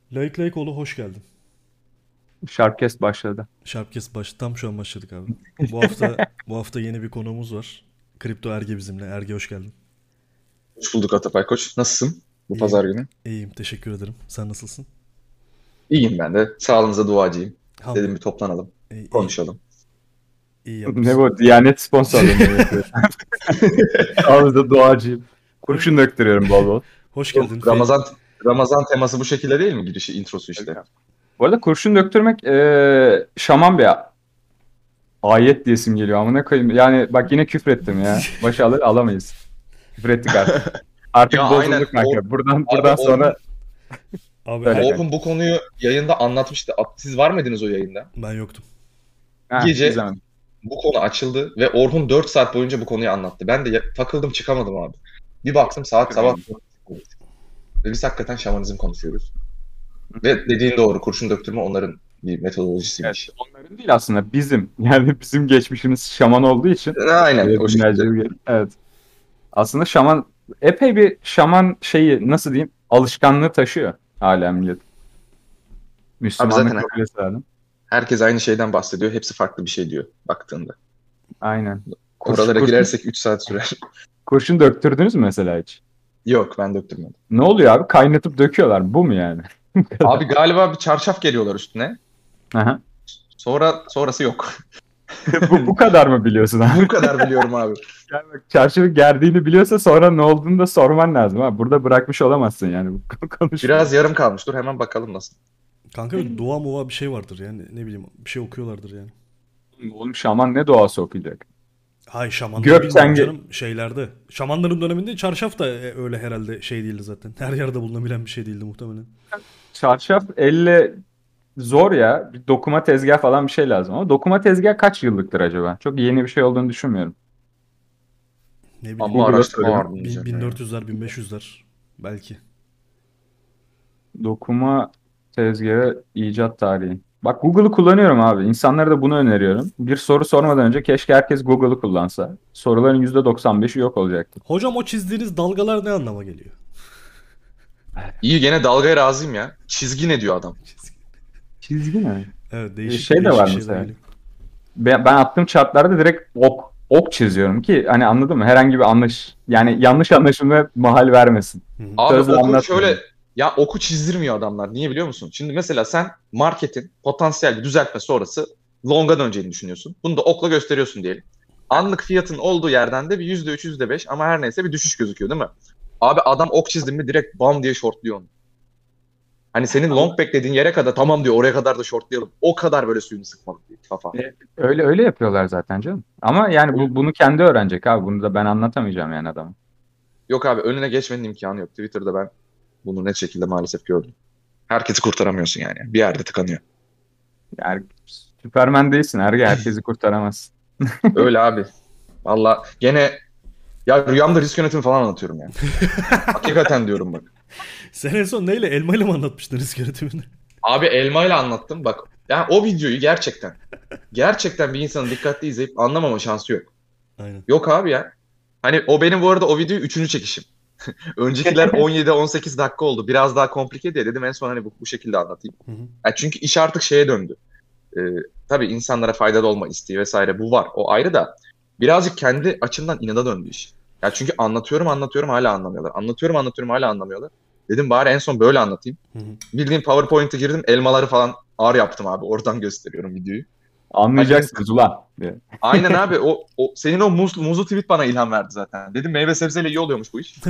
Layık Layıkoğlu hoş geldin. Sharpcast başladı. Sharpcast tam şu an başladık abi. Bu hafta yeni bir konuğumuz var. Kripto Erge bizimle. Erge hoş geldin. Hoş bulduk Atapay Koç. Nasılsın bu İyiyim. pazar günü? İyiyim. Teşekkür ederim. Sen nasılsın? İyiyim ben de. Sağlığınıza duacıyım. Ham Dedim bir toplanalım, iyi, konuşalım. iyi Ne yapmışsın. bu? Diyanet sponsorluğunu mu yapıyor? Ağızda doğacıyım. Hoş, Kurşun döktürüyorum bol bol. hoş Bu geldin. Ramazan teması bu şekilde değil mi? Girişi, introsu işte. Bu arada kurşun döktürmek şaman bir ayet diyesim geliyor. Ama ne koyayım? Yani bak yine küfrettim ya. Başa alamayız. Küfrettik artık. Artık Ya aynen. bozulduk kanka. Abi Buradan sonra Abi söyle kanka. Orhun bu konuyu yayında anlatmıştı. Siz var mıydınız o yayında? ben yoktum. Bir Ha, gece izlemedim. bu konu açıldı ve Orhun 4 saat boyunca bu konuyu anlattı. Ben de takıldım çıkamadım abi. Bir baktım saat sabah 4 olmuş. Ve biz hakikaten şamanizm konuşuyoruz. Ve dediğin doğru. Kurşun döktürme onların bir Evet, metodolojisiymiş. onların değil aslında bizim. Yani bizim geçmişimiz şaman olduğu için. Aynen o Binlerce şekilde. yıl. Evet. Aslında şaman epey bir şaman şeyi nasıl diyeyim alışkanlığı taşıyor hala millet. Abi Müslümanlık zaten kabilesi adam. herkes aynı şeyden bahsediyor. Hepsi farklı bir şey diyor baktığında. Aynen. Oralara Kurşun, girersek 3 saat sürer. kurşun döktürdünüz mü mesela hiç? Yok ben döktürmedim. Ne oluyor abi? Kaynatıp döküyorlar. Bu mu yani? Bu kadar. Abi galiba bir çarşaf geliyorlar üstüne. Aha. Sonrası yok. Bu kadar mı biliyorsun abi? Bu kadar biliyorum abi. Yani bak, çarşafı gerdiğini biliyorsa sonra ne olduğunu da sorman lazım. Ha. Burada bırakmış olamazsın yani bu konuşmayı. Biraz yarım kalmış. Dur hemen bakalım nasıl. Kanka bir dua muva bir şey vardır yani. Ne bileyim bir şey okuyorlardır yani. Oğlum şaman ne doğası okuyacak? Hay şamanları Gök bilmiyorum sen canım şeylerde. Şamanların döneminde çarşaf da öyle herhalde şey değildi zaten. Her yerde bulunabilen bir şey değildi muhtemelen. çarşaf elle zor ya. Bir dokuma tezgah falan bir şey lazım. Ama dokuma tezgah kaç yıllıktır acaba? Çok yeni bir şey olduğunu düşünmüyorum. Ne bileyim Amma Google'a araştırma sorayım. var bunun üzerine ya. 1400'ler 1500'ler belki. Dokuma tezgahı icat tarihi. Bak Google'ı kullanıyorum abi. İnsanlara da bunu öneriyorum. Bir soru sormadan önce keşke herkes Google'ı kullansa. Soruların %95'i yok olacaktı. Hocam o çizdiğiniz dalgalar ne anlama geliyor? İyi gene dalgaya razıyım ya. Çizgi ne diyor adam? Çizgi ne? Evet değişik Şey de değişik var şeyler mesela. geliyor. Ben attığım chartlarda direkt ok çiziyorum ki hani anladın mı? Herhangi bir yani yanlış anlaşılma mahal vermesin. Hı hı. Abi Sözle oku şöyle anlatmıyorum. ya oku çizdirmiyor adamlar. Niye biliyor musun? Şimdi mesela sen marketin potansiyel bir düzeltme sonrası long'a döneceğini düşünüyorsun. Bunu da okla gösteriyorsun diyelim. Anlık fiyatın olduğu yerden de bir %3, %5 ama her neyse bir düşüş gözüküyor değil mi? Abi adam ok çizdi mi direkt bam diye shortluyor onu. Hani senin long beklediğin yere kadar tamam diyor oraya kadar da shortlayalım. O kadar böyle suyunu sıkmalık diyor kafa. Öyle yapıyorlar zaten canım. Ama yani bunu kendi öğrenecek abi. Bunu da ben anlatamayacağım yani adama. Yok abi önüne geçmenin imkanı yok. Twitter'da ben bunu net şekilde maalesef gördüm. Herkesi kurtaramıyorsun yani. Bir yerde tıkanıyor. Yani Süpermen değilsin Erge. Herkesi kurtaramazsın. Öyle abi. Valla gene ya rüyamda risk yönetimi falan anlatıyorum yani. Hakikaten diyorum bak. Sen en son neyle elmayla mı anlatmıştın risk yönetimini? Abi elmayla anlattım bak. Yani o videoyu gerçekten bir insanın dikkatli izleyip anlamama şansı yok. Aynen. Yok abi ya. Hani o benim bu arada o videoyu üçüncü çekişim. Öncekiler 17-18 dakika oldu. Biraz daha komplike diye dedim en son hani bu şekilde anlatayım. Hı hı. Yani çünkü iş artık şeye döndü. Ee, tabii insanlara faydalı olma isteği vesaire bu var. O ayrı da birazcık kendi açımdan inada döndü iş. Ya çünkü anlatıyorum hala anlamıyorlar. Anlatıyorum hala anlamıyorlar. Dedim bari en son böyle anlatayım. Hı hı. Bildiğim PowerPoint'e girdim elmaları falan ağır yaptım abi. Oradan gösteriyorum videoyu. Hani dedim Anlayacaksınız ulan diye. aynen abi o senin o muzlu tweet bana ilham verdi zaten. Dedim meyve sebzeyle iyi oluyormuş bu iş.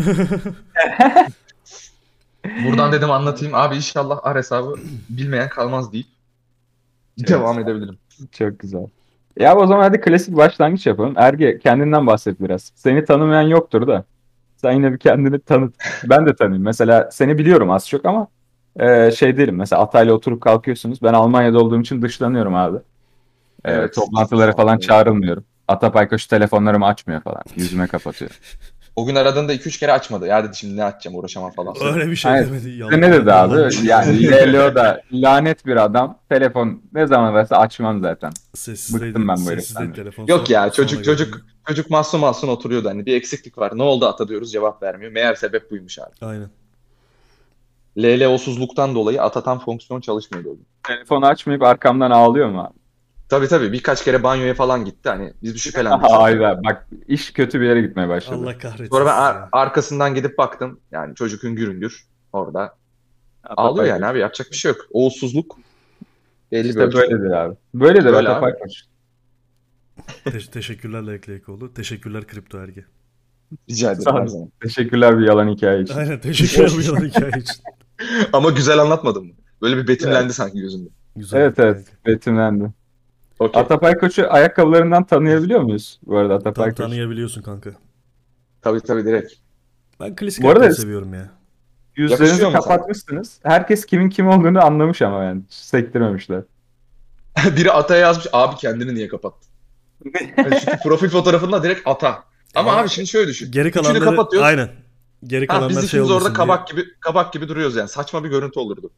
Buradan dedim anlatayım abi inşallah ar hesabı bilmeyen kalmaz deyip Çok devam güzel. edebilirim. Çok güzel. Ya o zaman hadi klasik başlangıç yapalım. Erge kendinden bahset biraz. Seni tanımayan yoktur da. Sen yine bir kendini tanıt. Ben de tanıyayım. Mesela seni biliyorum az çok ama şey değilim. Mesela Atay'la oturup kalkıyorsunuz. Ben Almanya'da olduğum için dışlanıyorum abi. Evet. Toplantılara falan çağrılmıyorum. Atapay şu telefonlarımı açmıyor falan. Yüzüme kapatıyor. O gün aradığında 2-3 kere açmadı. Ya dedi şimdi ne açacağım uğraşamam falan. Öyle bir şey Hayır. demedi. Size ne dedi abi? Yalanmış. Yani LLO da lanet bir adam. Telefon ne zaman verse açmam zaten. Bıktım Sessizdeydi. ben bu Sessizdeydi heriften. telefon. Yok ya Sonra gördüm. çocuk masum oturuyordu. Hani bir eksiklik var. Ne oldu ata diyoruz cevap vermiyor. Meğer sebep buymuş abi. Aynen. LLO'suzluktan dolayı Atatan fonksiyon çalışmıyordu o gün. Telefonu açmayıp arkamdan ağlıyor mu abi? Tabii birkaç kere banyoya falan gitti. Hani biz bir şüphelendik. Hayda bak iş kötü bir yere gitmeye başladı. Allah kahretsin. Sonra ben sizi ya. arkasından gidip baktım. Yani çocuk hüngür hüngür orada. Ağlıyor yani abi, yapacak bir şey yok. Oğulsuzluk belli İşte bir ölçüde. böyledir abi. Böyledir Böyle Atapark Koç. Teşekkürler Lekleykoğlu. Teşekkürler Kripto Erge. Rica ederim Sağ her ol. zaman. Teşekkürler bir yalan hikaye için. Aynen teşekkürler bu yalan hikaye için. Ama güzel anlatmadın mı? Böyle bir betimlendi sanki gözümde. Güzel. Evet kanka. betimlendi. Okey. Atapark Koç'u ayakkabılarından tanıyabiliyor muyuz bu arada Tam Atapark Koç? tanıyabiliyorsun kanka. Tabii direkt. Ben klasik Bu arada- erkeği seviyorum ya. Yakışıyor Yüzlerinizi mu sana? kapatmışsınız. Herkes kimin kim olduğunu anlamış ama yani. Sektirmemişler. Biri Ata'ya yazmış. Abi kendini niye kapattın? Yani çünkü profil fotoğrafında direkt Ata. Ama Ama abi şimdi şöyle düşün. Geri Üçünü kalanları kapatıyoruz. aynen. Geri Ha, kalanlar biz şey ikimiz olmasın orada diye. kabak gibi duruyoruz yani. Saçma bir görüntü olurdu.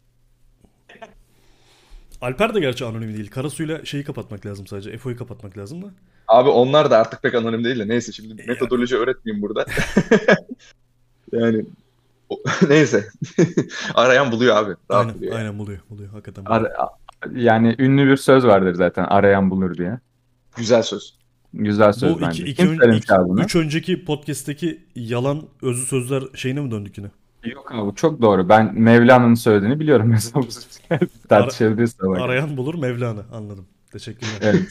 Alper de gerçi anonim değil. Karasuyla şeyi kapatmak lazım sadece. FO'yu kapatmak lazım da. Abi onlar da artık pek anonim değil de neyse şimdi metodoloji öğretmeyeyim burada. Yani neyse. Arayan buluyor abi. Rahat Aynen, buluyor. Yani. aynen buluyor. Hakikaten buluyor. Yani ünlü bir söz vardır zaten. Arayan bulur diye. Güzel söz. Güzel söz Bu bence. Kim söylemiş abi bunu? üç önceki podcast'teki yalan özlü sözler şeyine mi döndük yine? Yok abi bu çok doğru. Ben Mevlana'nın söylediğini biliyorum mesela. Tartışabiliriz de bak. Arayan bulur Mevlana. Anladım. Teşekkürler. Evet.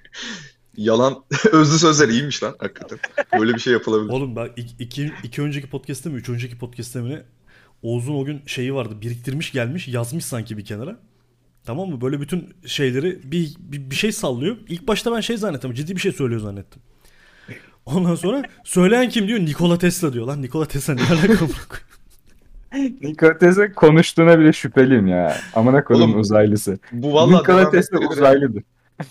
Yalan özlü sözler iyiymiş lan hakikaten. Böyle bir şey yapılabilir. Oğlum ben iki önceki podcast'te mi, üç önceki podcast'te mi ne? Oğuz'un o gün şeyi vardı. Biriktirmiş gelmiş yazmış sanki bir kenara. Tamam mı? Böyle bütün şeyleri bir şey sallıyor. İlk başta ben şey zannettim. Ciddi bir şey söylüyor zannettim. Ondan sonra söyleyen kim diyor? Nikola Tesla diyor. Lan Nikola Tesla ne alaka? Nikola Tesla konuştuğuna bile şüpheliyim ya. Amına koydum Oğlum, uzaylısı. Bu vallahi Nikola devam Tesla ettiğine göre- uzaylıdır.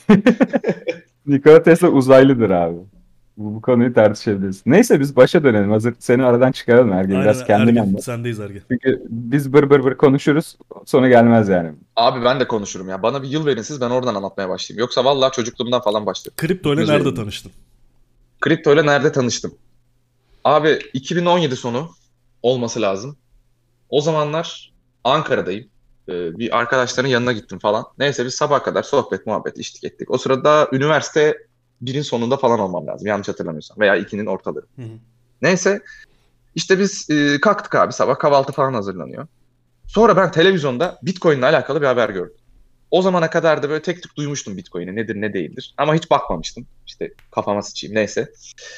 Nikola Tesla uzaylıdır abi. Bu konuyu tartışabiliriz. Neyse biz başa dönelim. Hazır seni aradan çıkaralım Ergen. Biraz Aynen kendin Ergen. anlat. Sendeyiz Ergen. Çünkü biz bır konuşuruz. Sonra gelmez yani. Abi ben de konuşurum ya. Bana bir yıl verin siz, ben oradan anlatmaya başlayayım. Yoksa vallahi çocukluğumdan falan başlarım. Kripto ile Güzel. nerede tanıştın? Kripto ile nerede tanıştım? Abi 2017 sonu olması lazım. O zamanlar Ankara'dayım. Bir arkadaşların yanına gittim falan. Neyse biz sabah kadar sohbet muhabbet içtik ettik. O sırada üniversite 1'in sonunda falan olmam lazım. Yanlış hatırlamıyorsam. Veya 2'nin ortaları. Hı hı. Neyse işte biz kalktık abi, sabah kahvaltı falan hazırlanıyor. Sonra ben televizyonda Bitcoin ile alakalı bir haber gördüm. O zamana kadar da böyle tek tük duymuştum Bitcoin'i, nedir ne değildir. Ama hiç bakmamıştım. İşte kafama sıçayım neyse.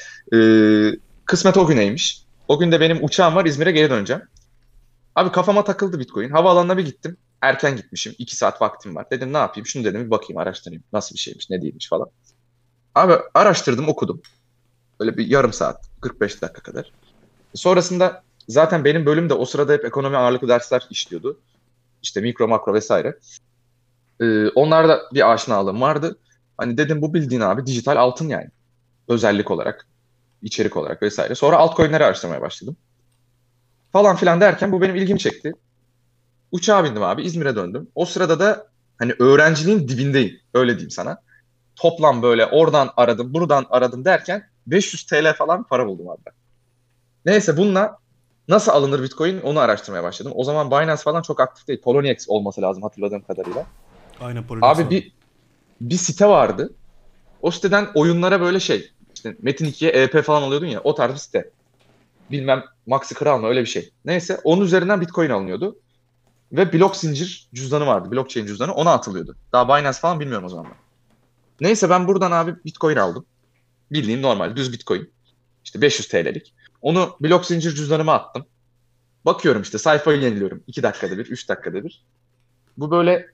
Kısmet o güneymiş. O gün de benim uçağım var, İzmir'e geri döneceğim. Abi kafama takıldı Bitcoin. Havaalanına bir gittim. Erken gitmişim. 2 saat vaktim var. Dedim ne yapayım? Şunu dedim bir bakayım, araştırayım. Nasıl bir şeymiş, ne değilmiş falan. Abi araştırdım, okudum. Böyle bir yarım saat, 45 dakika kadar. Sonrasında zaten benim bölüm de o sırada hep ekonomi ağırlıklı dersler işliyordu. İşte mikro, makro vesaire. Onlarda bir aşinalığım vardı. Hani dedim bu bildiğin abi dijital altın yani. Özellik olarak, içerik olarak vesaire. Sonra altcoin'leri araştırmaya başladım. Falan filan derken bu benim ilgimi çekti. Uçağa bindim abi, İzmir'e döndüm. O sırada da hani öğrenciliğin dibindeyim. Öyle diyeyim sana. Toplam böyle oradan aradım, buradan aradım derken 500 TL falan para buldum abi ben. Neyse bununla nasıl alınır Bitcoin onu araştırmaya başladım. O zaman Binance falan çok aktif değil. Poloniex olması lazım hatırladığım kadarıyla. Aynen Poloniex Abi bir site vardı. O siteden oyunlara böyle şey, işte Metin 2'ye EP falan alıyordun ya, o tarz bir site. Bilmem Maxi Kral mı öyle bir şey. Neyse onun üzerinden Bitcoin alınıyordu. Ve blok zincir cüzdanı vardı. Blockchain cüzdanı, ona atılıyordu. Daha Binance falan bilmiyorum o zaman ben. Neyse ben buradan abi Bitcoin aldım. Bildiğim normal düz Bitcoin. İşte 500 TL'lik. Onu blok zincir cüzdanıma attım. Bakıyorum işte sayfayı yeniliyorum. 2 dakikada bir, 3 dakikada bir. Bu böyle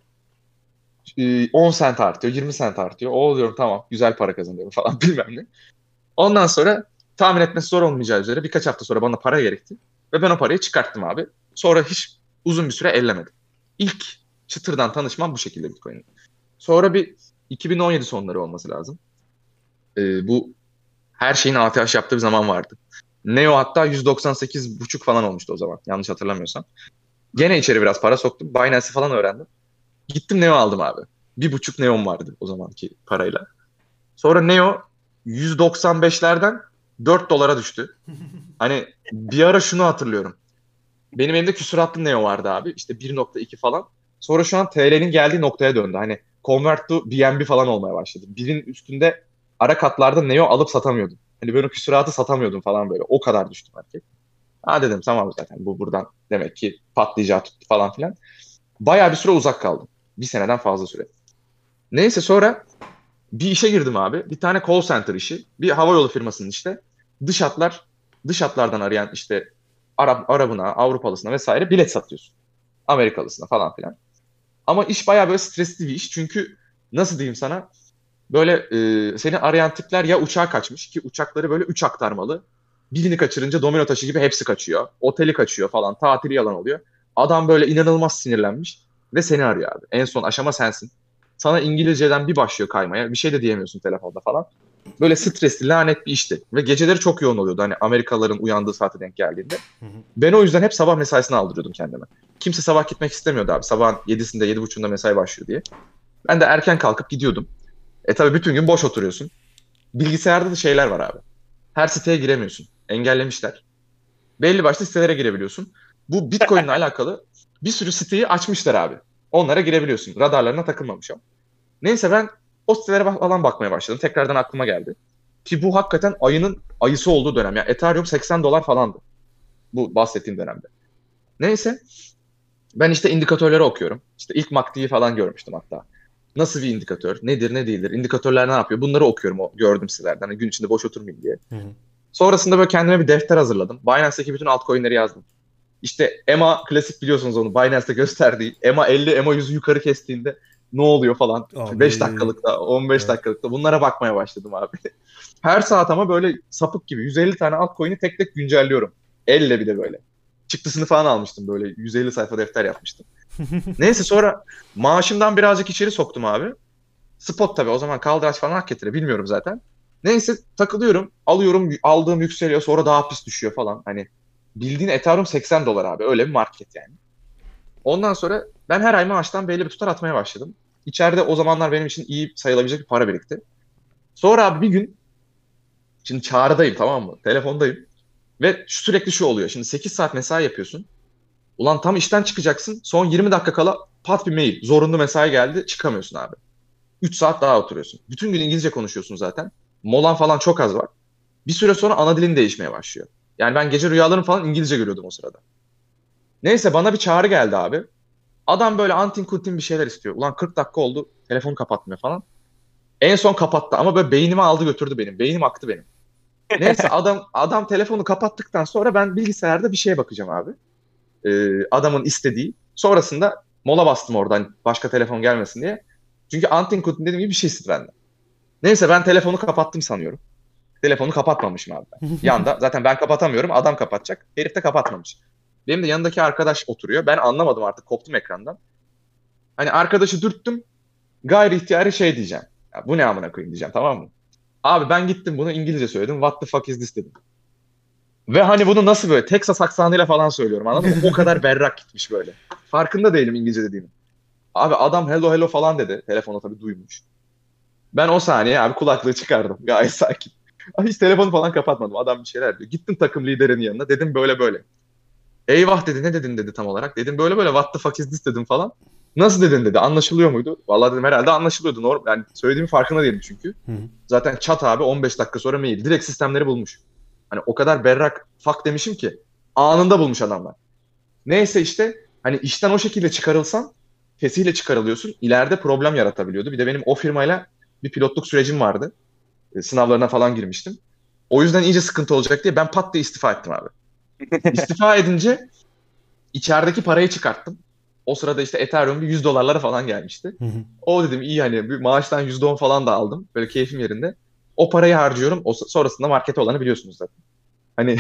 10 sent artıyor, 20 sent artıyor. O diyorum tamam güzel para kazanıyorum falan bilmem ne. Ondan sonra tahmin etmesi zor olmayacağı üzere birkaç hafta sonra bana para gerekti. Ve ben o parayı çıkarttım abi. Sonra hiç uzun bir süre ellemedim. İlk çıtırdan tanışmam bu şekilde Bitcoin'in. Sonra bir 2017 sonları olması lazım. Bu her şeyin ATH yaptığı bir zaman vardı. Neo hatta 198,5 falan olmuştu o zaman. Yanlış hatırlamıyorsam. Gene içeri biraz para soktum. Binance'i falan öğrendim. Gittim Neo aldım abi. 1,5 Neo'm vardı o zamanki parayla. Sonra Neo 195'lerden 4 dolara düştü. Hani bir ara şunu hatırlıyorum. Benim elimde küsuratlı Neo vardı abi. İşte 1.2 falan. Sonra şu an TL'nin geldiği noktaya döndü. Hani convert to BNB falan olmaya başladı. Birin üstünde ara katlarda Neo alıp satamıyordum. Hani böyle küsuratı satamıyordum falan böyle. O kadar düştü market. Ha dedim tamam zaten bu buradan demek ki patlayacağı tuttu falan filan. Bayağı bir süre uzak kaldım. Bir seneden fazla süre. Neyse sonra bir işe girdim abi. Bir tane call center işi. Bir havayolu firmasının işte dış hatlar, dış hatlardan arayan işte Arabına, Avrupalısına vesaire bilet satıyorsun. Amerikalısına falan filan. Ama iş bayağı böyle stresli bir iş. Çünkü nasıl diyeyim sana? Böyle seni arayan tipler ya uçağa kaçmış ki uçakları böyle 3 aktarmalı. Birini kaçırınca domino taşı gibi hepsi kaçıyor. Oteli kaçıyor falan. Tatili yalan oluyor. Adam böyle inanılmaz sinirlenmiş ve seni arıyor abi. En son aşama sensin. Sana İngilizceden bir başlıyor kaymaya. Bir şey de diyemiyorsun telefonda falan. Böyle stresli, lanet bir işti. Ve geceleri çok yoğun oluyordu. Hani Amerikalıların uyandığı saate denk geldiğinde. Ben o yüzden hep sabah mesaisine aldırıyordum kendime. Kimse sabah gitmek istemiyordu abi. Sabahın 7'sinde, 7.30'da mesai başlıyor diye. Ben de erken kalkıp gidiyordum. Tabii bütün gün boş oturuyorsun. Bilgisayarda da şeyler var abi. Her siteye giremiyorsun. Engellemişler. Belli başlı sitelere girebiliyorsun. Bu Bitcoin'le alakalı bir sürü siteyi açmışlar abi. Onlara girebiliyorsun. Radarlarına takılmamış o. Neyse ben o sitelere falan bakmaya başladım. Tekrardan aklıma geldi. Ki bu hakikaten ayının ayısı olduğu dönem. Yani Ethereum $80 falandı. Bu bahsettiğim dönemde. Neyse ben işte indikatörleri okuyorum. İşte ilk MACD'yi falan görmüştüm hatta. Nasıl bir indikatör? Nedir, ne değildir? İndikatörler ne yapıyor? Bunları okuyorum o gördüğüm sitelerden. Hani gün içinde boş oturmayayım diye. Sonrasında böyle kendime bir defter hazırladım. Binance'daki bütün altcoin'leri yazdım. İşte EMA klasik biliyorsunuz onu. Binance'da gösterdiği. EMA 50, EMA 100'ü yukarı kestiğinde ne oluyor falan. Abi. 5 dakikalıkta, 15 Evet. dakikalıkta bunlara bakmaya başladım abi. Her saat ama böyle sapık gibi 150 tane altcoin'i tek tek güncelliyorum. Elle bir de böyle. Çıktısını falan almıştım böyle. 150 sayfa defter yapmıştım. Neyse sonra maaşımdan birazcık içeri soktum abi. Spot tabii o zaman kaldıraç falan hak getire bilmiyorum zaten. Neyse takılıyorum. Alıyorum aldığım yükseliyor sonra daha pis düşüyor falan. Hani bildiğin Ethereum $80 abi. Öyle bir market yani. Ondan sonra ben her ay maaştan belli bir tutar atmaya başladım. İçeride o zamanlar benim için iyi sayılabilecek bir para birikti. Sonra abi bir gün şimdi çağrıdayım tamam mı? Telefondayım. Ve sürekli şu oluyor. Şimdi 8 saat mesai yapıyorsun. Ulan tam işten çıkacaksın. Son 20 dakika kala pat bir mail. Zorunlu mesai geldi. Çıkamıyorsun abi. 3 saat daha oturuyorsun. Bütün gün İngilizce konuşuyorsun zaten. Molan falan çok az var. Bir süre sonra ana dilin değişmeye başlıyor. Yani ben gece rüyalarımı falan İngilizce görüyordum o sırada. Neyse bana bir çağrı geldi abi. Adam böyle antin kuntin bir şeyler istiyor. Ulan 40 dakika oldu. Telefonu kapatmıyor falan. En son kapattı ama böyle beynimi aldı götürdü benim. Beynim aktı benim. Neyse adam telefonu kapattıktan sonra ben bilgisayarda bir şeye bakacağım abi. Adamın istediği. Sonrasında mola bastım oradan başka telefon gelmesin diye. Çünkü antin kuntin dediğim gibi bir şey istedi benden. Neyse ben telefonu kapattım sanıyorum. Telefonu kapatmamışım abi ben. Yanda zaten ben kapatamıyorum adam kapatacak. Herif de kapatmamış. Benim de yanındaki arkadaş oturuyor. Ben anlamadım artık koptum ekrandan. Hani arkadaşı dürttüm. Gayri ihtiyari şey diyeceğim. Ya bu ne amına koyayım diyeceğim tamam mı? Abi ben gittim bunu İngilizce söyledim. What the fuck is this dedim. Ve hani bunu nasıl böyle Texas aksanıyla falan söylüyorum anladın mı? O kadar berrak gitmiş böyle. Farkında değilim İngilizce dediğimin. Abi adam hello hello falan dedi. Telefonu tabii duymuş. Ben o saniye abi kulaklığı çıkardım. Gayet sakin. Hiç telefonu falan kapatmadım. Adam bir şeyler diyor. Gittim takım liderinin yanına. Dedim böyle böyle. Eyvah dedi. Ne dedin dedi tam olarak. Dedim böyle böyle what the fuck is this dedim falan. Nasıl dedin dedi. Anlaşılıyor muydu? Vallahi dedim herhalde anlaşılıyordu. Normal. Yani söylediğimin farkında değilim çünkü. Zaten chat abi 15 dakika sonra mail. Direkt sistemleri bulmuş. Hani o kadar berrak fuck demişim ki. Anında bulmuş adamlar. Neyse işte hani işten o şekilde çıkarılsan fesihle çıkarılıyorsun. İleride problem yaratabiliyordu. Bir de benim o firmayla bir pilotluk sürecim vardı. Sınavlarına falan girmiştim. O yüzden iyice sıkıntı olacak diye ben pat diye istifa ettim abi. İstifa edince içerideki parayı çıkarttım. O sırada işte Ethereum bir $100 falan gelmişti. O dedim iyi hani bir maaştan %10 falan da aldım. Böyle keyfim yerinde. O parayı harcıyorum. Sonrasında markete olanı biliyorsunuz zaten. Hani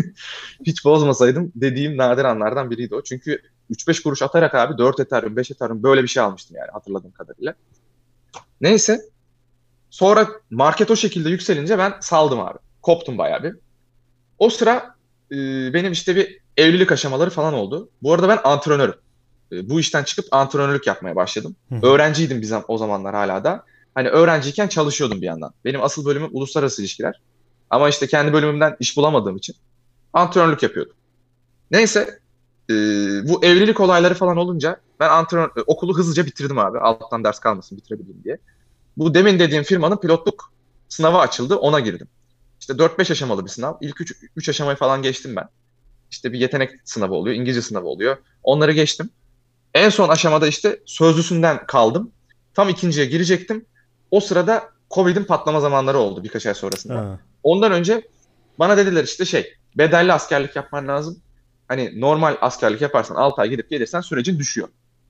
hiç bozmasaydım dediğim nadir anlardan biriydi o. Çünkü 3-5 kuruş atarak abi 4 Ethereum, 5 Ethereum böyle bir şey almıştım yani hatırladığım kadarıyla. Neyse. Sonra market o şekilde yükselince ben saldım abi. Koptum bayağı bir. O sıra benim işte bir evlilik aşamaları falan oldu. Bu arada ben antrenörüm. Bu işten çıkıp antrenörlük yapmaya başladım. Öğrenciydim biz o zamanlar hala da. Hani öğrenciyken çalışıyordum bir yandan. Benim asıl bölümüm uluslararası ilişkiler. Ama işte kendi bölümümden iş bulamadığım için antrenörlük yapıyordum. Neyse bu evlilik olayları falan olunca ben okulu hızlıca bitirdim abi. Alttan ders kalmasın bitirebileyim diye. Bu demin dediğim firmanın pilotluk sınavı açıldı. Ona girdim. İşte 4-5 aşamalı bir sınav. İlk 3 aşamayı falan geçtim ben. İşte bir yetenek sınavı oluyor, İngilizce sınavı oluyor. Onları geçtim. En son aşamada işte sözlüsünden kaldım. Tam ikinciye girecektim. O sırada Covid'in patlama zamanları oldu birkaç ay sonrasında. Ha. Ondan önce bana dediler işte bedelli askerlik yapman lazım. Hani normal askerlik yaparsan 6 ay gidip gelirsen sürecin düşüyor.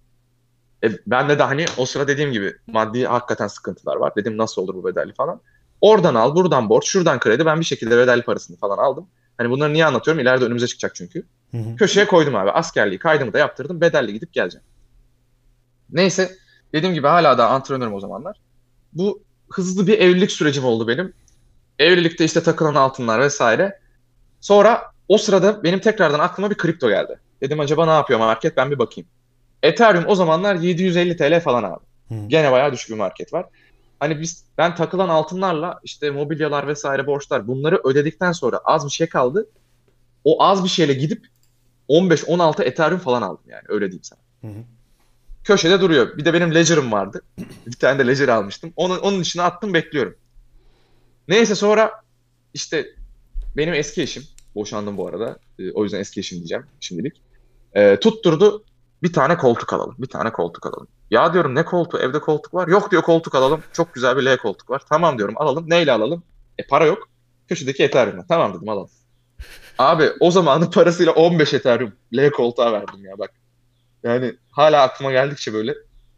Bende de hani o sıra dediğim gibi maddi hakikaten sıkıntılar var. Dedim nasıl olur bu bedelli falan. Oradan al, buradan borç, şuradan kredi. Ben bir şekilde bedelli parasını falan aldım. Hani bunları niye anlatıyorum? İleride önümüze çıkacak çünkü. Hı hı. Köşeye koydum abi. Askerliği kaydımı da yaptırdım. Bedelli gidip geleceğim. Neyse dediğim gibi hala da antrenörüm o zamanlar. Bu hızlı bir evlilik sürecim oldu benim. Evlilikte işte takılan altınlar vesaire. Sonra o sırada benim tekrardan aklıma bir kripto geldi. Dedim acaba ne yapıyor market, ben bir bakayım. Ethereum o zamanlar 750 TL falan abi. Hı. Gene bayağı düşük bir market var. Hani ben takılan altınlarla işte mobilyalar vesaire borçlar bunları ödedikten sonra az bir şey kaldı. O az bir şeyle gidip 15-16 Ethereum falan aldım yani öyle diyeyim sana. Hı hı. Köşede duruyor. Bir de benim Ledger'ım vardı. Bir tane de Ledger almıştım. Onun içine attım bekliyorum. Neyse sonra işte benim eski eşim, boşandım bu arada. O yüzden eski eşim diyeceğim şimdilik. Tutturdu bir tane koltuk alalım. Bir tane koltuk alalım. Ya diyorum ne koltuğu? Evde koltuk var. Yok diyor koltuk alalım. Çok güzel bir L koltuk var. Tamam diyorum alalım. Neyle alalım? Para yok. Köşedeki Ethereum'la. Tamam dedim alalım. Abi o zamanın parasıyla 15 Ethereum L koltuğa verdim ya bak. Yani hala aklıma geldikçe böyle.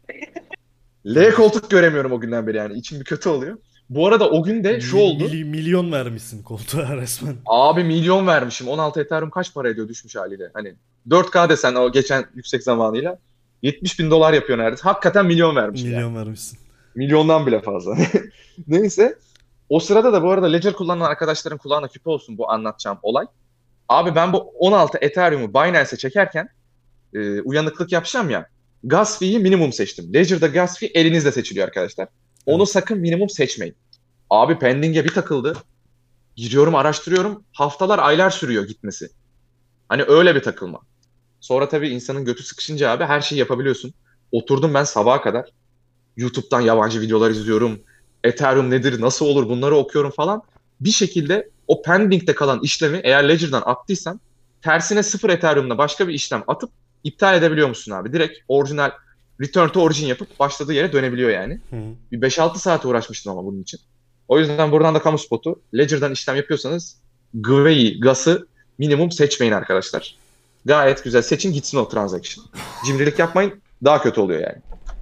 L koltuk göremiyorum o günden beri yani. İçim bir kötü oluyor. Bu arada o gün de şu oldu. Milyon vermişsin koltuğa resmen. Abi milyon vermişim. 16 Ethereum kaç para ediyor düşmüş haliyle. Hani 4K desen o geçen yüksek zamanıyla 70 bin dolar yapıyor neredeyse. Hakikaten milyon vermişim yani. Milyon vermişsin. Milyondan bile fazla. Neyse. O sırada da bu arada Ledger kullanan arkadaşların kulağına küpe olsun bu anlatacağım olay. Abi ben bu 16 Ethereum'u Binance'e çekerken uyanıklık yapacağım ya. Gas fee'yi minimum seçtim. Ledger'da gas fee elinizle seçiliyor arkadaşlar. Onu Evet. sakın minimum seçmeyin. Abi pending'e bir takıldı. Giriyorum araştırıyorum. Haftalar aylar sürüyor gitmesi. Hani öyle bir takılma. Sonra tabii insanın götü sıkışınca abi her şeyi yapabiliyorsun. Oturdum ben sabaha kadar. YouTube'dan yabancı videolar izliyorum. Ethereum nedir, nasıl olur bunları okuyorum falan. Bir şekilde o pending'de kalan işlemi eğer Ledger'dan attıysan tersine 0 Ethereum'la başka bir işlem atıp iptal edebiliyor musun abi? Direkt orijinal return to origin yapıp başladığı yere dönebiliyor yani. Hı hı. Bir 5-6 saat uğraşmıştım ama bunun için. O yüzden buradan da kamu spotu. Ledger'dan işlem yapıyorsanız GUI'yi, GAS'ı minimum seçmeyin arkadaşlar. Gayet güzel. Seçin gitsin o transaction. Cimrilik yapmayın. Daha kötü oluyor yani.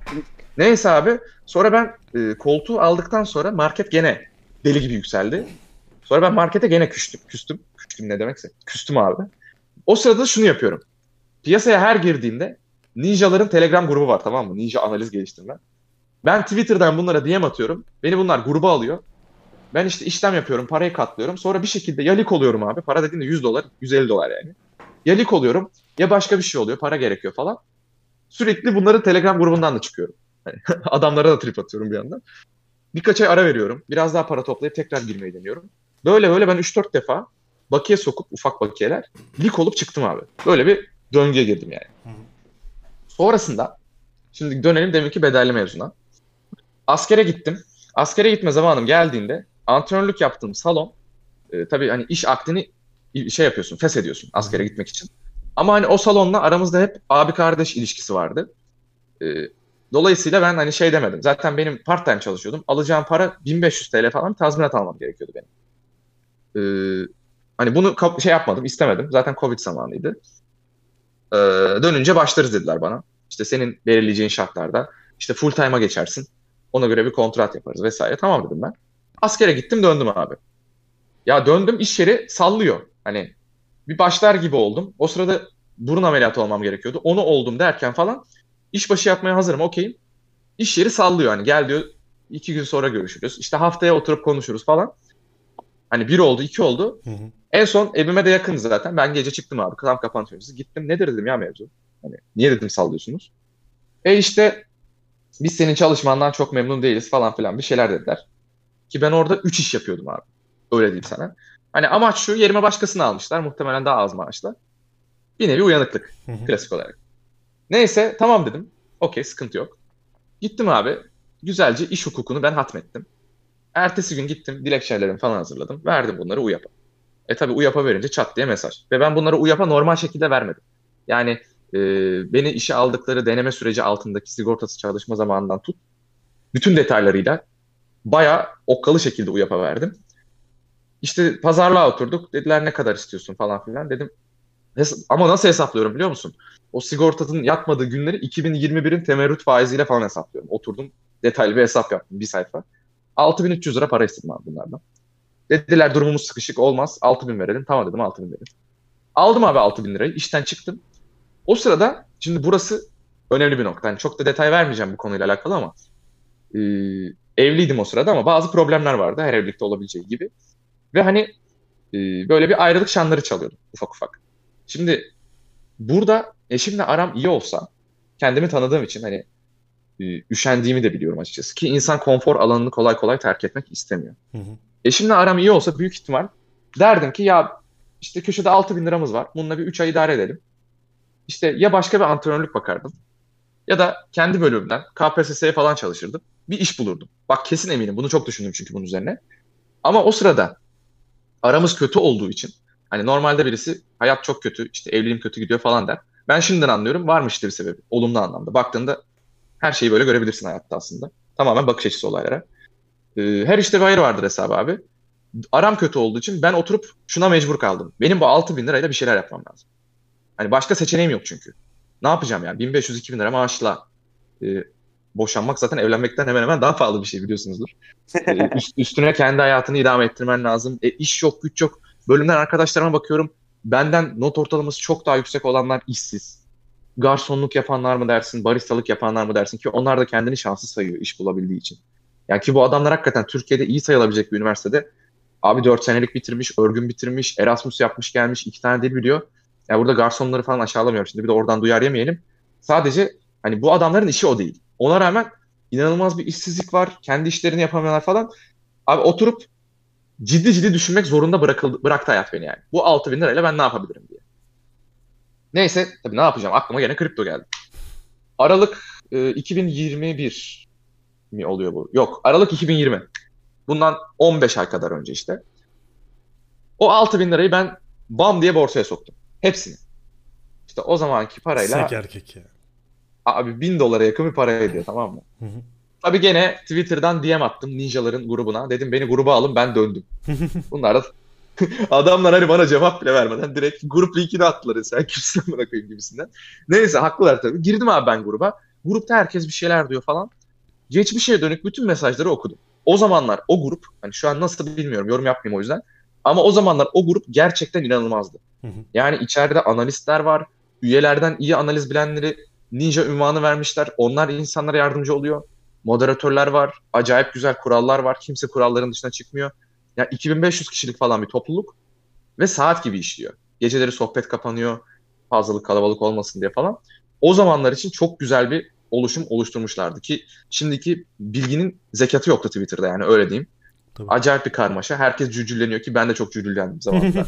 Neyse abi. Sonra ben koltuğu aldıktan sonra market gene deli gibi yükseldi. Sonra ben markete gene küstüm. Küstüm ne demekse. Küstüm abi. O sırada da şunu yapıyorum. Piyasaya her girdiğimde Ninja'ların Telegram grubu var tamam mı? Ninja analiz geliştirme. Ben Twitter'dan bunlara DM atıyorum. Beni bunlar gruba alıyor. Ben işte işlem yapıyorum, parayı katlıyorum. Sonra bir şekilde ya lik oluyorum abi. Para dediğimde 100 dolar, 150 dolar yani. Ya lik oluyorum ya başka bir şey oluyor. Para gerekiyor falan. Sürekli bunların Telegram grubundan da çıkıyorum. Hani adamlara da trip atıyorum bir yandan. Birkaç ay ara veriyorum. Biraz daha para toplayıp tekrar girmeyi deniyorum. Böyle böyle ben 3-4 defa bakiye sokup ufak bakiyeler lik olup çıktım abi. Böyle bir döngüye girdim yani. Hı hı. Sonrasında şimdi dönelim deminki bedelli mevzuna. Askere gittim. Askere gitme zamanım geldiğinde antrenörlük yaptığım salon tabii hani iş akdini şey yapıyorsun, feshediyorsun askere gitmek için. Ama hani o salonla aramızda hep abi kardeş ilişkisi vardı. E, Dolayısıyla ben hani şey demedim. Zaten benim part-time çalışıyordum. Alacağım para 1500 TL falan bir tazminat almam gerekiyordu benim. E, Hani bunu şey yapmadım, istemedim. Zaten Covid zamanıydı. E, Dönünce başlarız dediler bana. İşte senin belirleyeceğin şartlarda işte full time'a geçersin. Ona göre bir kontrat yaparız vesaire. Tamam dedim ben. Askere gittim döndüm abi. Ya döndüm iş yeri sallıyor. Hani bir başlar gibi oldum. O sırada burun ameliyatı olmam gerekiyordu. Onu oldum derken falan işbaşı yapmaya hazırım okeyim. İş yeri sallıyor hani gel diyor 2 gün sonra görüşürüz. İşte haftaya oturup konuşuruz falan. Hani bir oldu iki oldu. Hı hı. En son evime de yakındı zaten. Ben gece çıktım abi. Tam kapanış öncesi. Gittim nedir dedim ya mevzu. Hani niye dedim sallıyorsunuz. İşte biz senin çalışmandan çok memnun değiliz falan filan bir şeyler dediler. Ki ben orada 3 iş yapıyordum abi. Öyle diyeyim sana. Hani amaç şu yerime başkasını almışlar. Muhtemelen daha az maaşla. Bir nevi uyanıklık Hı hı. klasik olarak. Neyse tamam dedim. Okey, sıkıntı yok. Gittim abi. Güzelce iş hukukunu ben hatmettim. Ertesi gün gittim, dilekçelerimi falan hazırladım. Verdim bunları UYAP'a. Tabii UYAP'a verince çat diye mesaj. Ve ben bunları UYAP'a normal şekilde vermedim. Yani e, beni işe aldıkları deneme süreci altındaki sigortası çalışma zamanından tut. Bütün detaylarıyla bayağı okkalı şekilde UYAP'a verdim. İşte pazarlığa oturduk. Dediler ne kadar istiyorsun falan filan. Dedim ama nasıl hesaplıyorum biliyor musun? O sigortanın yatmadığı günleri 2021'in temerrüt faiziyle falan hesaplıyorum. Oturdum, detaylı bir hesap yaptım, bir sayfa. 6.300 lira para istedim abi bunlardan. Dediler durumumuz sıkışık, olmaz. 6.000 verelim. Tamam dedim, 6.000 verelim. Aldım abi 6.000 lirayı. İşten çıktım. O sırada şimdi burası önemli bir nokta. Yani çok da detay vermeyeceğim bu konuyla alakalı ama e, evliydim o sırada ama bazı problemler vardı. Her evlilikte olabileceği gibi. Ve hani böyle bir ayrılık şanları çalıyordu ufak ufak. Şimdi burada eşimle aram iyi olsa, kendimi tanıdığım için hani üşendiğimi de biliyorum açıkçası. Ki insan konfor alanını kolay kolay terk etmek istemiyor. Hı hı. Eşimle aram iyi olsa büyük ihtimal derdim ki ya işte köşede 6.000 liramız var. Bununla bir 3 ay idare edelim. İşte ya başka bir antrenörlük bakardım ya da kendi bölümümden KPSS'ye falan çalışırdım. Bir iş bulurdum. Bak kesin eminim. Bunu çok düşündüm çünkü bunun üzerine. Ama o sırada aramız kötü olduğu için hani normalde birisi hayat çok kötü, işte evliliğim kötü gidiyor falan der. Ben şimdiden anlıyorum varmış bir sebebi. Olumlu anlamda. Baktığında her şeyi böyle görebilirsin hayatta aslında. Tamamen bakış açısı olaylara. Her işte bir hayır vardır hesabı abi. Aram kötü olduğu için ben oturup şuna mecbur kaldım. Benim bu 6.000 lirayla bir şeyler yapmam lazım. Hani başka seçeneğim yok çünkü. Ne yapacağım yani? 1.500-2.000 lira maaşla e, boşanmak zaten evlenmekten hemen hemen daha pahalı bir şey biliyorsunuzdur. Üstüne kendi hayatını idame ettirmen lazım. İş yok, güç yok. Bölümden arkadaşlarıma bakıyorum. Benden not ortalaması çok daha yüksek olanlar işsiz. Garsonluk yapanlar mı dersin, baristalık yapanlar mı dersin ki onlar da kendini şanslı sayıyor iş bulabildiği için. Yani ki bu adamlar hakikaten Türkiye'de iyi sayılabilecek bir üniversitede abi 4 senelik bitirmiş, örgün bitirmiş, Erasmus yapmış gelmiş, 2 tane dil biliyor. Yani burada garsonları falan aşağılamıyorum şimdi bir de oradan duyar yemeyelim. Sadece hani bu adamların işi o değil. Ona rağmen inanılmaz bir işsizlik var, kendi işlerini yapamıyorlar falan. Abi oturup ciddi ciddi düşünmek zorunda bıraktı hayat beni yani. Bu 6.000 lirayla ben ne yapabilirim diye. Neyse tabii ne yapacağım? Aklıma gene kripto geldi. Aralık 2021 mi oluyor bu? Yok, Aralık 2020. Bundan 15 ay kadar önce işte. O 6.000 lirayı ben bam diye borsaya soktum. Hepsini. İşte o zamanki Sek parayla erkek ya. abi 1.000 dolara yakın bir para ediyor, tamam mı? Hı hı. Tabii gene Twitter'dan DM attım Ninjaların grubuna. Dedim beni gruba alın, ben döndüm. Bunlar da adamlar hani bana cevap bile vermeden direkt grup linkini attılar. Sen kimsin amına koyayım gibisinden. Neyse haklılar tabii. Girdim abi ben gruba. Grupta herkes bir şeyler diyor falan. Geçmişe dönük bütün mesajları okudum. O zamanlar o grup, hani şu an nasıl bilmiyorum, yorum yapmayayım o yüzden. Ama o zamanlar o grup gerçekten inanılmazdı. Hı hı. Yani içeride analistler var. Üyelerden iyi analiz bilenleri ninja unvanı vermişler. Onlar insanlara yardımcı oluyor. Moderatörler var. Acayip güzel kurallar var. Kimse kuralların dışına çıkmıyor. Ya 2.500 kişilik falan bir topluluk ve saat gibi işliyor. Geceleri sohbet kapanıyor. Fazlalık kalabalık olmasın diye falan. O zamanlar için çok güzel bir oluşum oluşturmuşlardı ki şimdiki bilginin zekatı yoktu Twitter'da, yani öyle diyeyim. Tabii. Acayip bir karmaşa. Herkes cücülleniyor ki ben de çok cücüllendim zamanında.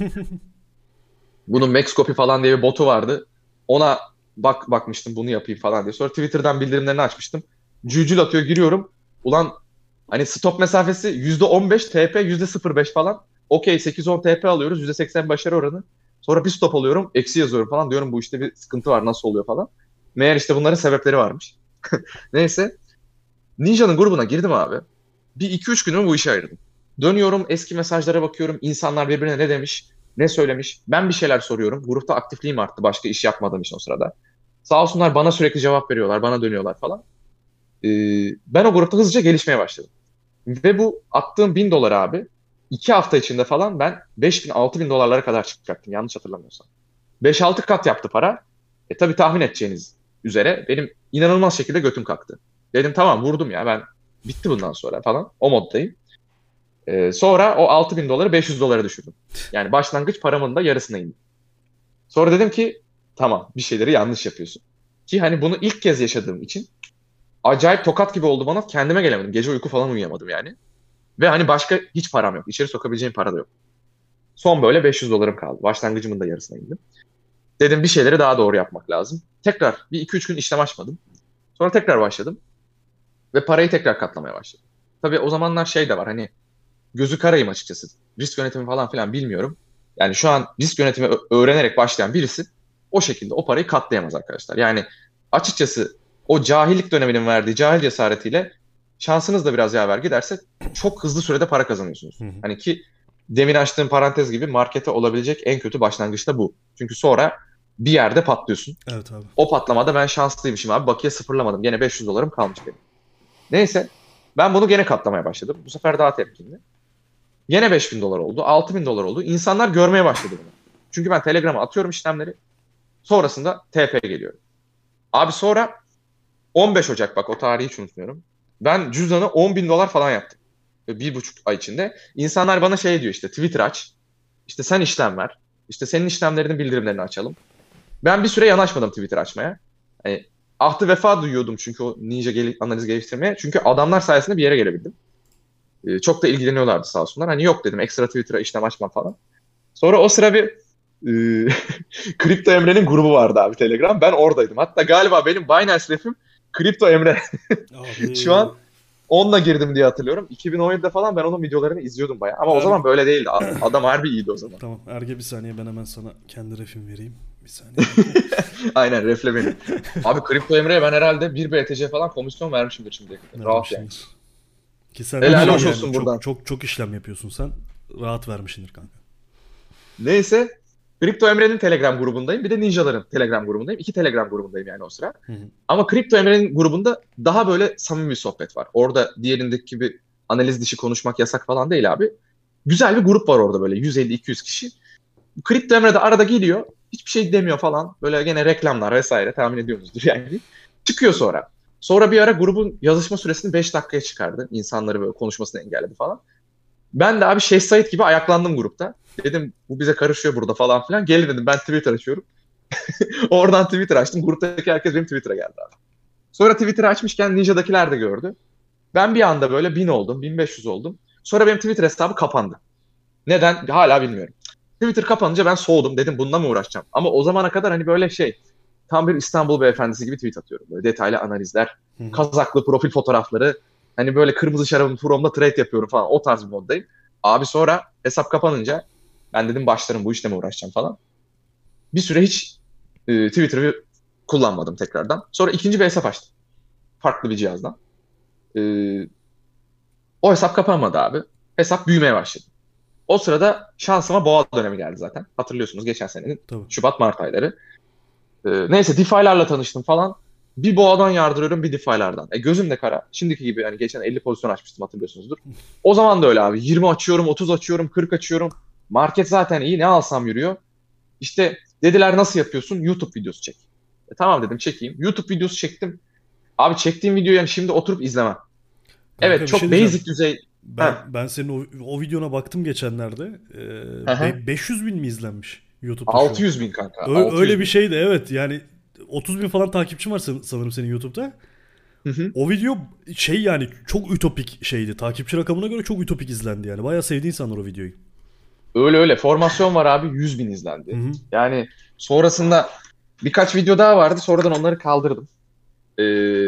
Bunun Maxcopy falan diye bir botu vardı. Ona bakmıştım bunu yapayım falan diye. Sonra Twitter'dan bildirimlerini açmıştım. Cücül atıyor, giriyorum. Ulan hani stop mesafesi %15, TP %0.5 falan. Okey 8-10 TP alıyoruz. %80 başarı oranı. Sonra bir stop alıyorum. Eksi yazıyorum falan. Diyorum bu işte bir sıkıntı var, nasıl oluyor falan. Meğer işte bunların sebepleri varmış. Neyse. Ninja'nın grubuna girdim abi. Bir iki üç günümü bu işe ayırdım. Dönüyorum, eski mesajlara bakıyorum. İnsanlar birbirine ne demiş, ne söylemiş. Ben bir şeyler soruyorum. Grupta aktifliğim arttı başka iş yapmadığım için o sırada. Sağ olsunlar bana sürekli cevap veriyorlar, bana dönüyorlar falan. Ee, Ben o grupta hızlıca gelişmeye başladım. Ve bu attığım 1.000 dolar abi 2 hafta içinde falan ben 5.000-6.000 dolarlara kadar çıkarttım yanlış hatırlamıyorsam. 5-6 kat yaptı para. Tabii tahmin edeceğiniz üzere benim inanılmaz şekilde götüm kalktı. Dedim tamam vurdum ya ben, bitti bundan sonra falan, o moddayım. Sonra o 6.000 doları 500 dolara düşürdüm. Yani başlangıç paramın da yarısına indi. Sonra dedim ki tamam bir şeyleri yanlış yapıyorsun. Ki hani bunu ilk kez yaşadığım için acayip tokat gibi oldu bana, kendime gelemedim. Gece uyku falan uyuyamadım yani. Ve hani başka hiç param yok. İçeri sokabileceğim para da yok. Son böyle 500 dolarım kaldı. Başlangıcımın da yarısına indim. Dedim bir şeyleri daha doğru yapmak lazım. Tekrar bir 2-3 gün işlem açmadım. Sonra tekrar başladım. Ve parayı tekrar katlamaya başladım. Tabii o zamanlar şey de var, hani gözü karayım açıkçası. Risk yönetimi falan filan bilmiyorum. Yani şu an risk yönetimi öğrenerek başlayan birisi o şekilde o parayı katlayamaz arkadaşlar. Yani açıkçası o cahillik döneminin verdiği cahil cesaretiyle şansınız da biraz yaver giderse çok hızlı sürede para kazanıyorsunuz. Hı hı. Hani ki demin açtığım parantez gibi markete olabilecek en kötü başlangıç da bu. Çünkü sonra bir yerde patlıyorsun. Evet abi. O patlamada ben şanslıymışım abi. Bakiye sıfırlamadım. Gene 500 dolarım kalmış benim. Neyse ben bunu gene katlamaya başladım. Bu sefer daha temkinli. Yine 5.000 dolar oldu. 6.000 dolar oldu. İnsanlar görmeye başladı bunu. Çünkü ben Telegram'a atıyorum işlemleri. Sonrasında TP geliyor. Abi sonra 15 Ocak, bak o tarihi hiç unutmuyorum. Ben cüzdanı 10.000 dolar falan yaptım. 1,5 ay içinde. İnsanlar bana şey diyor, işte Twitter aç. İşte sen işlem ver. İşte senin işlemlerinin bildirimlerini açalım. Ben bir süre yanaşmadım Twitter açmaya. Hani ahtı vefa duyuyordum çünkü o ninja analiz geliştirmeye. Çünkü adamlar sayesinde bir yere gelebildim. Çok da ilgileniyorlardı sağ olsunlar. Hani yok dedim, ekstra Twitter'a işlem açmam falan. Sonra o sıra bir e, Kripto Emre'nin grubu vardı abi Telegram. Ben oradaydım. Hatta galiba benim Binance Ref'im Kripto Emre. Abi. Şu an onunla girdim diye hatırlıyorum. 2017'de falan ben onun videolarını izliyordum bayağı. Ama o zaman böyle değildi. Adam harbi iyiydi o zaman. Tamam Erge, bir saniye, ben hemen sana kendi refim vereyim. Bir saniye. Aynen, refle benim. Abi Kripto Emre'ye ben herhalde 1 BTC falan komisyon vermişimdir şimdiye kadar. Rahat yani. Vermişsindir. Ki sen Helal de hoş yani olsun çok, buradan. çok işlem yapıyorsun sen. Rahat vermişsindir kanka. Neyse. Kripto Emre'nin Telegram grubundayım. Bir de Ninja'ların Telegram grubundayım. 2 Telegram grubundayım yani o sıra. Hı hı. Ama Kripto Emre'nin grubunda daha böyle samimi bir sohbet var. Orada diğerindeki gibi analiz dışı konuşmak yasak falan değil abi. Güzel bir grup var orada, böyle 150-200 kişi. Kripto Emre de arada geliyor. Hiçbir şey demiyor falan. Böyle gene reklamlar vesaire, tahmin ediyorsunuzdur yani. Çıkıyor sonra. Sonra bir ara grubun yazışma süresini 5 dakikaya çıkardı. İnsanları böyle konuşmasını engelledi falan. Ben de abi Şeyh Said gibi ayaklandım grupta. Dedim bu bize karışıyor burada falan filan. Gelin dedim, ben Twitter açıyorum. Oradan Twitter açtım. Gruptaki herkes benim Twitter'a geldi abi. Sonra Twitter açmışken Ninja'dakiler de gördü. Ben bir anda böyle 1000 oldum, 1500 oldum. Sonra benim Twitter hesabı kapandı. Neden? Hala bilmiyorum. Twitter kapanınca ben soğudum. Dedim bununla mı uğraşacağım? Ama o zamana kadar hani böyle şey, tam bir İstanbul beyefendisi gibi tweet atıyorum. Böyle detaylı analizler, Hı hı. kazaklı profil fotoğrafları. Hani böyle kırmızı şarabın forumda trade yapıyorum falan. O tarz bir moddayım. Abi sonra hesap kapanınca ben dedim başlarım bu işle mi uğraşacağım falan. Bir süre hiç Twitter'ı kullanmadım tekrardan. Sonra ikinci bir hesap açtım. Farklı bir cihazdan. E, O hesap kapanmadı abi. Hesap büyümeye başladı. O sırada şansıma boğa dönemi geldi zaten. Hatırlıyorsunuz geçen senenin Tabii. Şubat-Mart ayları. Neyse DeFi'larla tanıştım falan. Bir boğadan yardırıyorum, bir DeFi'lardan. Gözüm de kara. Şimdiki gibi hani geçen 50 pozisyon açmıştım, hatırlıyorsunuzdur. O zaman da öyle abi. 20 açıyorum, 30 açıyorum, 40 açıyorum. Market zaten iyi, ne alsam yürüyor. İşte dediler nasıl yapıyorsun? YouTube videosu çek. Tamam dedim, çekeyim. YouTube videosu çektim. Abi çektiğim videoyu yani şimdi oturup izlemem. Kanka Evet, bir çok şey diyeceğim. basic düzey. Ben senin o videona baktım geçenlerde. Hı. 500 bin mi izlenmiş YouTube'da şu an? 600 bin kanka. 600 Öyle bir bin. şeydi evet. Yani 30 bin falan takipçim var sanırım senin YouTube'da. Hı hı. O video şey, yani çok ütopik şeydi. Takipçi rakamına göre çok ütopik izlendi yani. Bayağı sevdi insanlar o videoyu. Öyle öyle. Formasyon var abi. 100 bin izlendi. Hı hı. Yani sonrasında birkaç video daha vardı. Sonradan onları kaldırdım. Ee,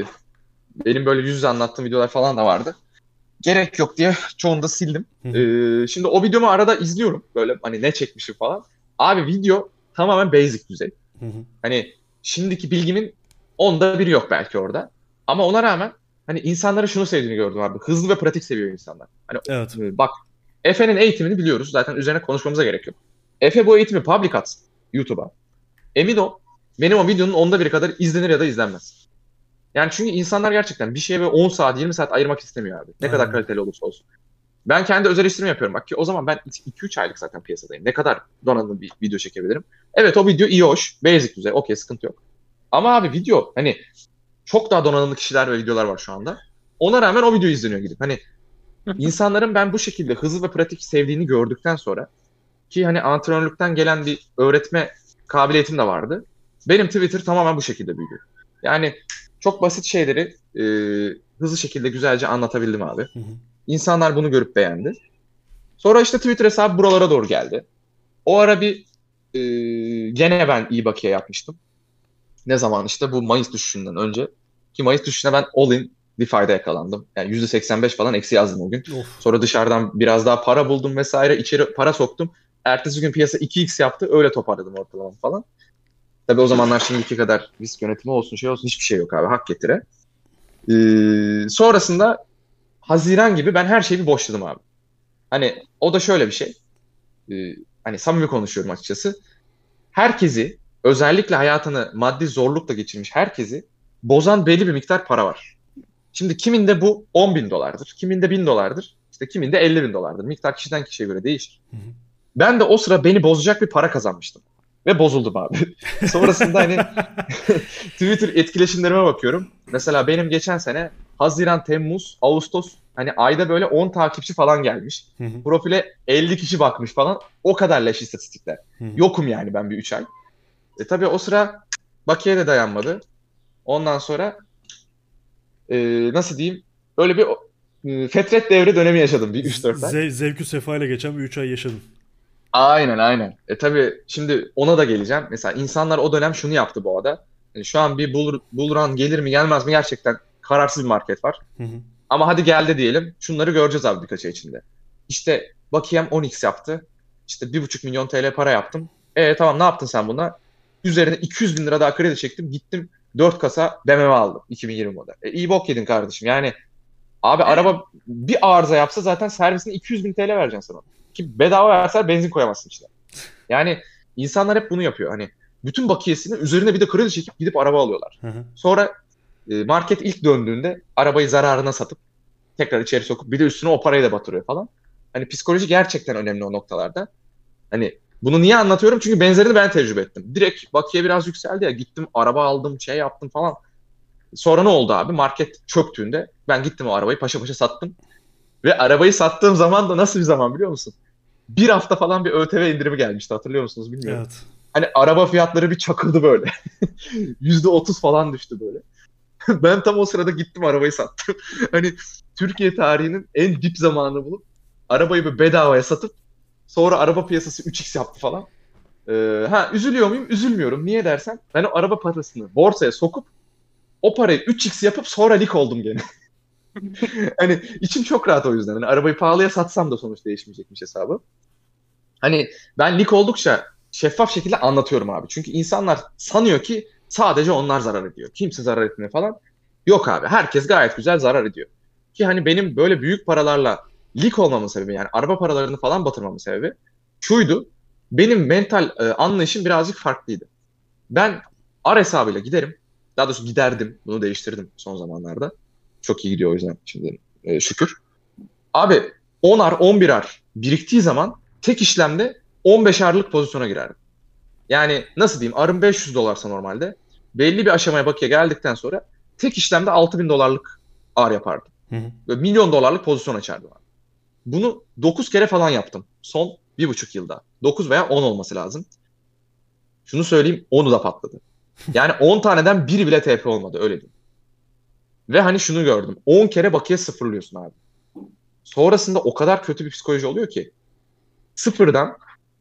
Benim böyle yüz yüze anlattığım videolar falan da vardı. Gerek yok diye çoğunu da sildim. Hı hı. Şimdi o videomu arada izliyorum. Böyle hani ne çekmişim falan. Abi video tamamen basic düzey. Hı hı. Hani şimdiki bilgimin onda biri yok belki orada. Ama ona rağmen hani insanların şunu sevdiğini gördüm abi. Hızlı ve pratik seviyor insanlar. Hani Evet. bak, Efe'nin eğitimini biliyoruz. Zaten üzerine konuşmamıza gerek yok. Efe bu eğitimi public atsın YouTube'a. Emin ol benim o videonun onda biri kadar izlenir ya da izlenmez. Yani çünkü insanlar gerçekten bir şeye böyle 10 saat 20 saat ayırmak istemiyor abi. Ne kadar Aynen. kaliteli olursa olsun. Ben kendi özel işlerimi yapıyorum. Bak ki o zaman ben 2-3 aylık zaten piyasadayım. Ne kadar donanımlı bir video çekebilirim. Evet, o video iyi hoş. Basic düzey. Okey, sıkıntı yok. Ama abi video hani çok daha donanımlı kişiler ve videolar var şu anda. Ona rağmen o video izleniyor gidip. Hani insanların ben bu şekilde hızlı ve pratik sevdiğini gördükten sonra, ki hani antrenörlükten gelen bir öğretme kabiliyetim de vardı. Benim Twitter tamamen bu şekilde büyüdü. Yani çok basit şeyleri hızlı şekilde güzelce anlatabildim abi. Hı hı. İnsanlar bunu görüp beğendi. Sonra işte Twitter hesabı buralara doğru geldi. O ara bir Gene ben iyi bakiye yapmıştım. Ne zaman işte bu Mayıs düşüşünden önce. Ki Mayıs düşüşüne ben all-in DeFi'de yakalandım. Yani %85 falan eksi yazdım o gün. Of. Sonra dışarıdan biraz daha para buldum vesaire. İçeri para soktum. Ertesi gün piyasa 2x yaptı. Öyle toparladım ortalama falan. Tabii o zamanlar şimdiki kadar risk yönetimi olsun şey olsun hiçbir şey yok abi. Hak getire. Sonrasında Haziran gibi ben her şeyi bir boşladım abi. Hani o da şöyle bir şey. Hani samimi konuşuyorum açıkçası. Herkesi özellikle hayatını maddi zorlukla geçirmiş herkesi bozan belli bir miktar para var. Şimdi kiminde bu 10 bin dolardır, kiminde 1000 dolardır, işte kiminde 50 bin dolardır. Miktar kişiden kişiye göre değişir. Hı hı. Ben de o sıra beni bozacak bir para kazanmıştım. Ve bozuldum abi. Sonrasında hani Twitter etkileşimlerime bakıyorum. Mesela benim geçen sene Haziran, Temmuz, Ağustos hani ayda böyle 10 takipçi falan gelmiş. Hı hı. Profile 50 kişi bakmış falan. O kadar leş istatistikler. Hı hı. Yokum yani ben bir 3 ay. Tabii o sıra bakiye de dayanmadı. Ondan sonra nasıl diyeyim öyle bir fetret devri dönemi yaşadım bir 3-4 ay. Zevkü sefa ile geçen bir 3 ay yaşadın. Aynen. Tabii şimdi ona da geleceğim. Mesela insanlar o dönem şunu yaptı bu arada. Yani şu an bir bull run gelir mi gelmez mi gerçekten kararsız bir market var. Hı hı. Ama hadi geldi diyelim. Şunları göreceğiz abi birkaç ay içinde. İşte bakiyem 10x yaptı. İşte 1,5 milyon TL para yaptım. Tamam ne yaptın sen buna? Üzerine 200 bin lira daha kredi çektim. Gittim 4 kasa BMW aldım 2020 model. İyi bok yedin kardeşim. Yani abi araba bir arıza yapsa zaten servisine 200 bin TL vereceksin sana. Ki bedava versen benzin koyamazsın içine. Yani insanlar hep bunu yapıyor. Hani bütün bakiyesini üzerine bir de kredi çekip gidip araba alıyorlar. Hı hı. Sonra market ilk döndüğünde arabayı zararına satıp tekrar içeri sokup bir de üstüne o parayı da batırıyor falan. Hani psikoloji gerçekten önemli o noktalarda. Hani bunu niye anlatıyorum? Çünkü benzerini ben tecrübe ettim. Direkt bakiye biraz yükseldi ya. Gittim araba aldım, şey yaptım falan. Sonra ne oldu abi? Market çöktüğünde ben gittim o arabayı paşa paşa sattım. Ve arabayı sattığım zaman da nasıl bir zaman biliyor musun? Bir hafta falan bir ÖTV indirimi gelmişti. Hatırlıyor musunuz bilmiyorum. Evet. Hani araba fiyatları bir çakıldı böyle. %30 falan düştü böyle. Ben tam o sırada gittim arabayı sattım. Hani Türkiye tarihinin en dip zamanını bulup arabayı bir bedavaya satıp sonra araba piyasası 3x yaptı falan. Üzülüyor muyum? Üzülmüyorum. Niye dersen ben o araba parasını borsaya sokup o parayı 3x yapıp sonra lik oldum gene. Hani içim çok rahat o yüzden. Hani arabayı pahalıya satsam da sonuç değişmeyecekmiş hesabı. Hani ben lik oldukça şeffaf şekilde anlatıyorum abi. Çünkü insanlar sanıyor ki sadece onlar zarar ediyor. Kimse zarar etmiyor falan. Yok abi. Herkes gayet güzel zarar ediyor. Ki hani benim böyle büyük paralarla lik olmamın sebebi yani araba paralarını falan batırmamın sebebi şuydu. Benim mental anlayışım birazcık farklıydı. Ben R hesabıyla giderim. Daha doğrusu giderdim. Bunu değiştirdim son zamanlarda. Çok iyi gidiyor o yüzden şimdi şükür. Abi 10R, 11R biriktiği zaman tek işlemde 15R'lık pozisyona girerdim. Yani nasıl diyeyim? R'ım 500 dolarsa normalde belli bir aşamaya bakiye geldikten sonra tek işlemde 6.000 dolarlık R yapardım. Hı hı. Ve milyon dolarlık pozisyon açardım abi. Bunu 9 kere falan yaptım. Son 1,5 yılda. 9 veya 10 olması lazım. Şunu söyleyeyim 10'u da patladı. Yani 10 taneden biri bile TP olmadı öyle diyeyim. Ve hani şunu gördüm. 10 kere bakiye sıfırlıyorsun abi. Sonrasında o kadar kötü bir psikoloji oluyor ki. Sıfırdan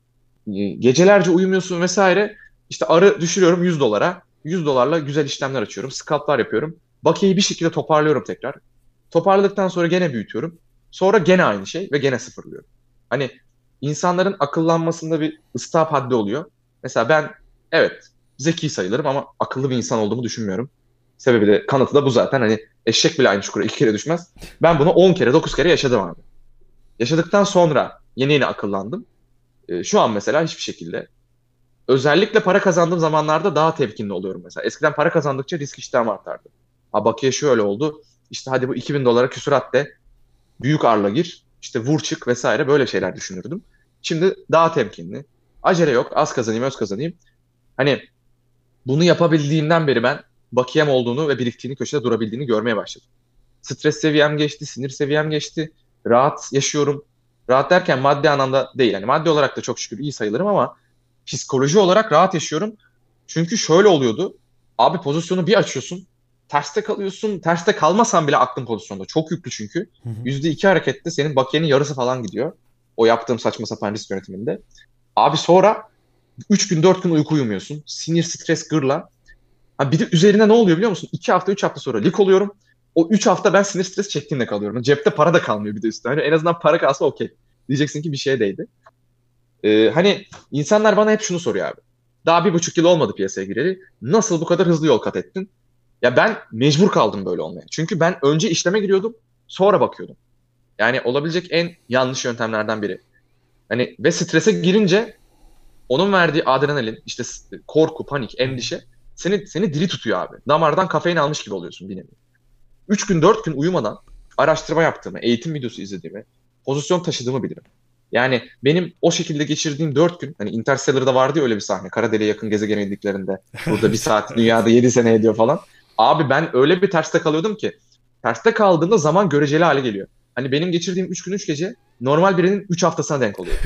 gecelerce uyumuyorsun vesaire. İşte arı düşürüyorum 100 dolara. 100 dolarla güzel işlemler açıyorum. Scalp'lar yapıyorum. Bakiyeyi bir şekilde toparlıyorum tekrar. Toparladıktan sonra gene büyütüyorum. Sonra gene aynı şey ve gene sıfırlıyorum. Hani insanların akıllanmasında bir ıstap haddi oluyor. Mesela ben evet zeki sayılırım ama akıllı bir insan olduğumu düşünmüyorum. Sebebi de kanıtı da bu zaten. Hani eşek bile aynı çukura 2 kere düşmez. Ben bunu 10 kere 9 kere yaşadım abi. Yaşadıktan sonra yeni akıllandım. Şu an mesela hiçbir şekilde. Özellikle para kazandığım zamanlarda daha temkinli oluyorum mesela. Eskiden para kazandıkça risk iştahım artardı. Bakiye şöyle oldu. İşte hadi bu 2.000 dolara küsurat de büyük arla gir. İşte vur çık vesaire böyle şeyler düşünürdüm. Şimdi daha temkinli. Acele yok. Az kazanayım, öz kazanayım. Hani bunu yapabildiğimden beri ben bakiyem olduğunu ve biriktiğini köşede durabildiğini görmeye başladım. Stres seviyem geçti, sinir seviyem geçti. Rahat yaşıyorum. Rahat derken maddi anlamda değil. Yani maddi olarak da çok şükür iyi sayılırım ama psikoloji olarak rahat yaşıyorum. Çünkü şöyle oluyordu. Abi pozisyonu bir açıyorsun. Terste kalıyorsun. Terste kalmasan bile aklın pozisyonda. Çok yüklü çünkü. Hı hı. %2 harekette senin bakiyenin yarısı falan gidiyor. O yaptığım saçma sapan risk yönetiminde. Abi sonra 3 gün 4 gün uyku uyumuyorsun. Sinir, stres, gırla. Ha bir de üzerine ne oluyor biliyor musun? 2 hafta 3 hafta sonra lig oluyorum. O 3 hafta ben sinir stres çektiğimde kalıyorum. Cepte para da kalmıyor bir de üstüne. Hani en azından para kalsa okey. Diyeceksin ki bir şeye değdi. Hani insanlar bana hep şunu soruyor abi. Daha 1,5 yıl olmadı piyasaya gireli. Nasıl bu kadar hızlı yol kat ettin? Ya ben mecbur kaldım böyle olmaya. Çünkü ben önce işleme giriyordum, sonra bakıyordum. Yani olabilecek en yanlış yöntemlerden biri. Hani ve strese girince onun verdiği adrenalin, işte korku, panik, endişe seni diri tutuyor abi. Damardan kafein almış gibi oluyorsun bir nevi. 3 gün 4 gün uyumadan araştırma yaptığımı, eğitim videosu izlediğimi, pozisyon taşıdığımı bilirim. Yani benim o şekilde geçirdiğim 4 gün, hani Interstellar'da vardı ya öyle bir sahne. Kara deliğe yakın gezegene indiklerinde. Burada bir saat dünyada 7 sene ediyor falan. Abi ben öyle bir terste kalıyordum ki. Terste kaldığımda zaman göreceli hale geliyor. Hani benim geçirdiğim 3 gün 3 gece normal birinin 3 haftasına denk oluyor.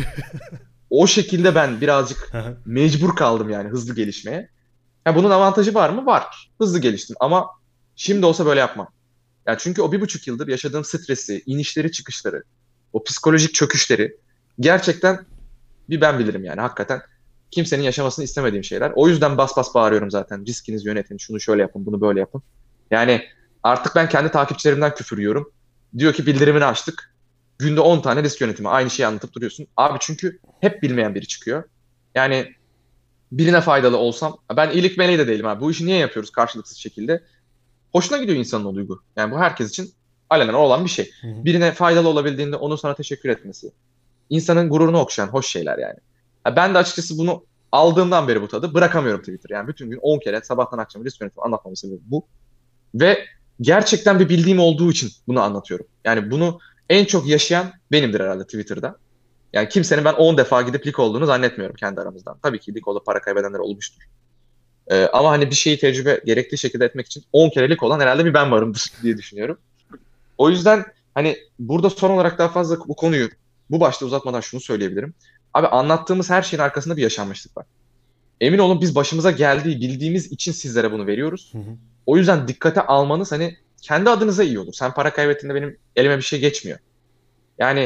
O şekilde ben birazcık mecbur kaldım yani hızlı gelişmeye. Ha, bunun avantajı var mı? Var. Hızlı geliştim ama şimdi olsa böyle yapmam. Yani çünkü o 1,5 yıldır yaşadığım stresi, inişleri çıkışları, o psikolojik çöküşleri gerçekten bir ben bilirim yani hakikaten. Kimsenin yaşamasını istemediğim şeyler. O yüzden bas bas bağırıyorum zaten. Riskinizi yönetin, şunu şöyle yapın, bunu böyle yapın. Yani artık ben kendi takipçilerimden küfür yiyorum. Diyor ki bildirimini açtık. Günde 10 tane risk yönetimi. Aynı şeyi anlatıp duruyorsun. Abi çünkü hep bilmeyen biri çıkıyor. Yani birine faydalı olsam. Ben iyilik meleği de değilim abi. Bu işi niye yapıyoruz karşılıksız şekilde? Hoşuna gidiyor insanın o duygu. Yani bu herkes için alenen olan bir şey. Birine faydalı olabildiğinde onun sana teşekkür etmesi. İnsanın gururunu okşayan hoş şeyler yani. Ben de açıkçası bunu aldığımdan beri bu tadı bırakamıyorum Twitter. Yani bütün gün 10 kere sabahtan akşama risk yönetimi anlatmamın sebebi bu. Ve gerçekten bir bildiğim olduğu için bunu anlatıyorum. Yani bunu en çok yaşayan benimdir herhalde Twitter'da. Yani kimsenin ben 10 defa gidip lig olduğunu zannetmiyorum kendi aramızdan. Tabii ki lig olup para kaybedenler olmuştur. Ama hani bir şeyi tecrübe gerektiği şekilde etmek için 10 kerelik olan herhalde bir ben varımdır diye düşünüyorum. O yüzden hani burada son olarak daha fazla bu konuyu bu başta uzatmadan şunu söyleyebilirim. Abi anlattığımız her şeyin arkasında bir yaşanmışlık var. Emin olun biz başımıza geldiği bildiğimiz için sizlere bunu veriyoruz. O yüzden dikkate almanız hani kendi adınıza iyi olur. Sen para kaybettiğinde benim elime bir şey geçmiyor. Yani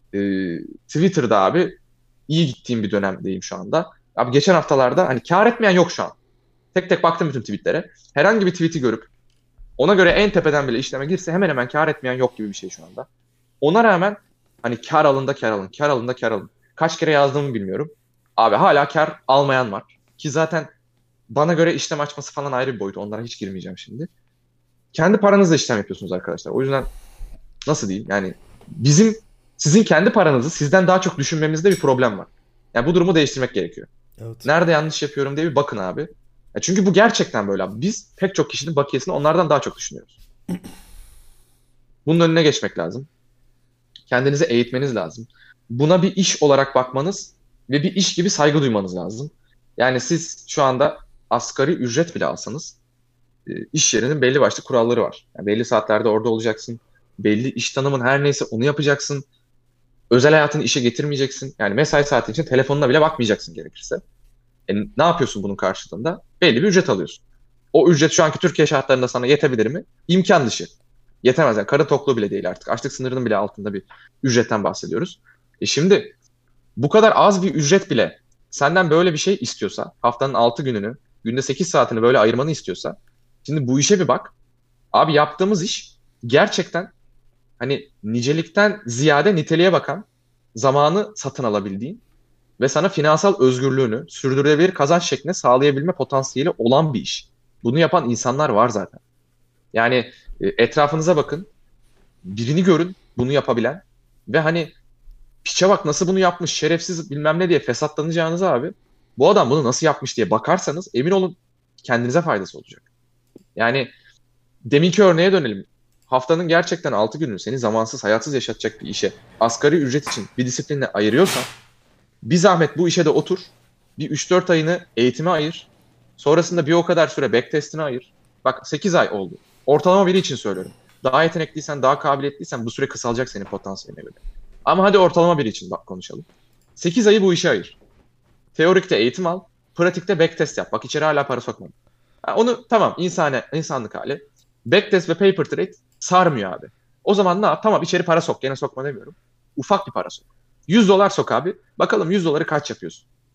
Twitter'da abi iyi gittiğim bir dönemdeyim şu anda. Abi geçen haftalarda hani kar etmeyen yok şu an. Tek tek baktım bütün tweetlere. Herhangi bir tweet'i görüp ona göre en tepeden bile işleme girse hemen hemen kar etmeyen yok gibi bir şey şu anda. Ona rağmen hani kar alın da kar alın, kar alın da kar alın. Kaç kere yazdığımı bilmiyorum. Abi hala kar almayan var. Ki zaten bana göre işlem açması falan ayrı bir boyut. Onlara hiç girmeyeceğim şimdi. Kendi paranızla işlem yapıyorsunuz arkadaşlar. O yüzden nasıl diyeyim yani sizin kendi paranızı sizden daha çok düşünmemizde bir problem var. Yani bu durumu değiştirmek gerekiyor. Evet. Nerede yanlış yapıyorum diye bir bakın abi. Ya çünkü bu gerçekten böyle abi. Biz pek çok kişinin bakiyesini onlardan daha çok düşünüyoruz. Bunun önüne geçmek lazım. Kendinizi eğitmeniz lazım. Buna bir iş olarak bakmanız ve bir iş gibi saygı duymanız lazım. Yani siz şu anda asgari ücret bile alsanız iş yerinin belli başlı kuralları var. Yani belli saatlerde orada olacaksın. Belli iş tanımın her neyse onu yapacaksın. Özel hayatını işe getirmeyeceksin. Yani mesai saati için telefonuna bile bakmayacaksın gerekirse. Ne yapıyorsun bunun karşılığında? Belli bir ücret alıyorsun. O ücret şu anki Türkiye şartlarında sana yetebilir mi? İmkan dışı. Yetemez yani. Karın tokluğu bile değil artık. Açlık sınırının bile altında bir ücretten bahsediyoruz. Şimdi bu kadar az bir ücret bile senden böyle bir şey istiyorsa, haftanın 6 gününü, günde 8 saatini böyle ayırmanı istiyorsa, şimdi bu işe bir bak. Abi yaptığımız iş gerçekten hani nicelikten ziyade niteliğe bakan, zamanı satın alabildiğin ve sana finansal özgürlüğünü sürdürülebilir kazanç şeklinde sağlayabilme potansiyeli olan bir iş. Bunu yapan insanlar var zaten. Yani etrafınıza bakın, birini görün bunu yapabilen ve hani piçe bak nasıl bunu yapmış, şerefsiz bilmem ne diye fesatlanacağınız abi, bu adam bunu nasıl yapmış diye bakarsanız emin olun kendinize faydası olacak. Yani deminki örneğe dönelim. Haftanın gerçekten 6 gününü seni zamansız, hayatsız yaşatacak bir işe asgari ücret için bir disiplinle ayırıyorsan bir zahmet bu işe de otur. Bir 3-4 ayını eğitime ayır. Sonrasında bir o kadar süre backtest'ine ayır. Bak 8 ay oldu. Ortalama biri için söylüyorum. Daha yetenekliysen, daha kabiliyetliysen bu süre kısalacak senin potansiyeline göre. Ama hadi ortalama biri için bak konuşalım. 8 ayı bu işe ayır. Teorikte eğitim al. Pratikte backtest yap. Bak içeri hala para sokma. Onu tamam insanlık hali. Backtest ve paper trade sarmıyor abi. O zaman ne yap? Tamam içeri para sok. Gene sokma demiyorum. Ufak bir para sok. $100 sok abi. Bakalım $100 kaç yapıyorsun?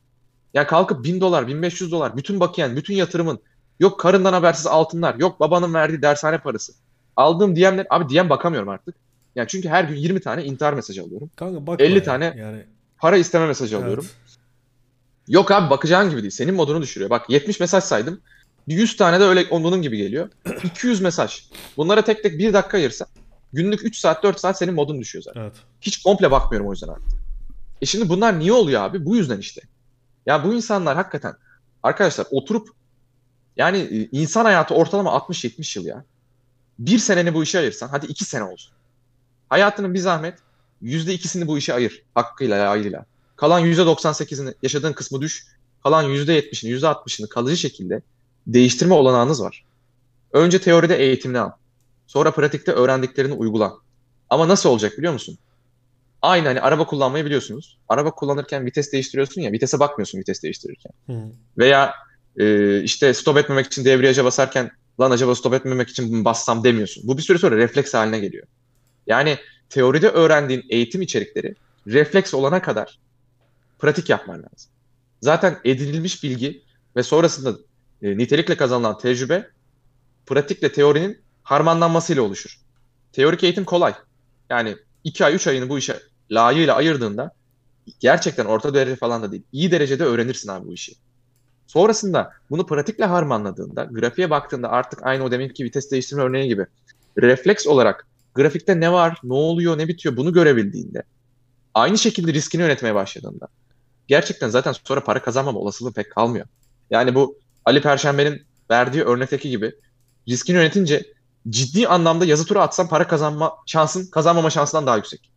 Yani kalkıp $1000, $1500, bütün bakiyen, bütün yatırımın, yok karından habersiz altınlar, yok babanın verdiği dershane parası. Aldığım DM'ler, abi DM bakamıyorum artık. Yani çünkü her gün 20 tane intihar mesajı alıyorum. Kanka bakma 50 ya. tane Yani para isteme mesajı alıyorum. evet. Yok abi bakacağın gibi değil. Senin modunu düşürüyor. Bak 70 mesaj saydım. 100 tane de öyle onun gibi geliyor. 200 mesaj. Bunlara tek tek 1 dakika ayırsa günlük 3 saat 4 saat senin modun düşüyor zaten. Evet. Hiç komple bakmıyorum o yüzden artık. Şimdi bunlar niye oluyor abi? Bu yüzden işte. Ya bu insanlar hakikaten arkadaşlar oturup yani insan hayatı ortalama 60-70 yıl ya. Bir seneni bu işe ayırsan hadi 2 sene olsun. Hayatının bir zahmet %2'sini bu işe ayır. Hakkıyla layığıyla. Kalan %98'ini yaşadığın kısmı düş. Kalan %70'ini %60'ını kalıcı şekilde değiştirme olanağınız var. Önce teoride eğitimini al. Sonra pratikte öğrendiklerini uygula. Ama nasıl olacak biliyor musun? Aynı hani araba kullanmayı biliyorsunuz. Araba kullanırken vites değiştiriyorsun ya. Vitese bakmıyorsun vites değiştirirken. Hı. Veya işte stop etmemek için debriyaja basarken lan acaba stop etmemek için mi bassam demiyorsun. Bu bir süre sonra refleks haline geliyor. Yani teoride öğrendiğin eğitim içerikleri refleks olana kadar pratik yapman lazım. Zaten edinilmiş bilgi ve sonrasında nitelikle kazanılan tecrübe pratikle teorinin harmanlanmasıyla oluşur. Teorik eğitim kolay. Yani 2 ay 3 ayını bu işe layığıyla ayırdığında gerçekten orta derece falan da değil. İyi derecede öğrenirsin abi bu işi. Sonrasında bunu pratikle harmanladığında, grafiğe baktığında artık aynı o deminki vites değiştirme örneği gibi refleks olarak grafikte ne var, ne oluyor, ne bitiyor bunu görebildiğinde, aynı şekilde riskini yönetmeye başladığında gerçekten zaten sonra para kazanmama olasılığı pek kalmıyor. Yani bu Ali Perşembe'nin verdiği örnekteki gibi riskini yönetince ciddi anlamda yazı tura atsan para kazanma şansın kazanmama şansından daha yüksek.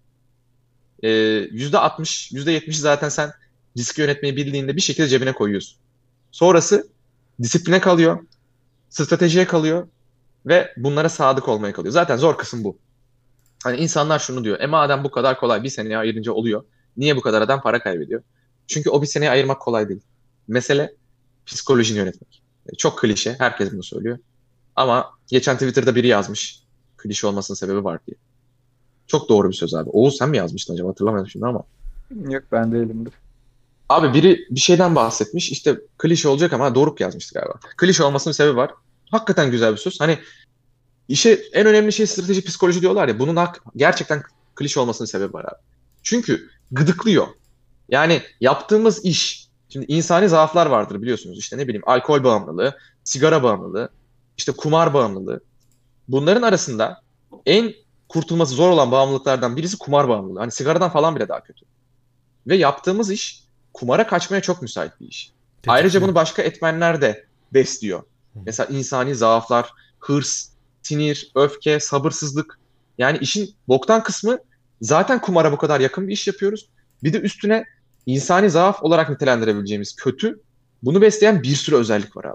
%60, %70 zaten sen riski yönetmeyi bildiğinde bir şekilde cebine koyuyorsun. Sonrası disipline kalıyor, stratejiye kalıyor ve bunlara sadık olmaya kalıyor. Zaten zor kısım bu. Hani insanlar şunu diyor. Madem bu kadar kolay bir seneye ayırınca oluyor. Niye bu kadar adam para kaybediyor? Çünkü o bir seneye ayırmak kolay değil. Mesele psikolojini yönetmek. Çok klişe. Herkes bunu söylüyor. Ama geçen Twitter'da biri yazmış. Klişe olmasının sebebi var diye. Çok doğru bir söz abi. Oğuz sen mi yazmıştın acaba? Hatırlamıyorum şimdi ama. Yok ben değilimdir. Abi biri bir şeyden bahsetmiş. İşte klişe olacak ama Doruk yazmıştı galiba. Klişe olmasının sebebi var. Hakikaten güzel bir söz. Hani işe en önemli şey strateji, psikoloji diyorlar ya. Bunun gerçekten klişe olmasının sebebi var abi. Çünkü gıdıklıyor. Yani yaptığımız iş, şimdi insani zaaflar vardır biliyorsunuz. İşte ne bileyim alkol bağımlılığı, sigara bağımlılığı, işte kumar bağımlılığı. Bunların arasında en kurtulması zor olan bağımlılıklardan birisi kumar bağımlılığı. Hani sigaradan falan bile daha kötü. Ve yaptığımız iş kumara kaçmaya çok müsait bir iş. Ayrıca bunu başka etmenler de besliyor. Mesela insani zaaflar, hırs, sinir, öfke, sabırsızlık. Yani işin boktan kısmı zaten kumara bu kadar yakın bir iş yapıyoruz. Bir de üstüne insani zaaf olarak nitelendirebileceğimiz kötü, bunu besleyen bir sürü özellik var abi.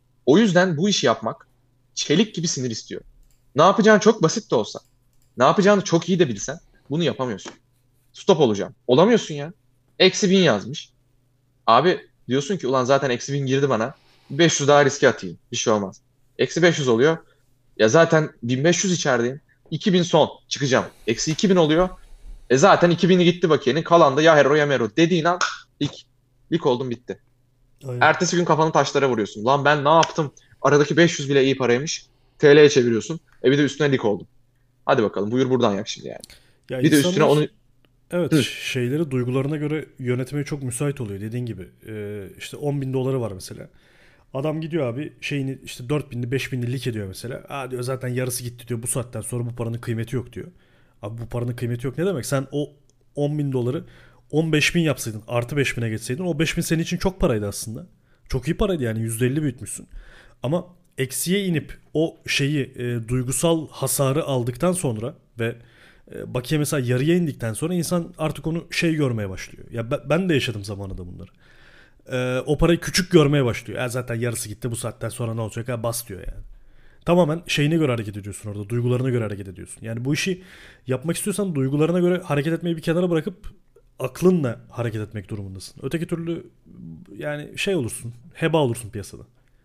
O yüzden bu işi yapmak çelik gibi sinir istiyor. Ne yapacağın çok basit de olsa, ne yapacağını çok iyi de bilsen bunu yapamıyorsun. Stop olacağım. Olamıyorsun ya. -1000 yazmış. Abi diyorsun ki ulan zaten -1000 girdi bana. 500 daha riske atayım. Bir şey olmaz. -500 oluyor. Ya zaten 1500 içerideyim. 2000 son çıkacağım. -2000 oluyor. Zaten 2000'i gitti bakiyenin. Kalan da ya hero ya mero dediğin an lik oldum bitti. Aynen. Ertesi gün kafanı taşlara vuruyorsun. Lan ben ne yaptım? Aradaki 500 bile iyi paraymış. TL'ye çeviriyorsun. Bir de üstüne lik oldum. Hadi bakalım buyur buradan yak şimdi yani. Ya Bir de üstüne onu... Evet, Hı. şeyleri duygularına göre yönetmeye çok müsait oluyor dediğin gibi. İşte 10 bin doları var mesela. Adam gidiyor abi şeyini işte 4.000'li 5.000'li lik ediyor mesela. Aa diyor zaten yarısı gitti diyor, bu saatten sonra bu paranın kıymeti yok diyor. Abi bu paranın kıymeti yok ne demek? Sen o 10 bin doları 15.000 yapsaydın artı 5.000'e geçseydin o 5.000 senin için çok paraydı aslında. Çok iyi paraydı yani %50 büyütmüşsün. Ama eksiye inip o şeyi duygusal hasarı aldıktan sonra ve bakiye mesela yarıya indikten sonra insan artık onu şey görmeye başlıyor. Ya ben de yaşadım zamanında bunları. O parayı küçük görmeye başlıyor. Zaten yarısı gitti bu saatten sonra ne olacak? Bas diyor yani. Tamamen şeyine göre hareket ediyorsun orada. Duygularına göre hareket ediyorsun. Yani bu işi yapmak istiyorsan duygularına göre hareket etmeyi bir kenara bırakıp aklınla hareket etmek durumundasın. Öteki türlü yani şey olursun. Heba olursun piyasada.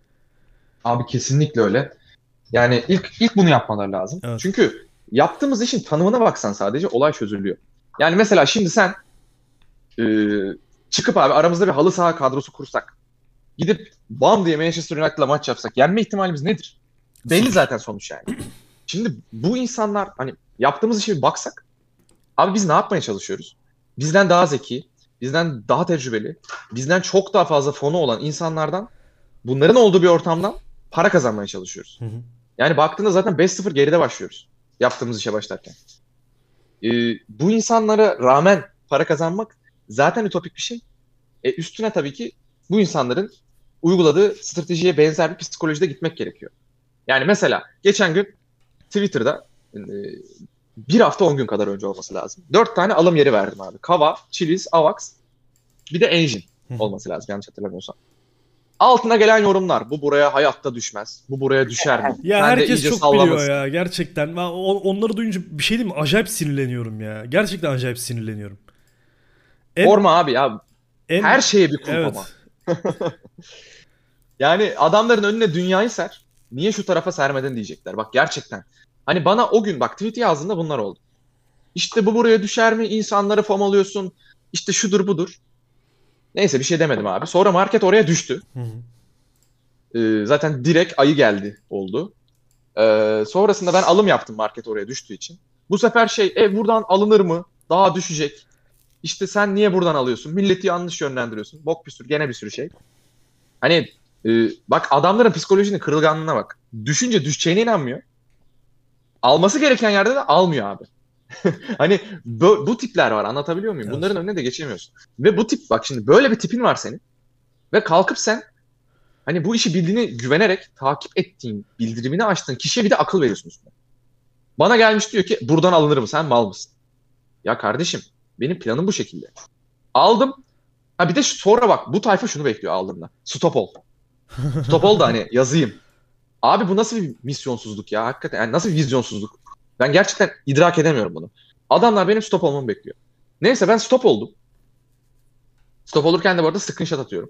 Abi kesinlikle öyle. Yani ilk bunu yapmaları lazım. Evet. Çünkü yaptığımız işin tanımına baksan sadece olay çözülüyor. Yani mesela şimdi sen çıkıp abi aramızda bir halı saha kadrosu kursak, gidip bam diye Manchester United'la maç yapsak yenme ihtimalimiz nedir? Belli zaten sonuç yani. Şimdi bu insanlar hani yaptığımız işe bir baksak, abi biz ne yapmaya çalışıyoruz? Bizden daha zeki, bizden daha tecrübeli, bizden çok daha fazla fonu olan insanlardan, bunların olduğu bir ortamdan para kazanmaya çalışıyoruz. Hı hı. Yani baktığında zaten 5-0 geride başlıyoruz yaptığımız işe başlarken. Bu insanlara rağmen para kazanmak zaten ütopik bir şey. Üstüne tabii ki bu insanların uyguladığı stratejiye benzer bir psikolojide gitmek gerekiyor. Yani mesela geçen gün Twitter'da bir hafta 10 gün kadar önce olması lazım. 4 tane alım yeri verdim abi. Kava, Chiliz, Avax, bir de Engine olması lazım yanlış hatırlamıyorsam. Altına gelen yorumlar. Bu buraya hayatta düşmez. Bu buraya düşer mi? Ya Sen de herkes iyice çok sallamasın. biliyor ya gerçekten. Ben onları duyunca bir şey diyeyim mi? Acayip sinirleniyorum ya. Gerçekten acayip sinirleniyorum. Forma abi ya. Her şeye bir kulp evet. ama. Yani adamların önüne dünyayı ser. Niye şu tarafa sermedin diyecekler. Bak gerçekten. Hani bana o gün bak tweet yazdığında bunlar oldu. İşte bu buraya düşer mi? İnsanları fomalıyorsun. İşte şudur budur. Neyse bir şey demedim abi. Sonra market oraya düştü. Hı hı. Zaten direkt ayı geldi oldu. Sonrasında ben alım yaptım market oraya düştüğü için. Bu sefer buradan alınır mı? Daha düşecek. İşte sen niye buradan alıyorsun? Milleti yanlış yönlendiriyorsun. Bok bir sürü, gene bir sürü şey. Hani bak adamların psikolojinin kırılganlığına bak. Düşünce düşeceğine inanmıyor. Alması gereken yerde de almıyor abi. Hani bu tipler var, anlatabiliyor muyum? Evet. Bunların önüne de geçemiyorsun. Ve bu tip bak şimdi böyle bir tipin var senin. Ve kalkıp sen hani bu işi bildiğini güvenerek takip ettiğin, bildirimini açtığın kişiye bir de akıl veriyorsun üstüne. Bana gelmiş diyor ki buradan alınır mı, sen mal mısın? Ya kardeşim benim planım bu şekilde. Aldım. Ha bir de sonra bak bu tayfa şunu bekliyor aldığımda. Stop ol. Stop ol da hani yazayım. Abi bu nasıl bir misyonsuzluk ya hakikaten. Yani nasıl bir vizyonsuzluk. Ben gerçekten idrak edemiyorum bunu. Adamlar benim stop olmamı bekliyor. Neyse ben stop oldum. Stop olurken de bu arada screenshot atıyorum.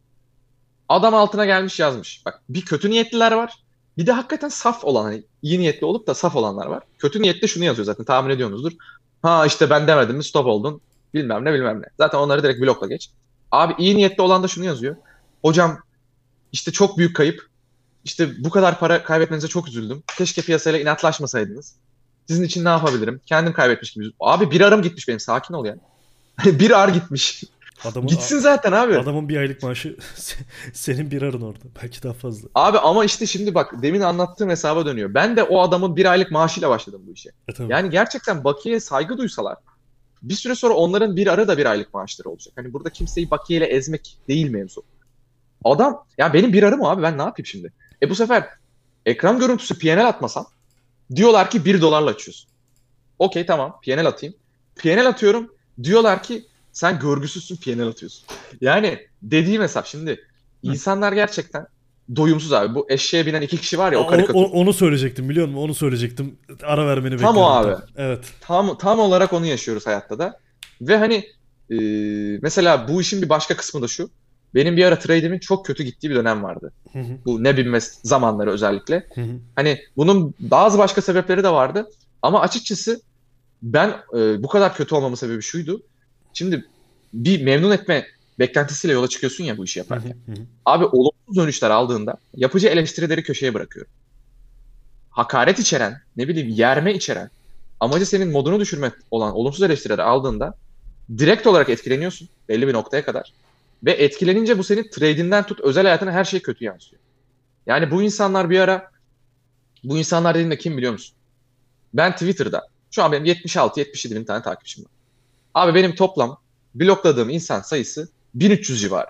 Adam altına gelmiş yazmış. Bak bir kötü niyetliler var. Bir de hakikaten saf olan hani iyi niyetli olup da saf olanlar var. Kötü niyetli şunu yazıyor zaten tahmin ediyorsunuzdur. Ha işte ben demedim mi stop oldun. Bilmem ne bilmem ne. Zaten onları direkt blokla geç. Abi iyi niyetli olan da şunu yazıyor. Hocam işte çok büyük kayıp. İşte bu kadar para kaybetmenize çok üzüldüm. Keşke piyasayla inatlaşmasaydınız. Sizin için ne yapabilirim? Kendim kaybetmiş gibi. Abi bir arım gitmiş benim. Sakin ol ya. Bir ar gitmiş. Gitsin zaten abi. Adamın bir aylık maaşı senin bir arın orada. Belki daha fazla. Abi ama işte şimdi bak demin anlattığım hesaba dönüyor. Ben de o adamın bir aylık maaşıyla başladım bu işe. Yani gerçekten Bakiye'ye saygı duysalar bir süre sonra onların bir ara da bir aylık maaşları olacak. Hani burada kimseyi Bakiye'yle ezmek değil mevzu. Adam ya benim bir arım abi ben ne yapayım şimdi? Bu sefer ekran görüntüsü PNL atmasam diyorlar ki $1 açıyorsun. Okey tamam PNL atayım. PNL atıyorum diyorlar ki sen görgüsüzsün PNL atıyorsun. Yani dediğim hesap şimdi insanlar gerçekten doyumsuz abi. Bu eşeğe binen 2 kişi var ya o karikatür. Onu söyleyecektim biliyor musun? Onu söyleyecektim. Ara vermeni bekliyorum. Tam o abi. Evet. Tam olarak onu yaşıyoruz hayatta da. Ve hani mesela bu işin bir başka kısmı da şu. Benim bir ara trade'imin çok kötü gittiği bir dönem vardı. Hı hı. Bu ne bilmez zamanları özellikle. Hı hı. Hani bunun bazı başka sebepleri de vardı. Ama açıkçası ben bu kadar kötü olmamın sebebi şuydu. Şimdi bir memnun etme beklentisiyle yola çıkıyorsun ya bu işi yaparken. Hı hı. Abi olumsuz dönüşler aldığında yapıcı eleştirileri köşeye bırakıyorum. Hakaret içeren, ne bileyim yerme içeren, amacı senin modunu düşürmek olan olumsuz eleştirileri aldığında direkt olarak etkileniyorsun belli bir noktaya kadar. Ve etkilenince bu senin trade'inden tut özel hayatına her şey kötü yansıyor. Yani bu insanlar bir ara, bu insanlar dediğimde kim biliyor musun? Ben Twitter'da, şu an benim 76-77 bin tane takipçim var. Abi benim toplam blokladığım insan sayısı 1300 civarı.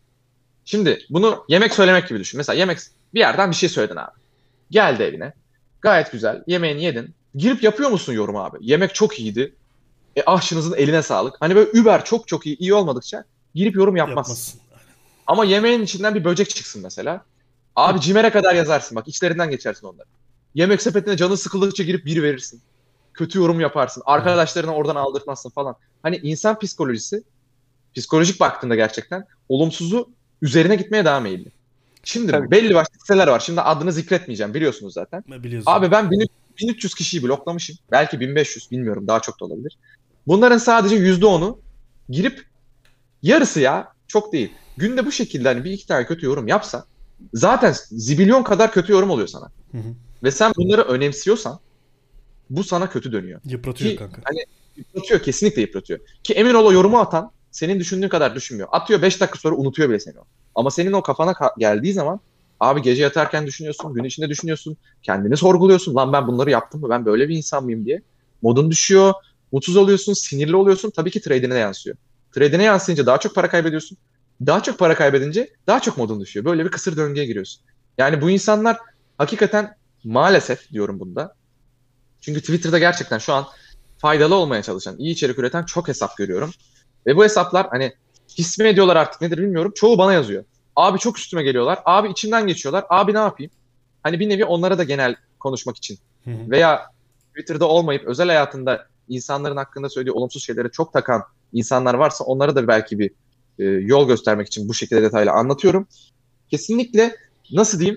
Şimdi bunu yemek söylemek gibi düşün. Mesela yemek bir yerden bir şey söyledin abi. Geldi evine. Gayet güzel. Yemeğini yedin. Girip yapıyor musun yorum abi? Yemek çok iyiydi. Aşçınızın eline sağlık. Hani böyle Uber çok çok iyi olmadıkça girip yorum yapmazsın. Ama yemeğin içinden bir böcek çıksın mesela. Abi CİMER'e kadar yazarsın bak. İçlerinden geçersin onları. Yemek sepetine canın sıkıldıkça girip bir verirsin. Kötü yorum yaparsın. Arkadaşlarına oradan aldırtmazsın falan. Hani insan psikolojisi psikolojik baktığında gerçekten olumsuzu üzerine gitmeye devam eğilimli. Şimdi Tabii. belli başlı siteler var. Şimdi adını zikretmeyeceğim biliyorsunuz zaten. Abi ben 1300 kişiyi bloklamışım. Belki 1500 bilmiyorum daha çok da olabilir. Bunların sadece %10'u girip Yarısı ya, çok değil. Günde bu şekilde hani bir iki tane kötü yorum yapsa zaten zibilyon kadar kötü yorum oluyor sana. Hı hı. Ve sen bunları önemsiyorsan bu sana kötü dönüyor. Yıpratıyor Ki kanka. hani yıpratıyor, kesinlikle yıpratıyor. Ki emin ol o yorumu atan senin düşündüğün kadar düşünmüyor. Atıyor 5 dakika sonra unutuyor bile seni o. Ama senin o kafana geldiği zaman abi gece yatarken düşünüyorsun, gün içinde düşünüyorsun, kendini sorguluyorsun. Lan ben bunları yaptım mı? Ben böyle bir insan mıyım diye. Modun düşüyor, mutsuz oluyorsun, sinirli oluyorsun. Tabii ki trade'ine de yansıyor. Trade'ine yansıyınca daha çok para kaybediyorsun. Daha çok para kaybedince daha çok modun düşüyor. Böyle bir kısır döngüye giriyorsun. Yani bu insanlar hakikaten maalesef diyorum bunda. Çünkü Twitter'da gerçekten şu an faydalı olmaya çalışan, iyi içerik üreten çok hesap görüyorum. Ve bu hesaplar hani his mi ediyorlar artık nedir bilmiyorum. Çoğu bana yazıyor. Abi çok üstüme geliyorlar. Abi içimden geçiyorlar. Abi ne yapayım? Hani bir nevi onlara da genel konuşmak için. Hı hı. Veya Twitter'da olmayıp özel hayatında insanların hakkında söylediği olumsuz şeylere çok takan insanlar varsa onlara da belki bir yol göstermek için bu şekilde detaylı anlatıyorum. Kesinlikle nasıl diyeyim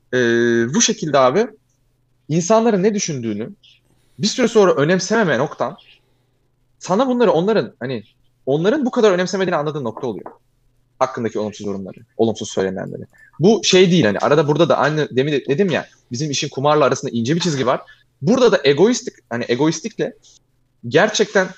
bu şekilde abi insanların ne düşündüğünü bir süre sonra önemsememe noktan sana bunları onların bu kadar önemsemediğini anladığın nokta oluyor. Hakkındaki olumsuz yorumları, olumsuz söylenenleri. Bu şey değil hani arada burada da aynı demin dedim ya bizim işin kumarla arasında ince bir çizgi var. Burada da egoistlikle gerçekten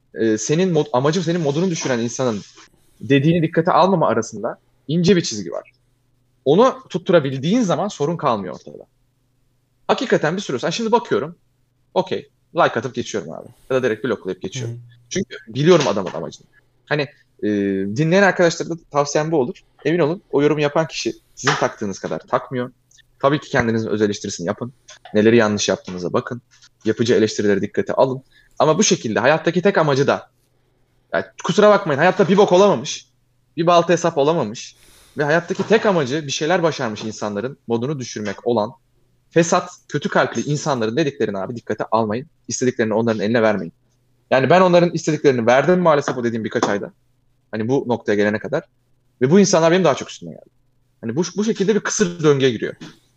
amacım senin modunu düşüren insanın dediğini dikkate almama arasında ince bir çizgi var. Onu tutturabildiğin zaman sorun kalmıyor ortada. Hakikaten bir süre sonra şimdi bakıyorum. Okey. Like atıp geçiyorum abi. Ya da direkt bloklayıp geçiyorum. Hı. Çünkü biliyorum adamın amacını. Hani dinleyen arkadaşlara da tavsiyem bu olur. Emin olun o yorumu yapan kişi sizin taktığınız kadar takmıyor. Tabii ki kendinizin öz eleştirisini yapın. Neleri yanlış yaptığınıza bakın. Yapıcı eleştirileri dikkate alın. Ama bu şekilde hayattaki tek amacı da yani kusura bakmayın hayatta bir bok olamamış. Bir balta hesap olamamış. Ve hayattaki tek amacı bir şeyler başarmış insanların modunu düşürmek olan fesat, kötü kalpli insanların dediklerini abi dikkate almayın. İstediklerini onların eline vermeyin. Yani ben onların istediklerini verdim maalesef o dediğim birkaç ayda. Hani bu noktaya gelene kadar. Ve bu insanlar benim daha çok üstüme geldi. Hani bu şekilde bir kısır döngüye giriyor.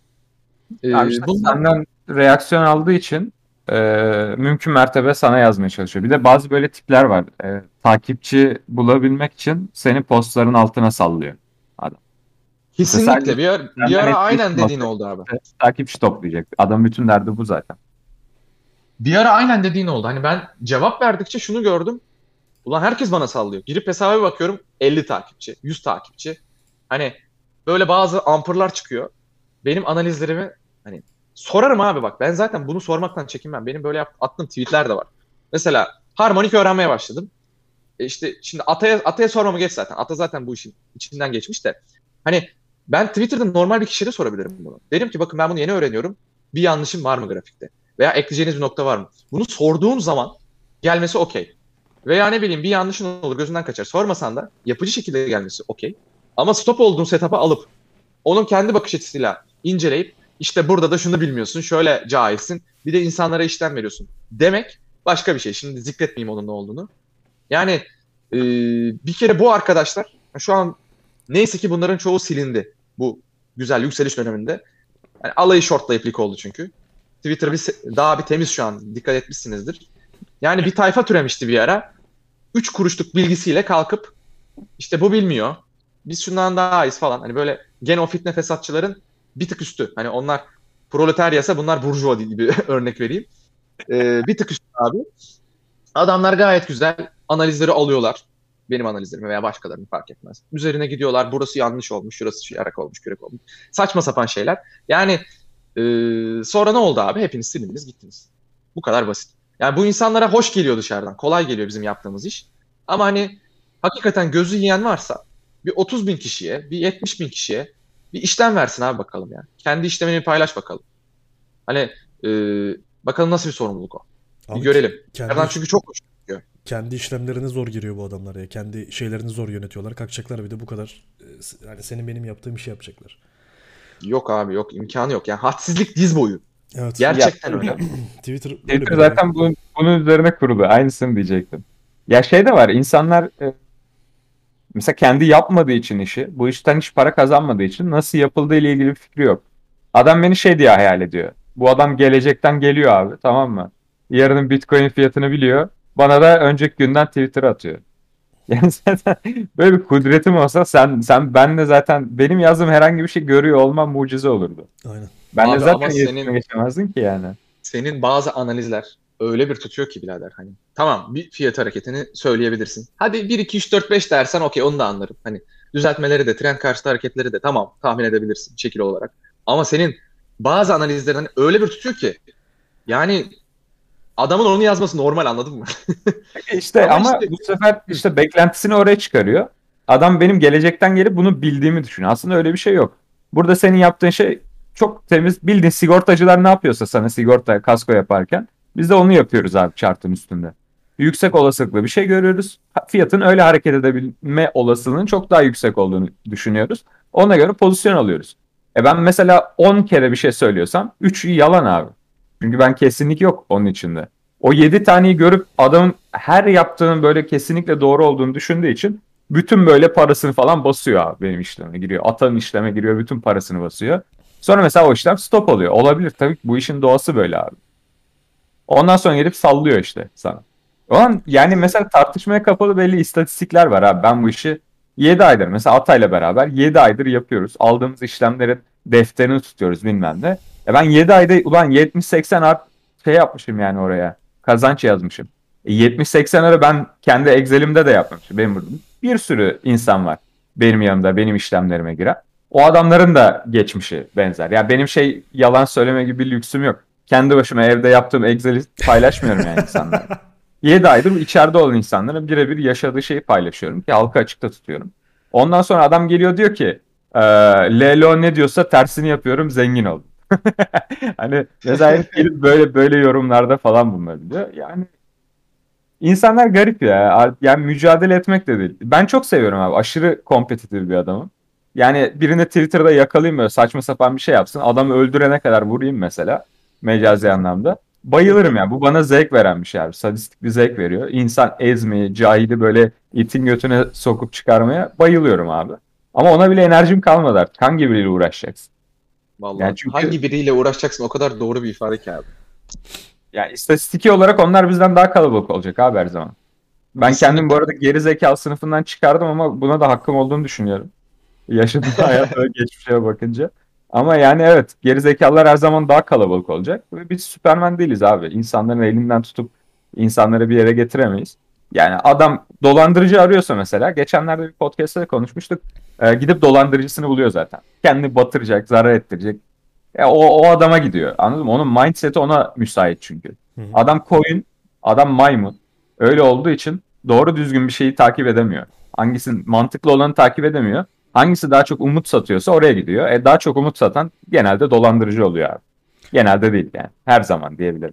Abi işte Bundan senden reaksiyon aldığı için mümkün mertebe sana yazmaya çalışıyor. Bir de bazı böyle tipler var. Takipçi bulabilmek için senin postların altına sallıyor adam. Mesela sadece kesinlikle bir senden ara aynen etkileşim dediğin alıyor. oldu abi. Takipçi toplayacak. Adam bütün derdi bu zaten. Bir ara aynen dediğin oldu. Hani ben cevap verdikçe şunu gördüm. Ulan herkes bana sallıyor. Girip hesaba bakıyorum 50 takipçi, 100 takipçi. Hani böyle bazı amperlar çıkıyor. Benim analizlerimi hani sorarım abi bak. Ben zaten bunu sormaktan çekinmem. Benim böyle attığım tweetler de var. Mesela harmonik öğrenmeye başladım. İşte şimdi Ata'ya sormamı geç zaten. Ata zaten bu işin içinden geçmiş de. Hani ben Twitter'da normal bir kişiye de sorabilirim bunu. Derim ki bakın ben bunu yeni öğreniyorum. Bir yanlışım var mı grafikte? Veya ekleyeceğiniz bir nokta var mı? Bunu sorduğum zaman gelmesi okey. Veya ne bileyim bir yanlışın olur gözünden kaçar. Sormasan da yapıcı şekilde gelmesi okey. Ama stop olduğun setup'ı alıp onun kendi bakış açısıyla inceleyip işte burada da şunu bilmiyorsun, şöyle cahilsin, bir de insanlara işlem veriyorsun demek başka bir şey. Şimdi zikretmeyeyim onun ne olduğunu. Yani e, bir kere bu arkadaşlar şu an neyse ki bunların çoğu silindi bu güzel yükseliş döneminde. Yani alayı shortlayıp lik oldu çünkü. Twitter daha bir temiz şu an dikkat etmişsinizdir. Yani bir tayfa türemişti bir ara. 3 kuruşluk bilgisiyle kalkıp işte bu bilmiyor. Biz şundan daha iyiyiz falan. Hani böyle gene o fitne fesatçıların bir tık üstü. Hani onlar proletaryasa bunlar burjuva gibi örnek vereyim. Bir tık üstü abi. Adamlar gayet güzel analizleri alıyorlar. Benim analizlerimi veya başkalarını fark etmez. Üzerine gidiyorlar. Burası yanlış olmuş, şurası yarak olmuş, kürek olmuş. Saçma sapan şeyler. Yani sonra ne oldu abi? Hepiniz silindiniz, gittiniz. Bu kadar basit. Yani bu insanlara hoş geliyor dışarıdan. Kolay geliyor bizim yaptığımız iş. Ama hani hakikaten gözü yiyen varsa bir 30 bin kişiye, bir 70 bin kişiye bir işlem versin abi bakalım yani. Kendi işlemini paylaş bakalım. Hani e, bakalım nasıl bir sorumluluk o. Bir Abi görelim. kendi, Dışarıdan çünkü çok hoş gözüküyor. kendi işlemlerine zor giriyor bu adamlar ya. Kendi şeylerini zor yönetiyorlar. Kalkacaklar bir de bu kadar hani senin benim yaptığım işi yapacaklar. Yok abi yok imkanı yok. Yani hadsizlik diz boyu. Evet. Gerçekten öyle. Twitter böyle Twitter bir zaten bunun üzerine kurulu. Aynısını diyecektim. Ya şey de var. İnsanlar mesela kendi yapmadığı için işi, bu işten hiç para kazanmadığı için nasıl yapıldığı ile ilgili bir fikri yok. Adam beni şey diye hayal ediyor. Bu adam gelecekten geliyor abi, tamam mı? Yarının Bitcoin fiyatını biliyor. Bana da önceki günden Twitter atıyor. Yani zaten böyle bir kudretim olsa sen benle zaten benim yazdığım herhangi bir şey görüyor olman mucize olurdu. Aynen. Benle Abi zaten ama iletişime geçemezdin ki yani. senin bazı analizler öyle bir tutuyor ki birader hani. Tamam bir fiyat hareketini söyleyebilirsin. Hadi 1 2 3 4 5 dersen okey onu da anlarım. Hani düzeltmeleri de trend karşıtı hareketleri de tamam tahmin edebilirsin şekil olarak. Ama senin bazı analizlerin hani öyle bir tutuyor ki yani adamın onu yazması normal anladın mı? İşte Ama ama işte bu sefer işte beklentisini oraya çıkarıyor. Adam benim gelecekten gelip bunu bildiğimi düşünüyor. Aslında öyle bir şey yok. Burada senin yaptığın şey çok temiz. Bildiğin sigortacılar ne yapıyorsa sana sigorta, kasko yaparken biz de onu yapıyoruz abi chartın üstünde. Yüksek olasılıklı bir şey görüyoruz. Fiyatın öyle hareket edebilme olasılığının çok daha yüksek olduğunu düşünüyoruz. Ona göre pozisyon alıyoruz. Ben mesela 10 kere bir şey söylüyorsam 3'ü yalan abi. Çünkü ben kesinlik yok onun içinde. O 7 taneyi görüp adamın her yaptığının böyle kesinlikle doğru olduğunu düşündüğü için bütün böyle parasını falan basıyor abi benim işleme giriyor. Atanın işleme giriyor, bütün parasını basıyor. Sonra mesela o işlem stop oluyor. Olabilir tabii ki bu işin doğası böyle abi. Ondan sonra gelip sallıyor işte sana. O an yani mesela tartışmaya kapalı belli istatistikler var abi. Ben bu işi 7 aydır mesela Atay'la beraber 7 aydır yapıyoruz. Aldığımız işlemlerin defterini tutuyoruz bilmem ne. Ben 7 ayda ulan 70-80 art şey yapmışım yani oraya. Kazanç yazmışım. 70-80 ara ben kendi Excel'imde de yapmışım. Benim burada bir sürü insan var. Benim yanımda benim işlemlerime giren. O adamların da geçmişi benzer. Yani benim şey yalan söyleme gibi bir lüksüm yok. Kendi başıma evde yaptığım Excel'i paylaşmıyorum yani insanlarla. 7 aydır içeride olan insanlara birebir yaşadığı şeyi paylaşıyorum ki halka açıkta tutuyorum. Ondan sonra adam geliyor diyor ki Lelo ne diyorsa tersini yapıyorum zengin oldum. Hani mesela herif gelip böyle böyle yorumlarda falan bunları diyor. Yani insanlar garip ya. Yani mücadele etmek de değil. Ben çok seviyorum abi. Aşırı kompetitif bir adamım. Yani birini Twitter'da yakalayayım böyle saçma sapan bir şey yapsın. Adamı öldürene kadar vurayım mesela. Mecazi anlamda. Bayılırım ya. Bu bana zevk veren bir şey abi. Sadistik bir zevk veriyor. İnsan ezmeyi, cahili böyle itin götüne sokup çıkarmaya bayılıyorum abi. Ama ona bile enerjim kalmadı artık. Hangi biriyle uğraşacaksın? Yani vallahi çünkü hangi biriyle uğraşacaksın o kadar doğru bir ifade ki abi. yani istatistiki olarak onlar bizden daha kalabalık olacak abi her zaman. Ben kendim bu Kesinlikle. arada geri zekalı sınıfından çıkardım ama buna da hakkım olduğunu düşünüyorum. Yaşadığım hayat ve geçmişe bakınca. Ama yani evet geri zekalılar her zaman daha kalabalık olacak. Ve biz Süperman değiliz abi. İnsanların elinden tutup insanları bir yere getiremeyiz. Yani adam dolandırıcı arıyorsa mesela geçenlerde bir podcast'ta konuşmuştuk. Gidip dolandırıcısını buluyor zaten. Kendini batıracak, zarar ettirecek. O adama gidiyor. Anladın mı? Onun mindset'i ona müsait çünkü. Hı hı. Adam koyun, adam maymun. Öyle olduğu için doğru düzgün bir şeyi takip edemiyor. Hangisinin mantıklı olanı takip edemiyor. Hangisi daha çok umut satıyorsa oraya gidiyor. Daha çok umut satan genelde dolandırıcı oluyor abi. Genelde değil yani. Her zaman diyebilirim.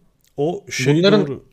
O şey Bunların doğru.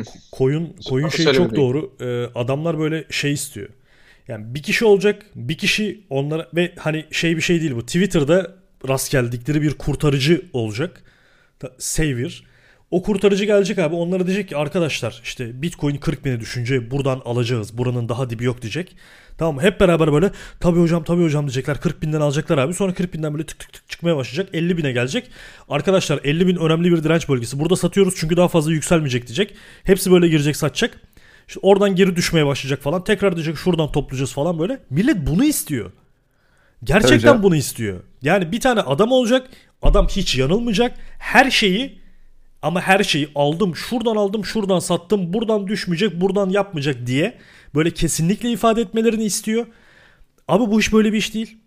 Koyun şeyi söyle çok bebeğim. doğru. Adamlar böyle şey istiyor. Yani bir kişi olacak, bir kişi onlara ve hani şey bir şey değil bu. Twitter'da rast geldikleri bir kurtarıcı olacak. Savior. O kurtarıcı gelecek abi. Onlara diyecek ki arkadaşlar işte Bitcoin 40 bine düşünce buradan alacağız. Buranın daha dibi yok diyecek. Tamam mı? Hep beraber böyle tabii hocam diyecekler. 40 binden alacaklar abi. Sonra 40 binden böyle tık tık tık çıkmaya başlayacak. 50 bine gelecek. Arkadaşlar 50 bin önemli bir direnç bölgesi. Burada satıyoruz çünkü daha fazla yükselmeyecek diyecek. Hepsi böyle girecek satacak. İşte oradan geri düşmeye başlayacak falan. Tekrar diyecek şuradan toplayacağız falan böyle. Millet bunu istiyor. Tabii Gerçekten canım. bunu istiyor. Yani bir tane adam olacak. Adam hiç yanılmayacak. Her şeyi ama her şeyi aldım, şuradan sattım, buradan düşmeyecek, buradan yapmayacak diye böyle kesinlikle ifade etmelerini istiyor. Abi bu iş böyle bir iş değil.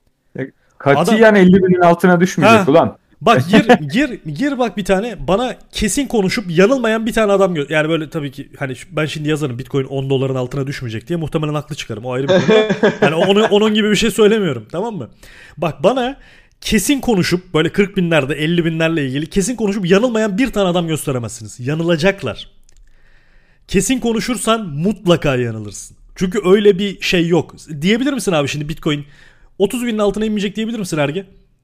Adam Katiyen 50 binin altına düşmeyecek ha ulan. bak gir bak bir tane bana kesin konuşup yanılmayan bir tane adam yani böyle tabii ki hani ben şimdi yazarım Bitcoin 10 doların altına düşmeyecek diye muhtemelen haklı çıkarım. O ayrı bir konu. Hani onun gibi bir şey söylemiyorum tamam mı? Bak bana kesin konuşup böyle 40 binlerde 50 binlerle ilgili kesin konuşup yanılmayan bir tane adam gösteremezsiniz. Yanılacaklar. Kesin konuşursan mutlaka yanılırsın. Çünkü öyle bir şey yok. Diyebilir misin abi şimdi Bitcoin 30 binin altına inmeyecek diyebilir misin Erge?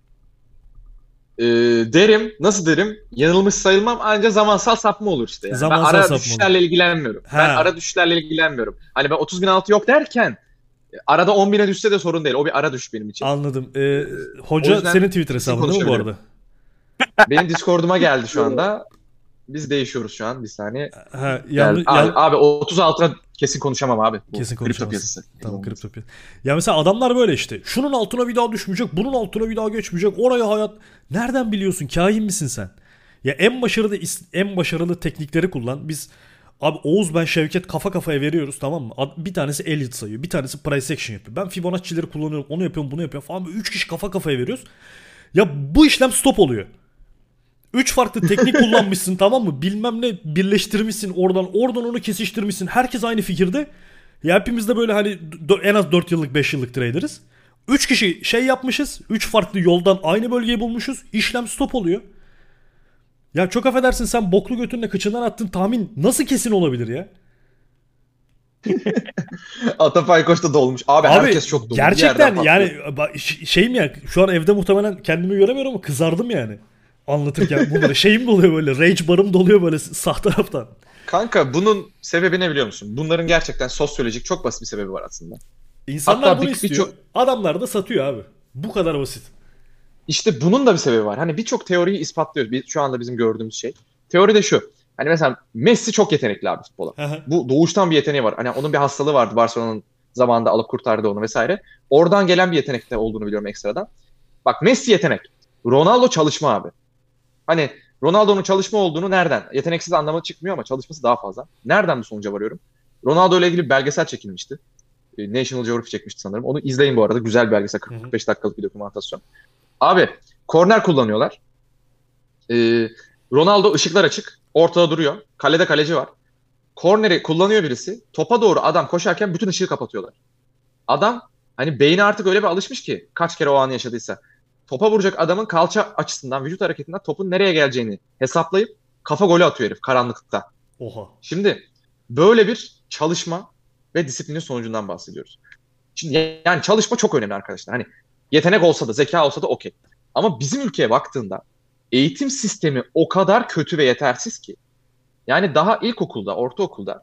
Derim. Nasıl derim? Yanılmış sayılmam ancak zamansal sapma olur işte yani. Ben Zamansal ara sapma olur. düşüşlerle ilgilenmiyorum. Ben Ha. ara düşüşlerle ilgilenmiyorum. Hani ben 30 bin altı yok derken arada 10 bine düşse de sorun değil. O bir ara düş benim için. Anladım. O Hoca yüzden senin Twitter kesin hesabın değil mi bu konuşabilirim. arada? Benim Discord'uma geldi şu anda. Biz değişiyoruz şu an bir saniye. Ha, Abi 30 altına kesin konuşamam abi. Bu kesin kripto konuşamazsın. piyasası. Tamam, kripto piyasası. Ya mesela adamlar böyle işte. Şunun altına bir daha düşmeyecek, bunun altına bir daha geçmeyecek. Oraya hayat. Nereden biliyorsun? Kahin misin sen? Ya en başarılı teknikleri kullan. Biz abi Oğuz, ben, Şevket kafa kafaya veriyoruz, tamam mı? Bir tanesi Elliot sayıyor. Bir tanesi price action yapıyor. Ben Fibonacci'leri kullanıyorum. Onu yapıyorum, bunu yapıyorum falan. 3 kişi kafa kafaya veriyoruz. Ya bu işlem stop oluyor. 3 farklı teknik kullanmışsın, tamam mı? Bilmem ne birleştirmişsin oradan onu kesiştirmişsin. Herkes aynı fikirde. Ya hepimiz de böyle hani en az 4 yıllık 5 yıllık trader'ız. 3 kişi şey yapmışız. 3 farklı yoldan aynı bölgeyi bulmuşuz. İşlem stop oluyor. Ya çok affedersin, sen boklu götünle kıçından attığın tahmin nasıl kesin olabilir ya? Atapay Koç'ta dolmuş. Abi herkes çok dolu. Gerçekten yani şeyim ya, şu an evde muhtemelen kendimi göremiyorum ama kızardım yani. Anlatırken bunları şeyim doluyor böyle, rage barım doluyor böyle sağ taraftan. Kanka bunun sebebi ne biliyor musun? Bunların gerçekten sosyolojik çok basit bir sebebi var aslında. İnsanlar Hatta bunu istiyor. Adamlar da satıyor abi. Bu kadar basit. İşte bunun da bir sebebi var. Hani birçok teoriyi ispatlıyor. Şu anda bizim gördüğümüz şey. Teori de şu. Hani mesela Messi çok yetenekli abi futbola. Bu doğuştan bir yeteneği var. Hani onun bir hastalığı vardı. Barcelona'nın zamanında alıp kurtardı onu vesaire. Oradan gelen bir yetenekte olduğunu biliyorum ekstradan. Bak Messi yetenek. Ronaldo çalışma abi. Hani Ronaldo'nun çalışma olduğunu nereden? Yeteneksiz anlamı çıkmıyor ama çalışması daha fazla. Nereden bu sonuca varıyorum? Ronaldo ile ilgili bir belgesel çekilmişti. National Geographic çekmişti sanırım. Onu izleyin bu arada. Güzel bir belgesel. 45 dakikalık bir dokümantasyon. Abi korner kullanıyorlar. Ronaldo ışıklar açık. Ortada duruyor. Kalede kaleci var. Korneri kullanıyor birisi. Topa doğru adam koşarken bütün ışığı kapatıyorlar. Adam hani beyni artık öyle bir alışmış ki kaç kere o anı yaşadıysa. Topa vuracak adamın kalça açısından, vücut hareketinden topun nereye geleceğini hesaplayıp kafa golü atıyor herif karanlıkta. Oha. Şimdi böyle bir çalışma ve disiplinin sonucundan bahsediyoruz. Şimdi yani çalışma çok önemli arkadaşlar. Hani yetenek olsa da, zeka olsa da okey. Ama bizim ülkeye baktığında eğitim sistemi o kadar kötü ve yetersiz ki. Yani daha ilkokulda, ortaokulda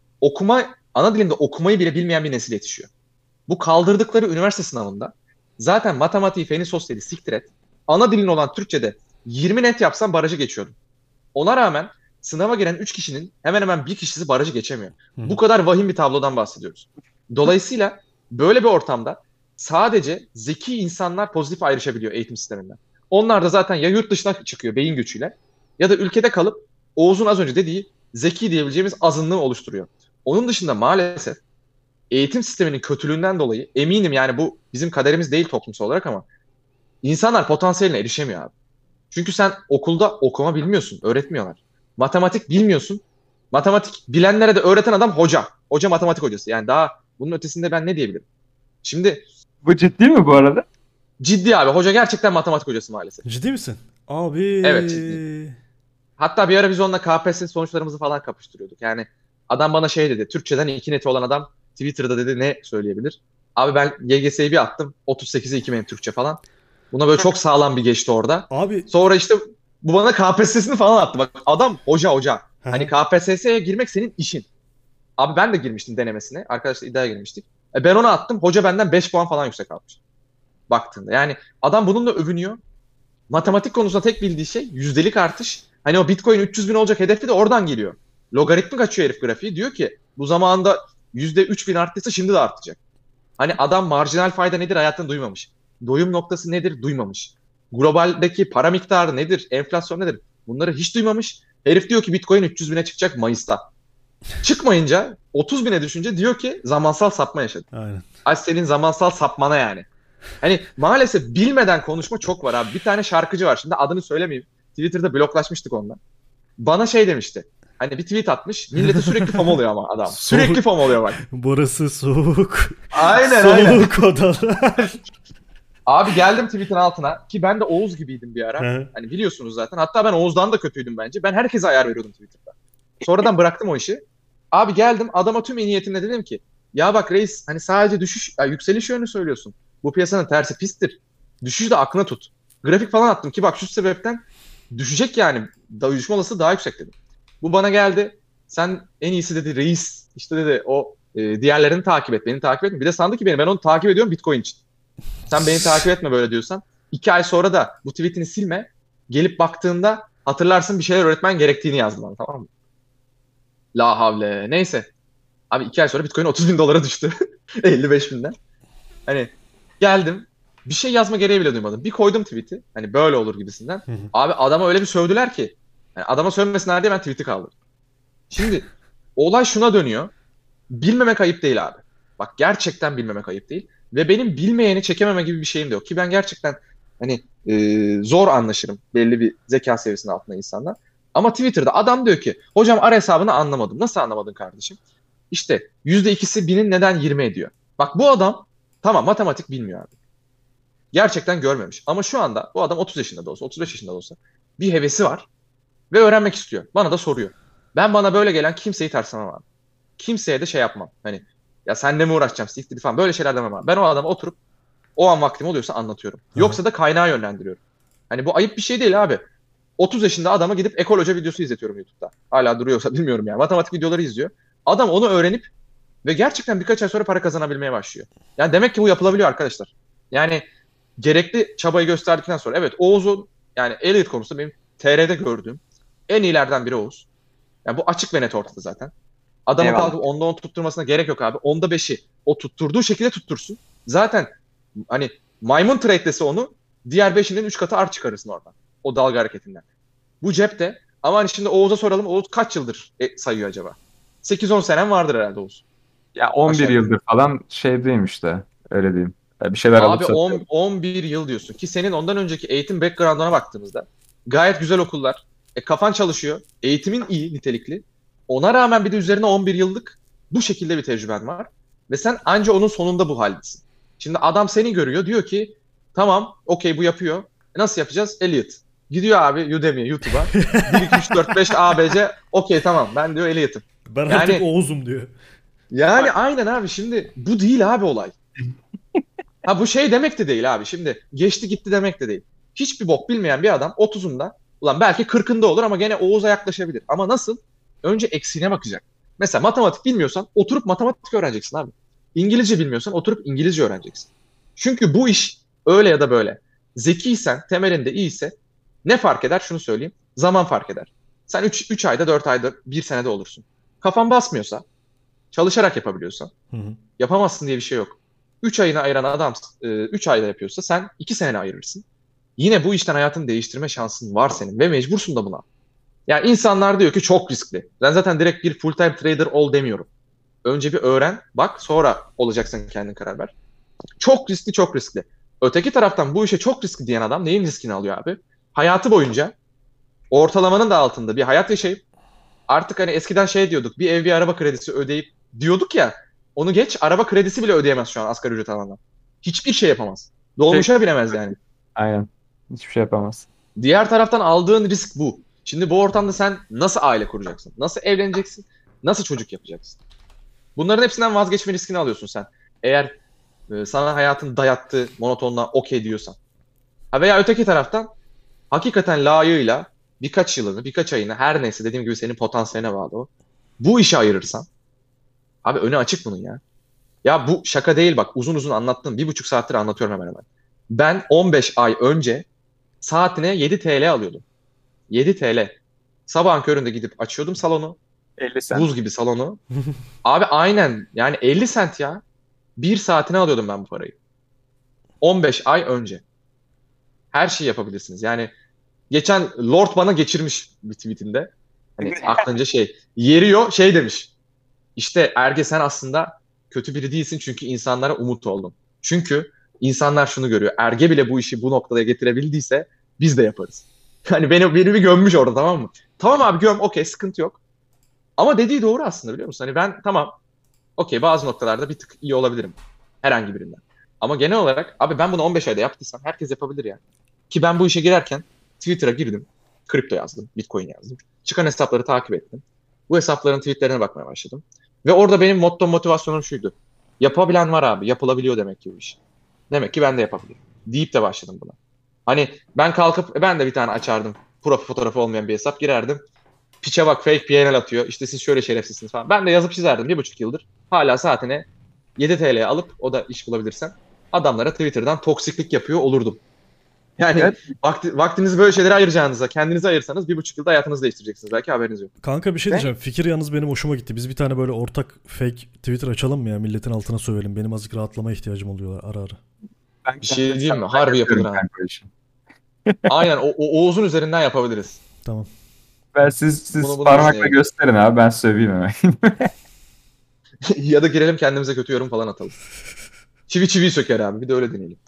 ana dilinde okumayı bile bilmeyen bir nesil yetişiyor. Bu kaldırdıkları üniversite sınavında zaten matematiği, feni, sosyali siktir et. Ana dilin olan Türkçe'de 20 net yapsan barajı geçiyordun. Ona rağmen sınava giren 3 kişinin hemen hemen bir kişisi barajı geçemiyor. Bu kadar vahim bir tablodan bahsediyoruz. Dolayısıyla böyle bir ortamda sadece zeki insanlar pozitif ayrışabiliyor eğitim sisteminden. Onlar da zaten ya yurt dışına çıkıyor beyin göçüyle ya da ülkede kalıp Oğuz'un az önce dediği zeki diyebileceğimiz azınlığı oluşturuyor. Onun dışında maalesef eğitim sisteminin kötülüğünden dolayı eminim yani bu bizim kaderimiz değil toplumsal olarak ama insanlar potansiyeline erişemiyor abi. Çünkü sen okulda okuma bilmiyorsun, öğretmiyorlar. Matematik bilmiyorsun. Matematik bilenlere de öğreten adam hoca. Hoca matematik hocası. Yani daha bunun ötesinde ben ne diyebilirim? Şimdi bu ciddi mi bu arada? Ciddi abi. Hoca gerçekten matematik hocası maalesef. Ciddi misin? Abi. Evet, ciddi. Hatta bir ara biz onunla KPSS sonuçlarımızı falan kapıştırıyorduk. Yani adam bana şey dedi. Türkçeden 2 neti olan adam Twitter'da dedi ne söyleyebilir? Abi ben YGS'yi bir attım. 38'e 2 benim Türkçe falan. Buna böyle çok sağlam bir geçti orada. Abi. Sonra işte bu bana KPSS'ini falan attı. Bak adam hoca. Hani KPSS'ye girmek senin işin. Abi ben de girmiştim denemesine. Arkadaşlar iddiaya girmiştik. Ben ona attım. Hoca benden 5 puan falan yüksek almış. Baktığında. Yani adam bununla övünüyor. Matematik konusunda tek bildiği şey yüzdelik artış. Hani o Bitcoin 300 bin olacak hedefi de oradan geliyor. Logaritmik açıyor herif grafiği. Diyor ki bu zamanda %3000 arttıysa şimdi de artacak. Hani adam marjinal fayda nedir hayatını duymamış. Doyum noktası nedir duymamış. Globaldeki para miktarı nedir? Enflasyon nedir? Bunları hiç duymamış. Herif diyor ki Bitcoin 300 bine çıkacak Mayıs'ta. Çıkmayınca 30 bine düşünce diyor ki zamansal sapma yaşadı. Aynen. Ay senin zamansal sapmana yani. Hani maalesef bilmeden konuşma çok var abi. Bir tane şarkıcı var. Şimdi adını söylemeyeyim. Twitter'da bloklaşmıştık onunla. Bana şey demişti. Hani bir tweet atmış. Millete sürekli fam oluyor ama adam. Sürekli fam oluyor bak. Burası soğuk. Aynen. Soğuk odalar. Abi geldim tweet'in altına. Ki ben de Oğuz gibiydim bir ara. Hani biliyorsunuz zaten. Hatta ben Oğuz'dan da kötüydüm bence. Ben herkese ayar veriyordum Twitter'da. Sonradan bıraktım o işi. Abi geldim adama tüm iyi niyetimle dedim ki ya bak reis hani sadece yükseliş yönünü söylüyorsun. Bu piyasanın tersi pistir. Düşüşü de aklına tut. Grafik falan attım ki bak şu sebepten düşecek yani. Düşme olasılığı daha yüksek dedim. Bu bana geldi. Sen en iyisi dedi reis. İşte dedi o diğerlerini takip et. Beni takip etme. Bir de sandı ki ben onu takip ediyorum Bitcoin için. Sen beni takip etme böyle diyorsan. 2 ay sonra da bu tweetini silme. Gelip baktığında hatırlarsın bir şeyler öğretmen gerektiğini yazdı bana, tamam mı? La havle. Neyse. Abi 2 ay sonra Bitcoin 30 bin dolara düştü. 55 binden. Hani geldim. Bir şey yazma gereği bile duymadım. Bir koydum tweet'i. Hani böyle olur gibisinden. Hı hı. Abi adama öyle bir sövdüler ki. Yani adama sövmesinler diye ben tweet'i kaldırdım. Şimdi olay şuna dönüyor. Bilmemek ayıp değil abi. Bak gerçekten bilmemek ayıp değil. Ve benim bilmeyeni çekememe gibi bir şeyim de yok. Ki ben gerçekten hani zor anlaşırım belli bir zeka seviyesinin altında insanlar. Ama Twitter'da adam diyor ki hocam ara hesabını anlamadım. Nasıl anlamadın kardeşim? İşte %2'si 1000'in neden 20 ediyor? Bak bu adam tamam matematik bilmiyor abi. Gerçekten görmemiş. Ama şu anda bu adam 30 yaşında da olsa 35 yaşında da olsa bir hevesi var ve öğrenmek istiyor. Bana da soruyor. Ben bana böyle gelen kimseyi terslemem abi. Kimseye de şey yapmam. Hani ya senle mi uğraşacağım siktir falan böyle şeyler demem abi. Ben o adama oturup o an vaktim oluyorsa anlatıyorum. Yoksa da kaynağı yönlendiriyorum. Hani bu ayıp bir şey değil abi. 30 yaşında adama gidip Ekol Hoca videosu izletiyorum YouTube'da. Hala duruyorsa bilmiyorum yani. Matematik videoları izliyor. Adam onu öğrenip ve gerçekten birkaç ay sonra para kazanabilmeye başlıyor. Yani demek ki bu yapılabiliyor arkadaşlar. Yani gerekli çabayı gösterdikten sonra evet Oğuz'un yani Elliot konusunda benim TR'de gördüğüm en iyilerden biri Oğuz. Yani bu açık ve net ortada zaten. Adamın Eyvallah. kalkıp onda 10 tutturmasına gerek yok abi. Onda 5'i o tutturduğu şekilde tuttursun. Zaten hani maymun trade'lese onu diğer 5'inin 3 katı art çıkarırsın oradan. O dalga hareketinden. Bu cepte. Ama hani şimdi Oğuz'a soralım. Oğuz kaç yıldır sayıyor acaba? 8-10 senem vardır herhalde Oğuz. Ya 11 Aşağı yukarı. yıldır falan şeydeyim işte. Öyle diyeyim. Bir şeyler alıp Abi satıyorum. 11 yıl diyorsun ki senin ondan önceki eğitim background'una baktığımızda gayet güzel okullar. Kafan çalışıyor. Eğitimin iyi nitelikli. Ona rağmen bir de üzerine 11 yıllık bu şekilde bir tecrüben var. Ve sen anca onun sonunda bu haldesin. Şimdi adam seni görüyor diyor ki tamam okey bu yapıyor. Nasıl yapacağız? Elliot. Gidiyor abi Udemy, YouTube'a. 1, 2, 3, 4, 5 ABC. Okey tamam ben diyor Elliot'ım. Ben artık Yani Oğuz'um diyor. yani aynen abi şimdi bu değil abi olay. Ha bu şey demek de değil abi. Şimdi geçti gitti demek de değil. Hiçbir bok bilmeyen bir adam 30'unda ulan belki 40'ında olur ama gene Oğuz'a yaklaşabilir. Ama nasıl? Önce eksiğine bakacak. Mesela matematik bilmiyorsan oturup matematik öğreneceksin abi. İngilizce bilmiyorsan oturup İngilizce öğreneceksin. Çünkü bu iş öyle ya da böyle. Zekiysen, temelinde iyiyse ne fark eder? Şunu söyleyeyim. Zaman fark eder. Sen 3 ayda, 4 ayda, 1 senede olursun. Kafan basmıyorsa, çalışarak yapabiliyorsan, Hı hı. yapamazsın diye bir şey yok. 3 ayını ayıran adam 3 ayda yapıyorsa sen 2 seneni ayırırsın. Yine bu işten hayatını değiştirme şansın var senin ve mecbursun da buna. Yani insanlar diyor ki çok riskli. Ben zaten direkt bir full time trader ol demiyorum. Önce bir öğren, bak sonra olacaksın kendin karar ver. Çok riskli, çok riskli. Öteki taraftan bu işe çok riskli diyen adam neyin riskini alıyor abi? Hayatı boyunca ortalamanın da altında bir hayat yaşayıp artık hani eskiden şey diyorduk bir ev bir araba kredisi ödeyip diyorduk ya onu geç araba kredisi bile ödeyemez şu an asgari ücret alanlar. Hiçbir şey yapamaz. Dolmuşa binemez yani. Aynen. Hiçbir şey yapamaz. Diğer taraftan aldığın risk bu. Şimdi bu ortamda sen nasıl aile kuracaksın? Nasıl evleneceksin? Nasıl çocuk yapacaksın? Bunların hepsinden vazgeçme riskini alıyorsun sen. Eğer sana hayatın dayattığı monotonluğa okey diyorsan. Ha veya öteki taraftan hakikaten layığıyla birkaç yılını, birkaç ayını her neyse dediğim gibi senin potansiyeline bağlı o. Bu işe ayırırsan abi önü açık bunun ya. Ya bu şaka değil bak uzun uzun anlattım. 1,5 saattir anlatıyorum hemen hemen. Ben 15 ay önce saatine 7 TL alıyordum. 7 TL. Sabahın köründe gidip açıyordum salonu. 50 sen. Buz gibi salonu. Abi aynen yani 50 sent ya. Bir saatine alıyordum ben bu parayı. 15 ay önce. Her şeyi yapabilirsiniz. Yani geçen Lord bana geçirmiş bir tweetinde. Hani aklınca şey. Yeriyor şey demiş. İşte Erge sen aslında kötü biri değilsin çünkü insanlara umut oldun. Çünkü insanlar şunu görüyor. Erge bile bu işi bu noktaya getirebildiyse biz de yaparız. Hani beni bir gömmüş orada tamam mı? Tamam abi göm okey sıkıntı yok. Ama dediği doğru aslında biliyor musun? Hani ben tamam okey bazı noktalarda bir tık iyi olabilirim. Herhangi birinden. Ama genel olarak abi ben bunu 15 ayda yaptıysam herkes yapabilir ya. Ki ben bu işe girerken Twitter'a girdim. Kripto yazdım. Bitcoin yazdım. Çıkan hesapları takip ettim. Bu hesapların tweetlerine bakmaya başladım. Ve orada benim motto motivasyonum şuydu. Yapabilen var abi. Yapılabiliyor demek ki bu iş. Demek ki ben de yapabilirim. Deyip de başladım buna. Hani ben kalkıp ben de bir tane açardım. Profil fotoğrafı olmayan bir hesap girerdim. Piçe bak fake PNL atıyor. İşte siz şöyle şerefsizsiniz falan. Ben de yazıp çizerdim 1,5 yıldır. Hala saatine 7 TL alıp o da iş bulabilirsem adamlara Twitter'dan toksiklik yapıyor olurdum. Yani Evet. vaktinizi böyle şeylere ayıracağınıza kendinize ayırsanız 1,5 yılda hayatınızı değiştireceksiniz. Belki haberiniz yok. Kanka bir şey Ne? diyeceğim. Fikir yalnız benim hoşuma gitti. Biz bir tane böyle ortak fake Twitter açalım mı ya? Milletin altına sövelim. Benim azıcık rahatlamaya ihtiyacım oluyor ara ara. Ben Bir şey kendim diyeyim mi? şahsen Harbi yapıyorum yapılır ha. kanka o işi. Aynen o Oğuz'un üzerinden yapabiliriz. Tamam. Ben siz Bunu parmakla düşünelim. gösterin abi, ben söveyim hemen. Ya da girelim kendimize kötü yorum falan atalım. Çivi söker abi. Bir de öyle deneyelim.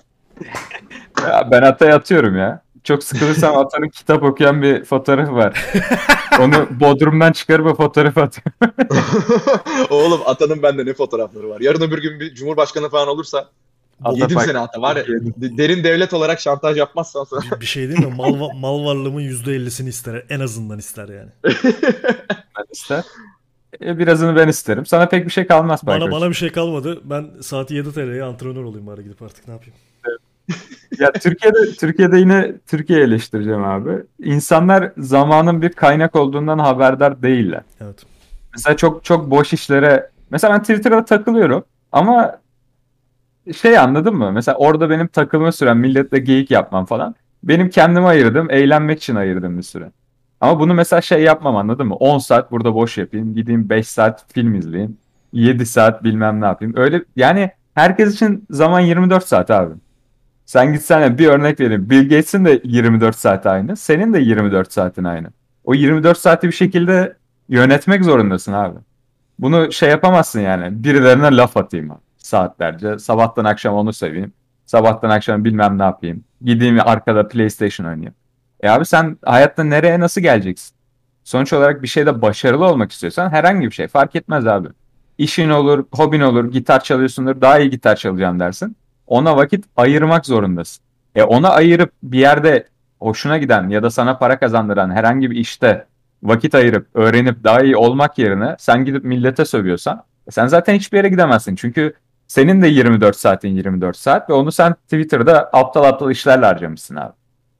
Ya ben Atay'a atıyorum ya. Çok sıkılırsam Atay'ın kitap okuyan bir fotoğrafı var. Onu Bodrum'dan çıkarıp o fotoğrafı atıyorum. Oğlum Atan'ın bende ne fotoğrafları var. Yarın öbür gün bir cumhurbaşkanı falan olursa yedim Atabak- seni Ata. Var ya Yedim. derin devlet olarak şantaj yapmazsan sana. Bir şey değil mi? Mal varlığımın %50'sini ister. En azından ister yani. Ben ister. Birazını ben isterim. Sana pek bir şey kalmaz Bana Baykoç. bir şey kalmadı. Ben saati 7 TL'ye antrenör olayım bari gidip artık ne yapayım. Ya Türkiye'de yine Türkiye eleştireceğim abi. İnsanlar zamanın bir kaynak olduğundan haberdar değiller. Evet. Mesela çok çok boş işlere, mesela ben Twitter'da takılıyorum ama şey, anladın mı? Mesela orada benim takılma sürem, milletle geyik yapmam falan. Benim kendime ayırdım, eğlenmek için ayırdım bir süre. Ama bunu mesela şey yapmam, anladın mı? 10 saat burada boş yapayım, gideyim 5 saat film izleyeyim, 7 saat bilmem ne yapayım. Öyle yani, herkes için zaman 24 saat abi. Sen gitsene, bir örnek vereyim. Bill Gates'in de 24 saati aynı, senin de 24 saatin aynı. O 24 saati bir şekilde yönetmek zorundasın abi. Bunu şey yapamazsın yani. Birilerine laf atayım abi, saatlerce. Sabahtan akşam onu seveyim. Sabahtan akşam bilmem ne yapayım. Gideyim arkada PlayStation oynayayım. Abi sen hayatta nereye nasıl geleceksin? Sonuç olarak bir şeyde başarılı olmak istiyorsan herhangi bir şey fark etmez abi. İşin olur, hobin olur, gitar çalıyorsundur, daha iyi gitar çalacağım dersin. Ona vakit ayırmak zorundasın. Ona ayırıp bir yerde hoşuna giden ya da sana para kazandıran herhangi bir işte vakit ayırıp öğrenip daha iyi olmak yerine sen gidip millete sövüyorsan sen zaten hiçbir yere gidemezsin. Çünkü senin de 24 saatin 24 saat ve onu sen Twitter'da aptal aptal işlerle harcamışsın abi.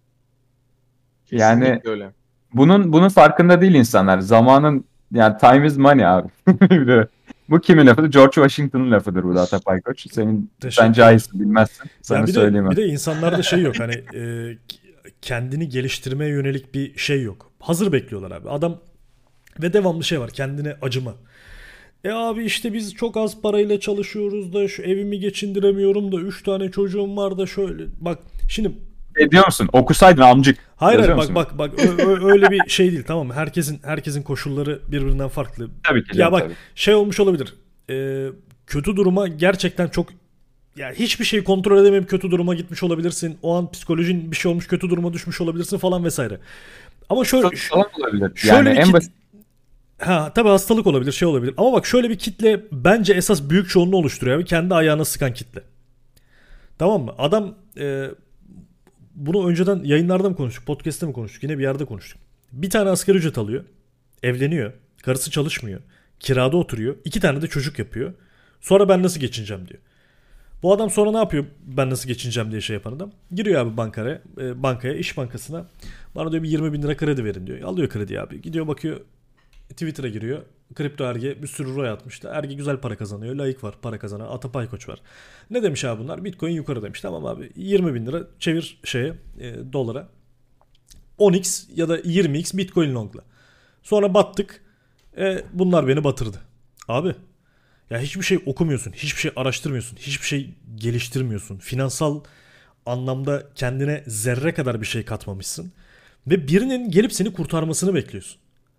Yani Kesinlikle öyle. bunun farkında değil insanlar. Zamanın, yani time is money abi. Bu kimin lafıdır? George Washington'ın lafıdır bu da, Atapay Koç. Sen Teşekkürler. cahilsin, bilmezsin. Sana Ya söyleyeyim. bir de insanlarda şey yok hani kendini geliştirmeye yönelik bir şey yok. Hazır bekliyorlar abi. Adam ve devamlı şey var, kendine acıma. Abi işte biz çok az parayla çalışıyoruz da şu evimi geçindiremiyorum da 3 tane çocuğum var da şöyle. Bak şimdi Diyor musun? Okusaydın amcık. hayır Yazıyor bak musun? bak öyle bir şey değil, tamam mı? Herkesin koşulları birbirinden farklı. Tabii ki Ya canım, bak tabii. şey olmuş olabilir. Kötü duruma gerçekten çok, ya hiçbir şeyi kontrol edemeyip kötü duruma gitmiş olabilirsin. O an psikolojin bir şey olmuş, kötü duruma düşmüş olabilirsin falan vesaire. Ama şöyle Falan olabilir. şöyle Yani bir en basit. tabii hastalık olabilir, şey olabilir. Ama bak şöyle bir kitle bence esas büyük çoğunluğu oluşturuyor abi. Kendi ayağına sıkan kitle. Tamam mı? Adam bunu önceden yayınlarda mı konuştuk, podcast'te mi konuştuk? Yine bir yerde konuştuk. Bir tane asgari ücret alıyor. Evleniyor. Karısı çalışmıyor. Kirada oturuyor. 2 tane de çocuk yapıyor. Sonra ben nasıl geçineceğim diyor. Bu adam sonra ne yapıyor, ben nasıl geçineceğim diye şey yapan adam? Giriyor abi bankaya, İş Bankası'na. Bana diyor bir 20 bin lira kredi verin diyor. Alıyor kredi abi. Gidiyor bakıyor, Twitter'a giriyor. Kripto Erge bir sürü roy atmış da. Erge güzel para kazanıyor. Layık var para kazanan. Atapay Koç var. Ne demiş abi bunlar? Bitcoin yukarı demiş. Tamam abi 20 bin lira çevir dolara. 10x ya da 20x Bitcoin longla. Sonra battık. Bunlar beni batırdı. Abi ya hiçbir şey okumuyorsun. Hiçbir şey araştırmıyorsun. Hiçbir şey geliştirmiyorsun. Finansal anlamda kendine zerre kadar bir şey katmamışsın. Ve birinin gelip seni kurtarmasını bekliyorsun.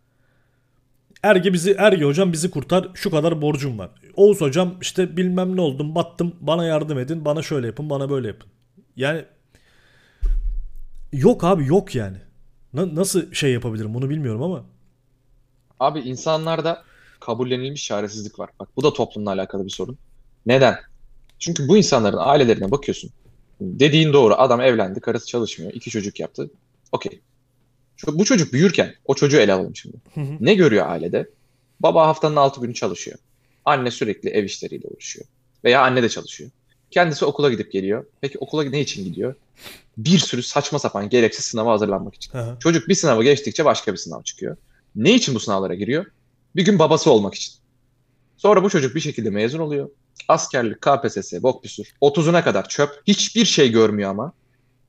Erge hocam bizi kurtar, şu kadar borcum var. Oğuz hocam işte bilmem ne oldum, battım, bana yardım edin, bana şöyle yapın, bana böyle yapın. Yani yok abi, yok yani. Nasıl şey yapabilirim bunu bilmiyorum ama. Abi insanlarda kabullenilmiş çaresizlik var. Bak bu da toplumla alakalı bir sorun. Neden? Çünkü bu insanların ailelerine bakıyorsun. Dediğin doğru. Adam evlendi, karısı çalışmıyor, 2 çocuk yaptı. Okey. Bu çocuk büyürken o çocuğu ele alalım şimdi. Ne görüyor ailede? Baba haftanın 6 günü çalışıyor. Anne sürekli ev işleriyle uğraşıyor. Veya anne de çalışıyor. Kendisi okula gidip geliyor. Peki okula ne için gidiyor? Bir sürü saçma sapan gereksiz sınava hazırlanmak için. Çocuk bir sınavı geçtikçe başka bir sınav çıkıyor. Ne için bu sınavlara giriyor? Bir gün babası olmak için. Sonra bu çocuk bir şekilde mezun oluyor. Askerlik, KPSS, bok bir sürü. 30'una kadar çöp. Hiçbir şey görmüyor ama.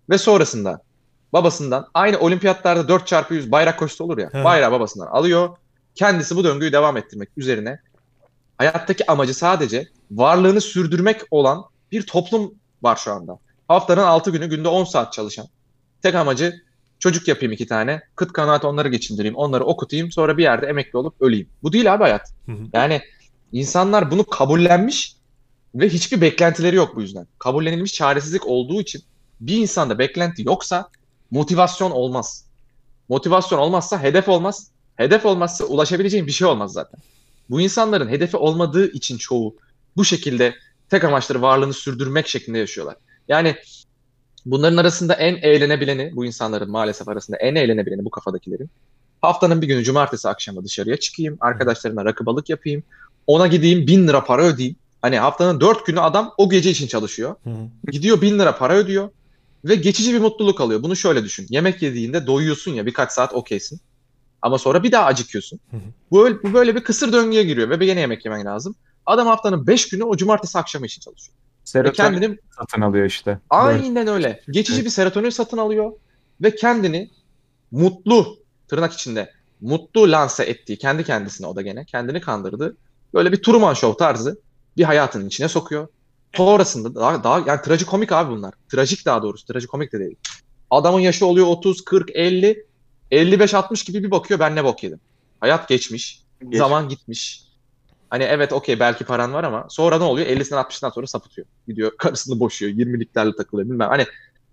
ve sonrasında babasından aynı olimpiyatlarda 4x100 bayrak koşusu olur ya. Hı. Bayrağı babasından alıyor. Kendisi bu döngüyü devam ettirmek üzerine hayattaki amacı sadece varlığını sürdürmek olan bir toplum var şu anda. Haftanın 6 günü günde 10 saat çalışan. Tek amacı çocuk yapayım 2 tane. Kıt kanaat onları geçindireyim. Onları okutayım. Sonra bir yerde emekli olup öleyim. Bu değil abi hayat. Hı hı. Yani insanlar bunu kabullenmiş ve hiçbir beklentileri yok bu yüzden. Kabullenilmiş çaresizlik olduğu için bir insanda beklenti yoksa motivasyon olmaz. Motivasyon olmazsa hedef olmaz. Hedef olmazsa ulaşabileceğin bir şey olmaz zaten. Bu insanların hedefi olmadığı için çoğu bu şekilde tek amaçları varlığını sürdürmek şeklinde yaşıyorlar. Yani bunların arasında en eğlenebileni, bu insanların maalesef arasında en eğlenebileni bu kafadakilerin, haftanın bir günü cumartesi akşamı dışarıya çıkayım, arkadaşlarımla rakı balık yapayım, ona gideyim 1.000 lira para ödeyeyim. Hani haftanın 4 günü adam o gece için çalışıyor. Hı hı. Gidiyor 1.000 lira para ödüyor ve geçici bir mutluluk alıyor. Bunu şöyle düşün. Yemek yediğinde doyuyorsun ya, birkaç saat okeysin. Ama sonra bir daha acıkıyorsun. Hı hı. Bu böyle bir kısır döngüye giriyor ve bir yine yemek yemen lazım. Adam haftanın 5 günü o cumartesi akşamı için çalışıyor. Ve Serotonin kendini satın alıyor işte. aynen öyle. Geçici Evet. bir serotonin satın alıyor ve kendini mutlu, tırnak içinde mutlu lanse ettiği, kendi kendisine o da gene kendini kandırdı. Böyle bir Truman Show tarzı bir hayatın içine sokuyor. Sonrasında daha yani trajikomik abi bunlar. Trajik daha doğrusu. Trajikomik de değil. Adamın yaşı oluyor 30, 40, 50, 55, 60 gibi bir bakıyor ben ne bok yedim. Hayat geçmiş. Zaman gitmiş. Hani evet okey belki paran var ama sonra ne oluyor? 50'sinden 60'ından sonra sapıtıyor. Gidiyor karısını boşuyor. 20'liklerle takılıyor bilmem. Hani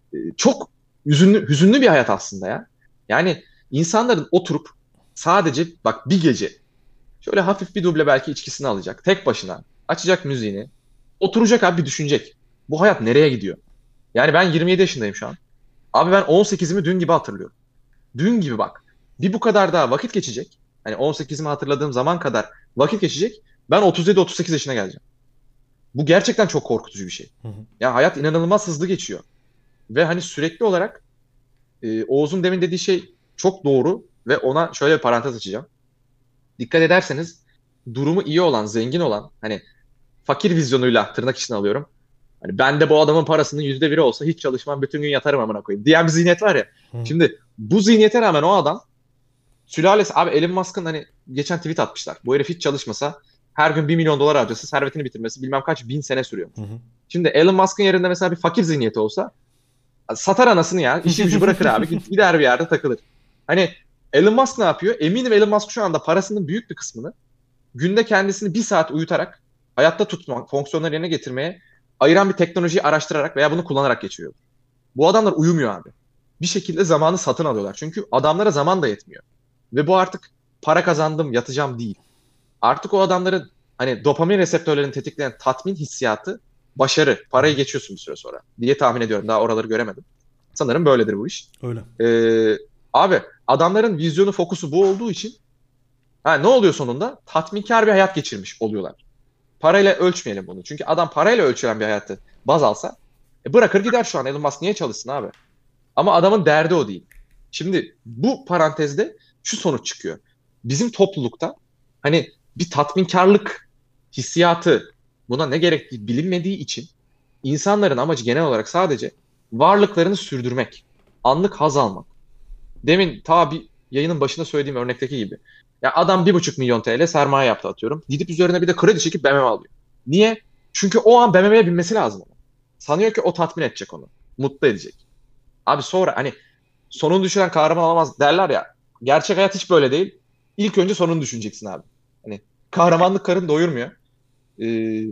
çok hüzünlü bir hayat aslında ya. Yani insanların oturup sadece bak bir gece şöyle hafif bir duble belki içkisini alacak. Tek başına açacak müziğini. Oturacak abi bir düşünecek. Bu hayat nereye gidiyor? Yani ben 27 yaşındayım şu an. Abi ben 18'imi dün gibi hatırlıyorum. Dün gibi bak. Bir bu kadar daha vakit geçecek. Hani 18'imi hatırladığım zaman kadar vakit geçecek. Ben 37-38 yaşına geleceğim. Bu gerçekten çok korkutucu bir şey. Hı hı. Ya hayat inanılmaz hızlı geçiyor. Ve hani sürekli olarak Oğuz'un demin dediği şey çok doğru ve ona şöyle bir parantez açacağım. Dikkat ederseniz durumu iyi olan, zengin olan, hani fakir vizyonuyla tırnak içine alıyorum. Hani ben de bu adamın parasının %1'i olsa hiç çalışmam, bütün gün yatarım amına koyayım diyen bir zihniyet var ya. Hı hı. Şimdi bu zihniyete rağmen o adam sülalesi abi Elon Musk'ın hani geçen tweet atmışlar. Bu herif hiç çalışmasa her gün 1 milyon dolar harcasa servetini bitirmesi bilmem kaç bin sene sürüyor. Hı hı. Şimdi Elon Musk'ın yerinde mesela bir fakir zihniyeti olsa satar anasını ya. İşi gücü bırakır abi. Gider bir yerde takılır. Hani Elon Musk ne yapıyor? Eminim Elon Musk şu anda parasının büyük bir kısmını günde kendisini 1 saat uyutarak hayatta tutma fonksiyonları yerine getirmeye ayıran bir teknolojiyi araştırarak veya bunu kullanarak geçiyor. Bu adamlar uyumuyor abi. Bir şekilde zamanı satın alıyorlar. Çünkü adamlara zaman da yetmiyor. Ve bu artık para kazandım, yatacağım değil. Artık o adamların hani dopamin reseptörlerini tetikleyen tatmin hissiyatı başarı. Parayı geçiyorsun bir süre sonra diye tahmin ediyorum. Daha oraları göremedim. Sanırım böyledir bu iş. Öyle. Abi adamların vizyonu, fokusu bu olduğu için ne oluyor sonunda? Tatminkar bir hayat geçirmiş oluyorlar. Parayla ölçmeyelim bunu. Çünkü adam parayla ölçülen bir hayatı baz alsa bırakır gider şu an. Elon Musk niye çalışsın abi? Ama adamın derdi o değil. Şimdi bu parantezde şu sonuç çıkıyor. Bizim toplulukta hani bir tatminkarlık hissiyatı buna ne gerektiği bilinmediği için insanların amacı genel olarak sadece varlıklarını sürdürmek, anlık haz almak. Demin ta bir yayının başında söylediğim örnekteki gibi. Ya adam 1,5 milyon TL sermaye yaptı atıyorum. Gidip üzerine bir de kredi çekip BMW alıyor. Niye? Çünkü o an BMW'ye binmesi lazım ona. Sanıyor ki o tatmin edecek onu. Mutlu edecek. Abi sonra hani sonunu düşünen kahraman olamaz derler ya. Gerçek hayat hiç böyle değil. İlk önce sonunu düşüneceksin abi. Hani kahramanlık karın doyurmuyor. Ee,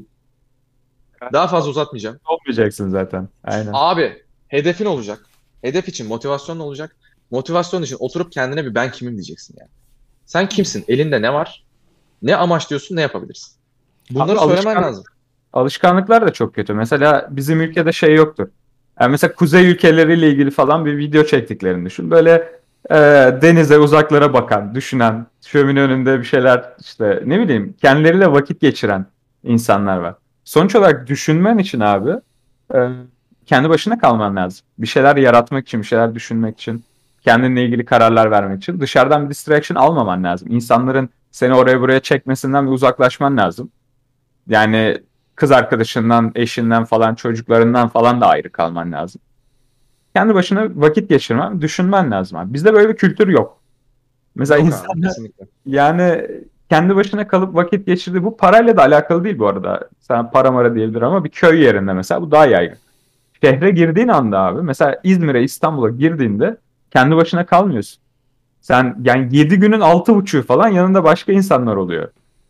daha fazla uzatmayacağım. Olmayacaksın zaten. Aynen. Abi hedefin olacak. Hedef için motivasyon olacak. Motivasyon için oturup kendine bir ben kimim diyeceksin yani. Sen kimsin? Elinde ne var? Ne amaçlıyorsun? Ne yapabilirsin? Bunları Abi söylemen lazım. Alışkanlıklar da çok kötü. Mesela bizim ülkede şey yoktur. Yani mesela kuzey ülkeleriyle ilgili falan bir video çektiklerini düşün. Böyle denize uzaklara bakan, düşünen, şömine önünde bir şeyler işte ne bileyim kendileriyle vakit geçiren insanlar var. Sonuç olarak düşünmen için abi e, kendi başına kalman lazım. Bir şeyler yaratmak için, bir şeyler düşünmek için, kendinle ilgili kararlar vermek için dışarıdan bir distraction almaman lazım. İnsanların seni oraya buraya çekmesinden bir uzaklaşman lazım. Yani kız arkadaşından, eşinden falan, çocuklarından falan da ayrı kalman lazım. kendi başına vakit geçirmen, düşünmen lazım abi. Bizde böyle bir kültür yok. Mesela Yok abi, insanlar kesinlikle. yani kendi başına kalıp vakit geçirdi. Bu parayla da alakalı değil bu arada. Sen para mara diyebilir ama bir köy yerinde mesela bu daha yaygın. Şehre girdiğin anda abi mesela İzmir'e, İstanbul'a girdiğinde kendi başına kalmıyorsun. Sen yani 7 günün 6,5'u falan yanında başka insanlar oluyor.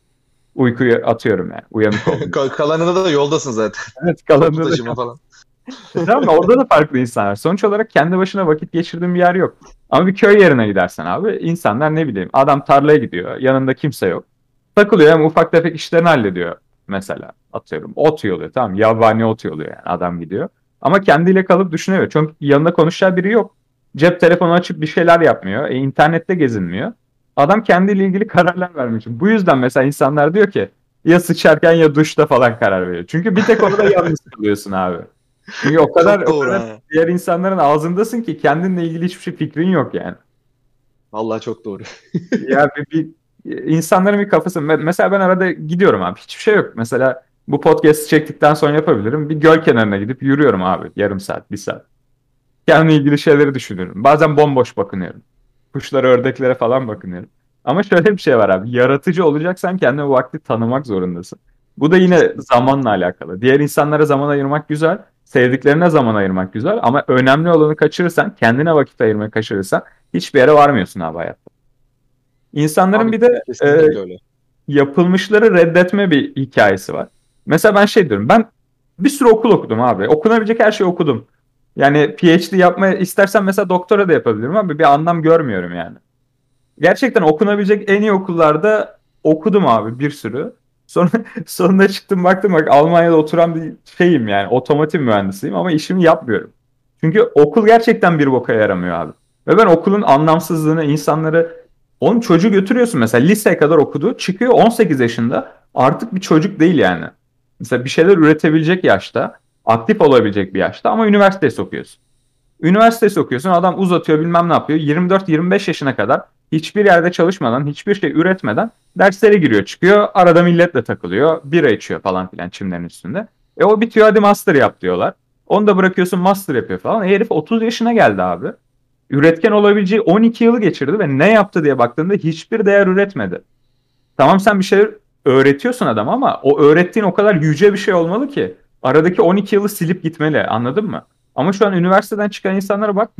Uykuyu atıyorum yani. Uyanık olduğunda. Kalanında da yoldasın zaten. Evet, Toplu kalanında da taşıma falan. tamam mı? Orada da farklı insanlar. Sonuç olarak kendi başına vakit geçirdiğin bir yer yok. Ama bir köy yerine gidersen abi insanlar ne bileyim adam tarlaya gidiyor. Yanında kimse yok. Takılıyor ama ufak tefek işlerini hallediyor mesela. Atıyorum ot yoluyor tamam yabani ot yoluyor yani adam gidiyor. Ama kendiyle kalıp düşünüyor. Çünkü yanında konuşacağı biri yok. Cep telefonu açıp bir şeyler yapmıyor. İnternette gezinmiyor. Adam kendiyle ilgili kararlar vermiş. Bu yüzden mesela insanlar diyor ki ya sıçarken ya duşta falan karar veriyor. Çünkü bir tek orada yalnız kalıyorsun abi. Çünkü o kadar Çok o doğru kadar ha. diğer insanların ağzındasın ki kendinle ilgili hiçbir şey fikrin yok yani. Vallahi çok doğru. Ya insanların bir kafası mesela ben arada gidiyorum abi hiçbir şey yok. Mesela bu podcast çektikten sonra yapabilirim. Bir göl kenarına gidip yürüyorum abi yarım saat, bir saat. Kendimle ilgili şeyleri düşünüyorum. Bazen bomboş bakınıyorum. Kuşlara, ördeklere falan bakınıyorum. Ama şöyle bir şey var abi. Yaratıcı olacaksan kendine o vakti tanımak zorundasın. Bu da yine zamanla alakalı. Diğer insanlara zaman ayırmak güzel. Sevdiklerine zaman ayırmak güzel. Ama önemli olanı kaçırırsan, kendine vakit ayırmayı kaçırırsan hiçbir yere varmıyorsun abi hayatta. İnsanların Abi bir de kesinlikle öyle. yapılmışları reddetme bir hikayesi var. Mesela ben şey diyorum. Ben bir sürü okul okudum abi. Okunabilecek her şeyi okudum. Yani PhD yapmaya istersen mesela doktora da yapabilirim ama bir anlam görmüyorum yani. Gerçekten okunabilecek en iyi okullarda okudum abi bir sürü. Sonra sonunda çıktım baktım bak Almanya'da oturan bir şeyim yani otomotiv mühendisiyim ama işimi yapmıyorum. Çünkü okul gerçekten bir boka yaramıyor abi. Ve ben okulun anlamsızlığını insanları onun çocuğu götürüyorsun mesela liseye kadar okudu çıkıyor 18 yaşında artık bir çocuk değil yani. Mesela bir şeyler üretebilecek yaşta aktif olabilecek bir yaşta ama üniversiteye sokuyorsun. Üniversitesi okuyorsun adam uzatıyor bilmem ne yapıyor. 24-25 yaşına kadar hiçbir yerde çalışmadan, hiçbir şey üretmeden derslere giriyor çıkıyor. Arada milletle takılıyor. Bira içiyor falan filan çimlerin üstünde. O bitiyor hadi master yap diyorlar. Onu da bırakıyorsun master yapıyor falan. Herif 30 yaşına geldi abi. Üretken olabileceği 12 yılı geçirdi ve ne yaptı diye baktığında hiçbir değer üretmedi. Tamam sen bir şeyler öğretiyorsun adam ama o öğrettiğin o kadar yüce bir şey olmalı ki aradaki 12 yılı silip gitmeli anladın mı? Ama şu an üniversiteden çıkan insanlara bak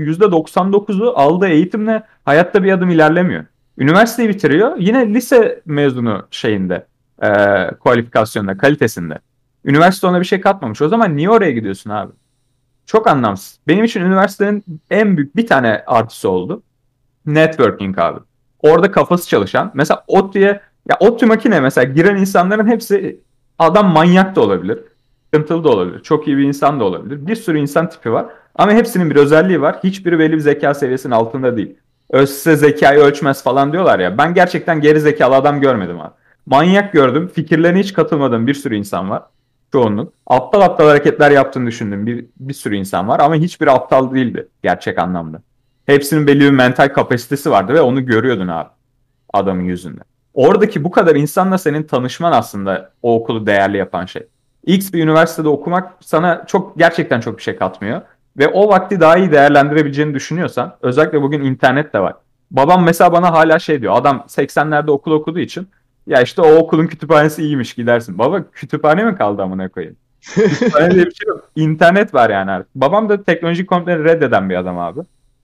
%99'u aldığı eğitimle hayatta bir adım ilerlemiyor. Üniversiteyi bitiriyor yine lise mezunu şeyinde kualifikasyonda kalitesinde. Üniversite ona bir şey katmamış. O zaman niye oraya gidiyorsun abi? Çok anlamsız. Benim için üniversitenin en büyük bir tane artısı oldu. Networking abi. Orada kafası çalışan. Mesela ODTÜ'ye ya ODTÜ makine mesela giren insanların hepsi adam manyak da olabilir. Sıkıntılı da olabilir. Çok iyi bir insan da olabilir. Bir sürü insan tipi var. Ama hepsinin bir özelliği var. Hiçbiri belli bir zeka seviyesinin altında değil. ÖSS zekayı ölçmez falan diyorlar ya. Ben gerçekten geri zekalı adam görmedim abi. Manyak gördüm. Fikirlerine hiç katılmadığım bir sürü insan var. Çoğunluk. Aptal aptal hareketler yaptığını düşündüğüm bir sürü insan var. Ama hiçbiri aptal değildi gerçek anlamda. Hepsinin belli bir mental kapasitesi vardı ve onu görüyordun abi adamın yüzünde. Oradaki bu kadar insanla senin tanışman aslında o okulu değerli yapan şey. X bir üniversitede okumak sana çok gerçekten çok bir şey katmıyor. Ve o vakti daha iyi değerlendirebileceğini düşünüyorsan özellikle bugün internet de var. Babam mesela bana hala şey diyor. Adam 80'lerde okul okuduğu için ya işte o okulun kütüphanesi iyiymiş gidersin. Baba kütüphane mi kaldı amına koyayım? Kütüphane diye bir şey yok. İnternet var yani artık. Babam da teknoloji komple reddeden bir adam abi.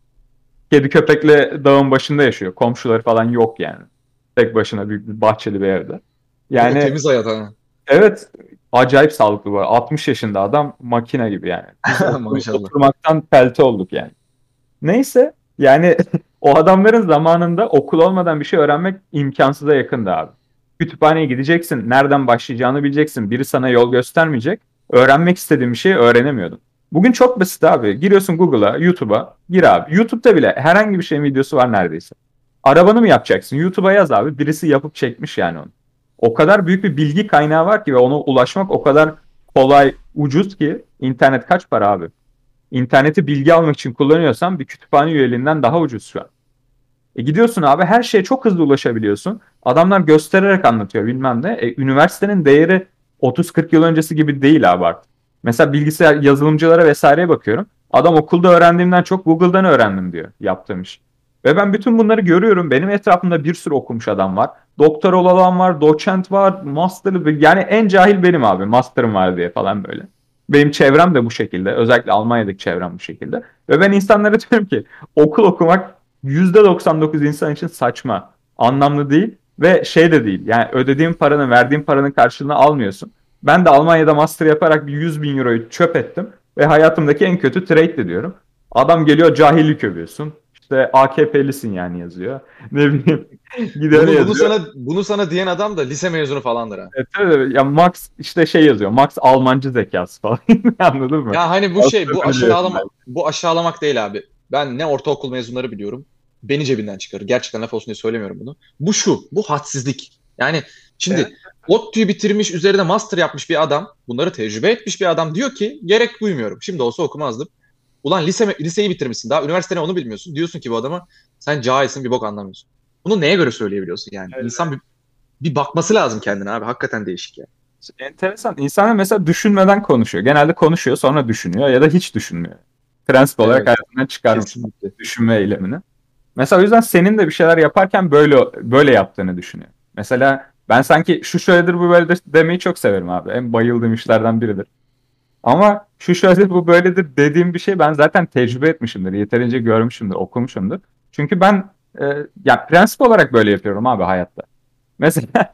Kedi köpekle dağın başında yaşıyor. Komşuları falan yok yani. Tek başına büyük bir bahçeli bir evde. Yani Temiz hayat ha. evet acayip sağlıklı var. 60 yaşında adam makine gibi yani. Biz Maşallah. oturmaktan pelte olduk yani. Neyse yani o adamların zamanında okul olmadan bir şey öğrenmek imkansıza yakındı abi. Kütüphaneye gideceksin. Nereden başlayacağını bileceksin. Biri sana yol göstermeyecek. Öğrenmek istediğin bir şeyi öğrenemiyordun. Bugün çok basit abi. Giriyorsun Google'a, YouTube'a. Gir abi. YouTube'da bile herhangi bir şeyin videosu var neredeyse. Arabanı mı yapacaksın? YouTube'a yaz abi. Birisi yapıp çekmiş yani onu. O kadar büyük bir bilgi kaynağı var ki ve ona ulaşmak o kadar kolay, ucuz ki. İnternet kaç para abi? İnterneti bilgi almak için kullanıyorsan bir kütüphane üyeliğinden daha ucuz şu an. Gidiyorsun abi her şeye çok hızlı ulaşabiliyorsun. Adamlar göstererek anlatıyor bilmem ne. Üniversitenin değeri 30-40 yıl öncesi gibi değil abi artık. Mesela bilgisayar yazılımcılara vesaireye bakıyorum. Adam okulda öğrendiğimden çok Google'dan öğrendim diyor yaptığım iş. Ve ben bütün bunları görüyorum. Benim etrafımda bir sürü okumuş adam var. Doktor olan var, doçent var, master, yani en cahil benim abi. Master'ım var diye falan böyle. Benim çevrem de bu şekilde. Özellikle Almanya'daki çevrem bu şekilde. Ve ben insanlara diyorum ki okul okumak %99 insan için saçma. Anlamlı değil ve şey de değil. Yani ödediğin paranın, verdiğin paranın karşılığını almıyorsun. Ben de Almanya'da master yaparak bir 100 bin euroyu çöp ettim. Ve hayatımdaki en kötü trade de diyorum. Adam geliyor cahillik övüyorsun. İşte AKP'lisin yani yazıyor. Ne bileyim gidiyor yazıyor. Bunu sana diyen adam da lise mezunu falandır ha. Evet, ya Max işte şey yazıyor. Max Almancı zekası falan. Anladın mı? Ya hani bu şey, bu Aslında aşağılamak değil abi. Ben ne ortaokul mezunları biliyorum. Beni cebinden çıkarır. Gerçekten laf olsun diye söylemiyorum bunu. Bu hadsizlik. Yani şimdi Evet. ODTÜ'yü bitirmiş, üzerine master yapmış bir adam, bunları tecrübe etmiş bir adam diyor ki gerek duymuyorum. Şimdi olsa okumazdım. Ulan liseyi bitirmişsin, daha üniversitede onu bilmiyorsun. Diyorsun ki bu adama sen cahilsin, bir bok anlamıyorsun. Bunu neye göre söyleyebiliyorsun yani? Evet. İnsan bir bakması lazım kendine abi. Hakikaten değişik ya. Enteresan. İnsanlar mesela düşünmeden konuşuyor. Genelde konuşuyor sonra düşünüyor ya da hiç düşünmüyor. Prensip olarak Evet. hayatından çıkarmış Kesinlikle. düşünme eylemini. Mesela o yüzden senin de bir şeyler yaparken böyle yaptığını düşünüyor. Mesela ben sanki şu şöyledir bu böyledir demeyi çok severim abi. En bayıldığım işlerden biridir. Ama şu şöyledir bu böyledir dediğim bir şey ben zaten tecrübe etmişimdir. Yeterince görmüşümdür, okumuşumdur. Çünkü ben ya prensip olarak böyle yapıyorum abi hayatta. Mesela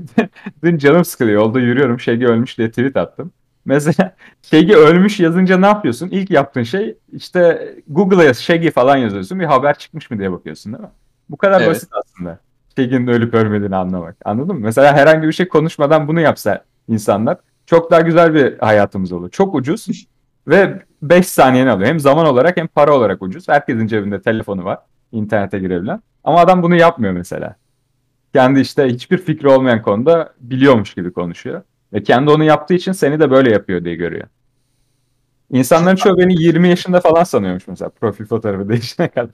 dün canım sıkılıyor. Yolda yürüyorum. Şegi ölmüş diye tweet attım. Mesela Şegi ölmüş yazınca ne yapıyorsun? İlk yaptığın şey işte Google'a Şegi falan yazıyorsun. Bir haber çıkmış mı diye bakıyorsun değil mi? Bu kadar Evet. basit aslında. Şegi'nin ölüp ölmediğini anlamak. Anladın mı? Mesela herhangi bir şey konuşmadan bunu yapsa insanlar çok daha güzel bir hayatımız olur. Çok ucuz ve 5 saniyeni alıyor. Hem zaman olarak hem para olarak ucuz. Herkesin cebinde telefonu var. İnternete girebilen. Ama adam bunu yapmıyor mesela. Kendi işte hiçbir fikri olmayan konuda biliyormuş gibi konuşuyor. Ve kendi onu yaptığı için seni de böyle yapıyor diye görüyor. İnsanların çoğu beni 20 yaşında falan sanıyormuş mesela profil fotoğrafı değişene kadar.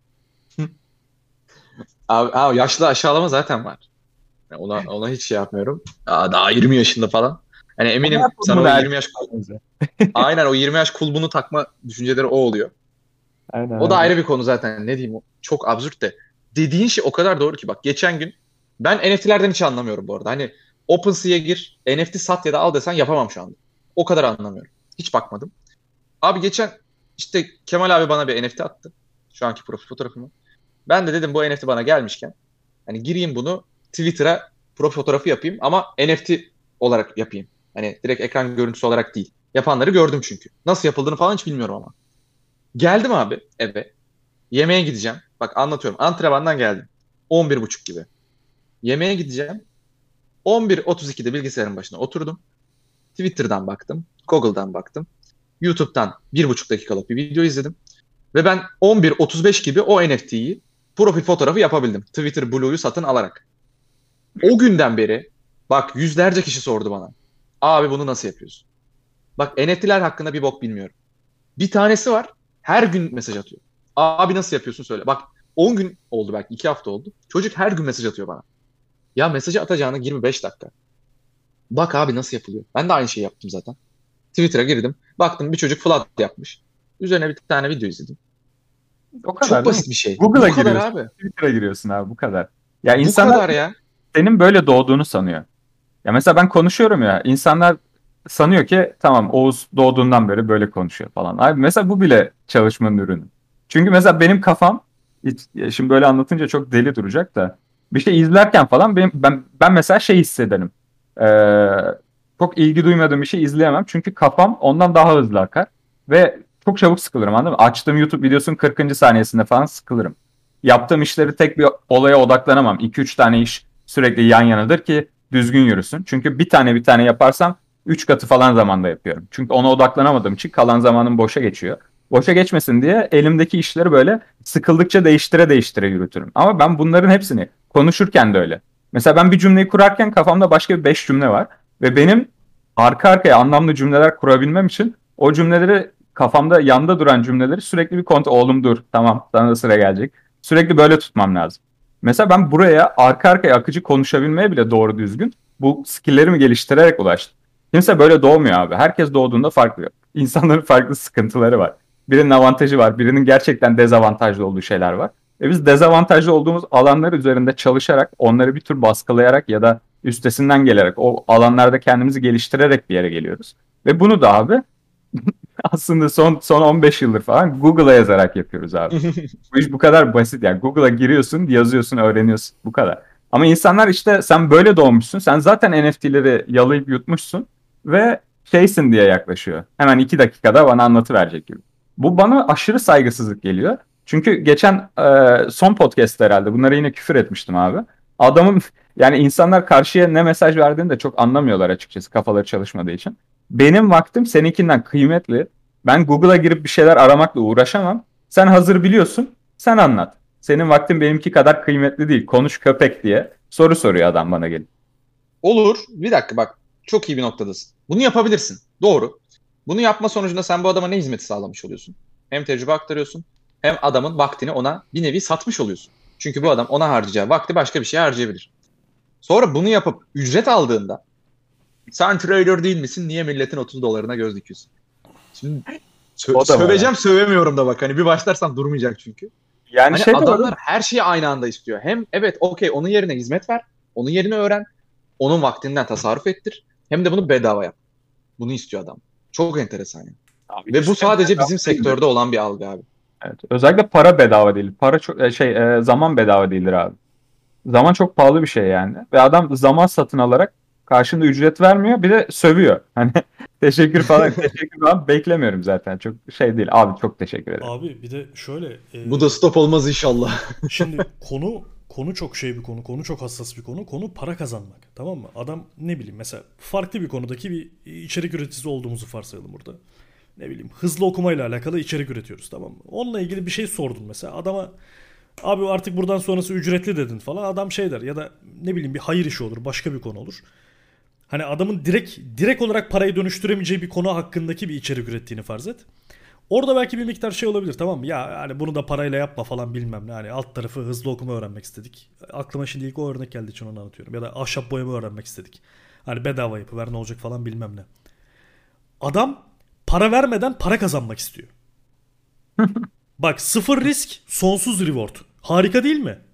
Abi, yaşlı aşağılama zaten var. Yani ona hiç şey yapmıyorum. Daha 20 yaşında falan. Yani Ama eminim yapın sana bunu o her 20 yaş şeyden. aynen o 20 yaş kulbunu takma düşünceleri o oluyor. Aynen O da aynen. ayrı bir konu zaten. Ne diyeyim, çok absürt de. Dediğin şey o kadar doğru ki bak geçen gün ben NFT'lerden hiç anlamıyorum bu arada. Hani OpenSea'ya gir, NFT sat ya da al desen yapamam şu anda. O kadar anlamıyorum. Hiç bakmadım. Abi geçen işte Kemal abi bana bir NFT attı. Şu anki profil fotoğrafımı. Ben de dedim bu NFT bana gelmişken hani gireyim bunu Twitter'a profil fotoğrafı yapayım ama NFT olarak yapayım. Hani direkt ekran görüntüsü olarak değil. Yapanları gördüm çünkü. Nasıl yapıldığını falan hiç bilmiyorum ama. Geldim abi eve. Yemeğe gideceğim. Bak anlatıyorum. Antrenmandan geldim. 11.30 gibi. Yemeğe gideceğim. 11.32'de bilgisayarın başına oturdum. Twitter'dan baktım. Google'dan baktım. YouTube'dan 1,5 dakikalık bir video izledim. Ve ben 11.35 gibi o NFT'yi profil fotoğrafı yapabildim. Twitter Blue'yu satın alarak. O günden beri bak yüzlerce kişi sordu bana. Abi bunu nasıl yapıyorsun? Bak NFT'ler hakkında bir bok bilmiyorum. Bir tanesi var. Her gün mesaj atıyor. Abi nasıl yapıyorsun söyle. Bak 10 gün oldu belki 2 hafta oldu. Çocuk her gün mesaj atıyor bana. Ya mesajı atacağına 25 dakika. Bak abi nasıl yapılıyor. Ben de aynı şeyi yaptım zaten. Twitter'a girdim. Baktım bir çocuk flat yapmış. Üzerine bir tane video izledim. O kadar Çok değil mi? basit bir şey. Google'a Bu kadar giriyorsun. abi. Twitter'a giriyorsun abi bu kadar. Ya Bu insanlar kadar ya. senin böyle doğduğunu sanıyor. Ya mesela ben konuşuyorum ya insanlar sanıyor ki tamam Oğuz doğduğundan beri böyle konuşuyor falan. Abi mesela bu bile çalışmanın ürünü. Çünkü mesela benim kafam şimdi böyle anlatınca çok deli duracak da bir şey izlerken falan ben mesela şey hissederim. Ee, çok ilgi duymadığım bir şey izleyemem. Çünkü kafam ondan daha hızlı akar. Ve çok çabuk sıkılırım anladın mı? Açtığım YouTube videosunun 40. saniyesinde falan sıkılırım. Yaptığım işleri tek bir olaya odaklanamam. 2-3 tane iş sürekli yan yanadır ki düzgün yürüsün. Çünkü bir tane yaparsam 3 katı falan zamanda yapıyorum. Çünkü ona odaklanamadığım için kalan zamanım boşa geçiyor. Boşa geçmesin diye elimdeki işleri böyle sıkıldıkça değiştire değiştire yürütürüm. Ama ben bunların hepsini konuşurken de öyle. Mesela ben bir cümleyi kurarken kafamda başka bir 5 cümle var. Ve benim arka arkaya anlamlı cümleler kurabilmem için o cümleleri kafamda yanda duran cümleleri sürekli bir kontrol. Oğlum dur tamam sana da sıra gelecek. Sürekli böyle tutmam lazım. Mesela ben buraya arka arkaya akıcı konuşabilmeye bile doğru düzgün bu skilllerimi geliştirerek ulaştım. Kimse böyle doğmuyor abi. Herkes doğduğunda farklı. İnsanların farklı sıkıntıları var. Birinin avantajı var, birinin gerçekten dezavantajlı olduğu şeyler var. Biz dezavantajlı olduğumuz alanlar üzerinde çalışarak, onları bir tür baskılayarak ya da üstesinden gelerek, o alanlarda kendimizi geliştirerek bir yere geliyoruz. Ve bunu da abi aslında son 15 yıldır falan Google'a yazarak yapıyoruz abi. Bu iş bu kadar basit yani. Google'a giriyorsun, yazıyorsun, öğreniyorsun. Bu kadar. Ama insanlar işte sen böyle doğmuşsun. Sen zaten NFT'leri yalayıp yutmuşsun ve şeysin diye yaklaşıyor. Hemen 2 dakikada bana anlatıverecek gibi. Bu bana aşırı saygısızlık geliyor. Çünkü geçen son podcast'te herhalde bunlara yine küfür etmiştim abi. Adamın yani insanlar karşıya ne mesaj verdiğini de çok anlamıyorlar açıkçası kafaları çalışmadığı için. Benim vaktim seninkinden kıymetli. Ben Google'a girip bir şeyler aramakla uğraşamam. Sen hazır biliyorsun, sen anlat. Senin vaktin benimki kadar kıymetli değil. Konuş köpek diye soru soruyor adam bana gelip. Olur. Bir dakika bak. Çok iyi bir noktadasın. Bunu yapabilirsin. Doğru. Bunu yapma sonucunda sen bu adama ne hizmeti sağlamış oluyorsun? Hem tecrübe aktarıyorsun, hem adamın vaktini ona bir nevi satmış oluyorsun. Çünkü bu adam ona harcayacağı vakti başka bir şeye harcayabilir. Sonra bunu yapıp ücret aldığında sen trader değil misin? Niye milletin 30 dolarına göz dikiyorsun? Şimdi söveceğim sövemiyorum da bak. Hani bir başlarsam durmayacak çünkü. Yani hani adamlar her şeyi aynı anda istiyor. Hem evet okey onun yerine hizmet ver. Onun yerine öğren. Onun vaktinden tasarruf ettir. Hem de bunu bedava yap. Bunu istiyor adam. Çok enteresan yani. Abi ve bu sadece bizim sektörde olan bir algı abi. Evet. Özellikle para bedava değil. Para çok zaman bedava değildir abi. Zaman çok pahalı bir şey yani. Ve adam zaman satın alarak karşında ücret vermiyor. Bir de sövüyor. Hani teşekkür falan beklemiyorum zaten. Çok şey değil. Abi çok teşekkür ederim. Abi bir de şöyle. Bu da stop olmaz inşallah. Şimdi konu çok şey bir konu. Konu çok hassas bir konu. Konu para kazanmak. Tamam mı? Adam ne bileyim mesela farklı bir konudaki bir içerik üreticisi olduğumuzu varsayalım burada. Ne bileyim hızlı okumayla alakalı içerik üretiyoruz, tamam mı? Onunla ilgili bir şey sordun mesela. Adama abi artık buradan sonrası ücretli dedin falan. Adam şey der ya da ne bileyim bir hayır işi olur. Başka bir konu olur. Hani adamın direkt olarak parayı dönüştüremeyeceği bir konu hakkındaki bir içerik ürettiğini farz et. Orada belki bir miktar şey olabilir, tamam mı? Ya hani bunu da parayla yapma falan bilmem ne. Hani alt tarafı hızlı okuma öğrenmek istedik. Aklıma şimdi ilk o örnek geldiği için onu anlatıyorum. Ya da ahşap boyama öğrenmek istedik. Hani bedava yapıver ne olacak falan bilmem ne. Adam para vermeden para kazanmak istiyor. Bak sıfır risk, sonsuz reward. Harika değil mi?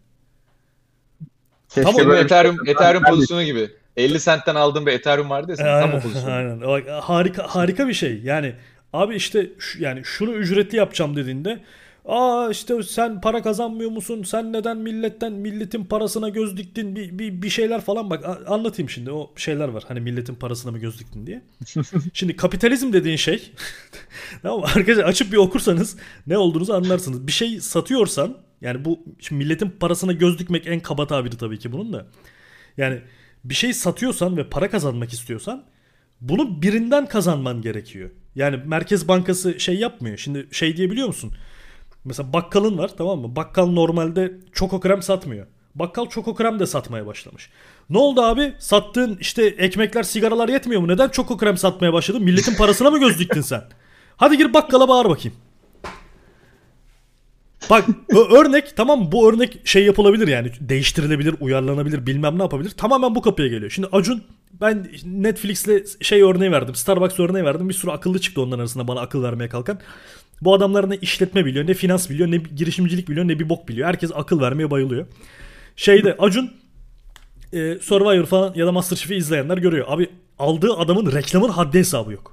Tam o Ethereum pozisyonu gibi. 50 centten aldığım bir Ethereum vardı ya senin, tam o pozisyon. Aynen. Bak, harika bir şey. Yani abi işte yani şunu ücretli yapacağım dediğinde işte sen para kazanmıyor musun? Sen neden milletin parasına göz diktin? Bir şeyler falan bak anlatayım şimdi. O şeyler var. Hani milletin parasına mı göz diktin diye. Şimdi kapitalizm dediğin şey tamam arkadaşlar açıp bir okursanız ne olduğunuzu anlarsınız. Bir şey satıyorsan yani bu şimdi milletin parasına göz dikmek en kaba tabiri tabii ki bunun da. Yani bir şey satıyorsan ve para kazanmak istiyorsan bunu birinden kazanman gerekiyor. Yani Merkez Bankası şey yapmıyor. Şimdi şey diyebiliyor musun? Mesela bakkalın var, tamam mı? Bakkal normalde çoko krem satmıyor. Bakkal çoko krem de satmaya başlamış. Ne oldu abi? Sattığın işte ekmekler, sigaralar yetmiyor mu? Neden çoko krem satmaya başladın? Milletin parasına mı göz diktin sen? Hadi gir bakkala bağır bakayım. Bak örnek, tamam mı? Bu örnek şey yapılabilir yani değiştirilebilir, uyarlanabilir, bilmem ne yapabilir. Tamamen bu kapıya geliyor. Şimdi Acun, ben Netflix'le şey örneği verdim, Starbucks örneği verdim. Bir sürü akıllı çıktı onların arasında bana akıl vermeye kalkan. Bu adamlar ne işletme biliyor, ne finans biliyor, ne girişimcilik biliyor, ne bir bok biliyor. Herkes akıl vermeye bayılıyor. Şeyde Acun Survivor falan ya da MasterChef'i izleyenler görüyor. Abi aldığı adamın reklamın haddi hesabı yok.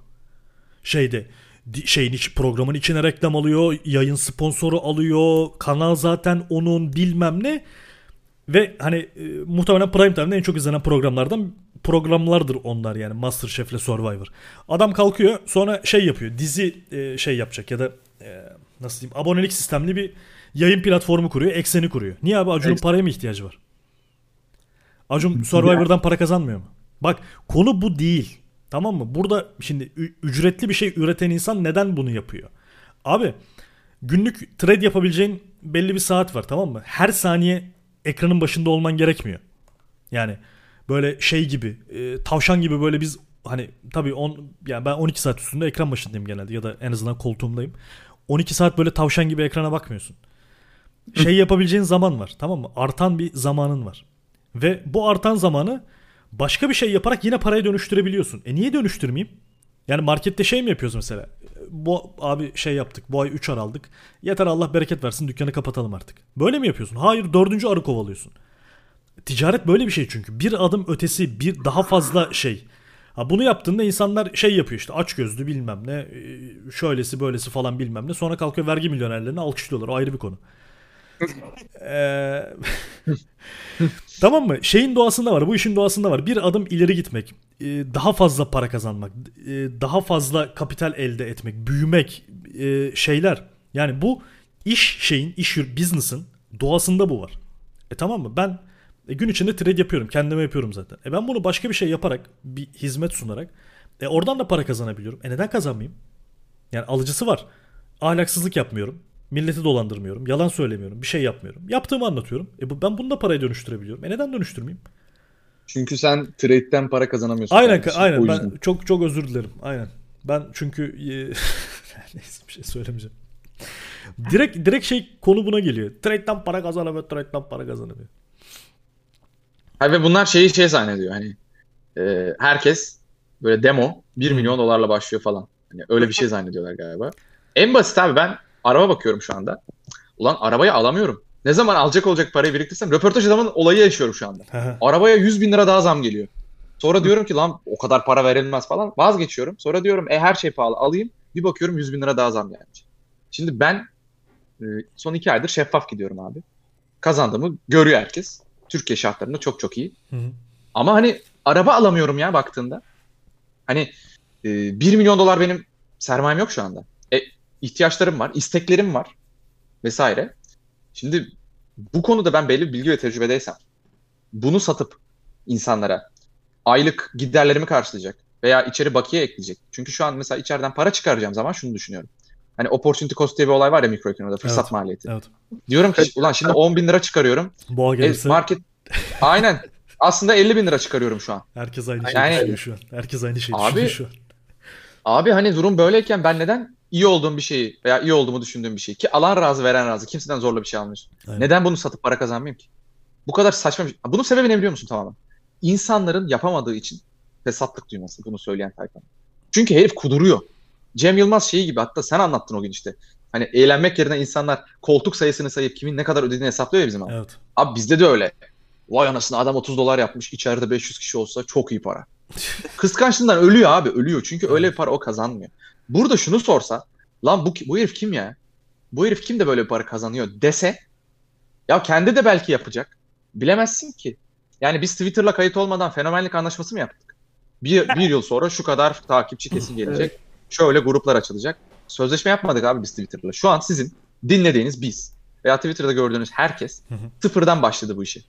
Programın içine reklam alıyor, yayın sponsoru alıyor, kanal zaten onun bilmem ne ve hani muhtemelen prime time'da en çok izlenen programlardır onlar yani MasterChef'le Survivor. Adam kalkıyor sonra şey yapıyor, dizi şey yapacak ya da nasıl diyeyim abonelik sistemli bir yayın platformu kuruyor, ekseni kuruyor. Niye abi Acun'un paraya mı ihtiyacı var? Acun Survivor'dan para kazanmıyor mu? Bak konu bu değil. Tamam mı? Burada şimdi ücretli bir şey üreten insan neden bunu yapıyor? Abi günlük trade yapabileceğin belli bir saat var, tamam mı? Her saniye ekranın başında olman gerekmiyor. Yani böyle şey gibi tavşan gibi böyle biz hani tabii yani ben 12 saat üstünde ekran başındayım genelde ya da en azından koltuğumdayım. 12 saat böyle tavşan gibi ekrana bakmıyorsun. Şey yapabileceğin zaman var, tamam mı? Artan bir zamanın var. Ve bu artan zamanı başka bir şey yaparak yine paraya dönüştürebiliyorsun. Niye dönüştürmeyeyim? Yani markette şey mi yapıyoruz mesela? bu abi şey yaptık. Bu ay 3 ar aldık. Yeter Allah bereket versin dükkanı kapatalım artık. Böyle mi yapıyorsun? Hayır, dördüncü arı kovalıyorsun. Ticaret böyle bir şey çünkü. Bir adım ötesi, bir daha fazla şey. Ha, bunu yaptığında insanlar şey yapıyor işte, açgözlü bilmem ne, şöylesi böylesi falan bilmem ne. Sonra kalkıyor vergi milyonerlerini alkışlıyorlar. O ayrı bir konu. Tamam mı? Şeyin doğasında var. Bu işin doğasında var. Bir adım ileri gitmek. Daha fazla para kazanmak. Daha fazla kapital elde etmek. Büyümek. Şeyler. Yani bu business'ın doğasında bu var. Tamam mı? Ben gün içinde trade yapıyorum. Kendime yapıyorum zaten. Ben bunu başka bir şey yaparak, bir hizmet sunarak oradan da para kazanabiliyorum. Neden kazanmayayım? Yani alıcısı var. Ahlaksızlık yapmıyorum. Milleti dolandırmıyorum. Yalan söylemiyorum. Bir şey yapmıyorum. Yaptığımı anlatıyorum. Ben bunu da paraya dönüştürebiliyorum. Neden dönüştürmeyeyim? Çünkü sen trade'den para kazanamıyorsun Aynen, kardeşim. aynen. O Ben yüzden. çok özür dilerim. Aynen. Ben çünkü neyse, bir şey söylemeyeceğim. Direkt şey, konu buna geliyor. Trade'den para kazanamıyor, trade'den para kazanamıyor. Ha, ve bunlar şey zannediyor hani herkes böyle demo 1 milyon dolarla başlıyor falan. Hani öyle bir şey zannediyorlar galiba. En basit abi, ben araba bakıyorum şu anda. Ulan arabayı alamıyorum. Ne zaman alacak olacak parayı biriktirsem, röportaj adamın olayı yaşıyorum şu anda. Arabaya 100 bin lira daha zam geliyor. Sonra diyorum ki lan o kadar para verilmez falan. Vazgeçiyorum. Sonra diyorum her şey pahalı, alayım. Bir bakıyorum 100 bin lira daha zam gelmiş. Şimdi ben son 2 aydır şeffaf gidiyorum abi. Kazandığımı görüyor herkes. Türkiye şartlarında çok çok iyi. Hı hı. Ama hani araba alamıyorum ya baktığında. Hani 1 milyon dolar benim sermayem yok şu anda. İhtiyaçlarım var, isteklerim var vesaire. Şimdi bu konuda ben belli bir bilgi ve tecrübedeysem, bunu satıp insanlara aylık giderlerimi karşılayacak veya içeri bakiye ekleyecek. Çünkü şu an mesela içeriden para çıkaracağım zaman şunu düşünüyorum. Hani opportunity cost diye bir olay var ya mikroekonomide, fırsat Evet. maliyeti. Evet. Diyorum ki ulan şimdi 10 bin lira çıkarıyorum. Boğa gelirse Market aynen. Aslında 50 bin lira çıkarıyorum şu an. herkes aynı şeyi Yani düşünüyor şu an. Herkes aynı şeyi Abi- düşünüyor şu an. Abi hani durum böyleyken ben neden iyi olduğum bir şeyi veya iyi olduğumu düşündüğüm bir şeyi, ki alan razı veren razı, kimseden zorla bir şey almıyorsun. Aynen. Neden bunu satıp para kazanmayayım ki? Bu kadar saçma bir şey. Bunun sebebi ne biliyor musun tamamen? İnsanların yapamadığı için fesatlık duyması, bunu söyleyen tayfa. Çünkü herif kuduruyor. Cem Yılmaz şeyi gibi, hatta sen anlattın o gün işte. Hani eğlenmek yerine insanlar koltuk sayısını sayıp kimin ne kadar ödediğini hesaplıyor ya bizim abi. Evet. Abi bizde de öyle. Vay anasını, adam 30 dolar yapmış, içeride 500 kişi olsa çok iyi para. Kıskançlığından ölüyor abi, ölüyor. Çünkü öyle bir para o kazanmıyor. Burada şunu sorsa, lan bu herif kim ya? Bu herif kim de böyle bir para kazanıyor dese, ya kendi de belki yapacak. Bilemezsin ki. Yani biz Twitter'la kayıt olmadan fenomenlik anlaşması mı yaptık? Bir yıl sonra şu kadar takipçi kesin gelecek. Şöyle gruplar açılacak. Sözleşme yapmadık abi biz Twitter'la. Şu an sizin dinlediğiniz biz veya Twitter'da gördüğünüz herkes sıfırdan başladı bu işi.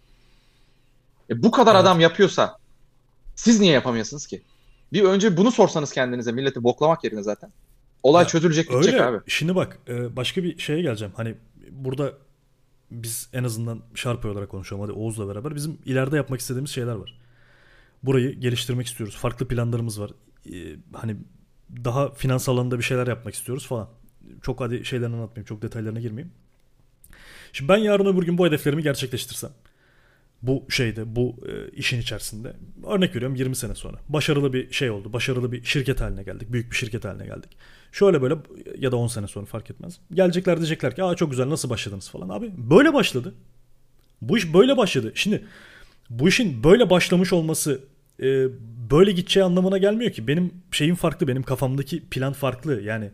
Bu kadar Evet. adam yapıyorsa siz niye yapamıyorsunuz ki? Bir önce bunu sorsanız kendinize, milleti boklamak yerine zaten. Olay Ya, çözülecek, bitecek öyle. abi. Şimdi bak, başka bir şeye geleceğim. Hani burada biz en azından Sharpay olarak konuşalım. Hadi Oğuz'la beraber. Bizim ileride yapmak istediğimiz şeyler var. Burayı geliştirmek istiyoruz. Farklı planlarımız var. Hani daha finans alanında bir şeyler yapmak istiyoruz falan. Çok hadi şeylerini anlatmayayım. Çok detaylarına girmeyeyim. Şimdi ben yarın öbür gün bu hedeflerimi gerçekleştirsem, bu şeyde, bu işin içerisinde, örnek veriyorum 20 sene sonra başarılı bir şey oldu. Başarılı bir şirket haline geldik. Büyük bir şirket haline geldik. Şöyle böyle, ya da 10 sene sonra fark etmez. Gelecekler, diyecekler ki çok güzel, nasıl başladınız falan. Abi böyle başladı. Bu iş böyle başladı. Şimdi bu işin böyle başlamış olması böyle gideceği anlamına gelmiyor ki. Benim şeyim farklı. Benim kafamdaki plan farklı. Yani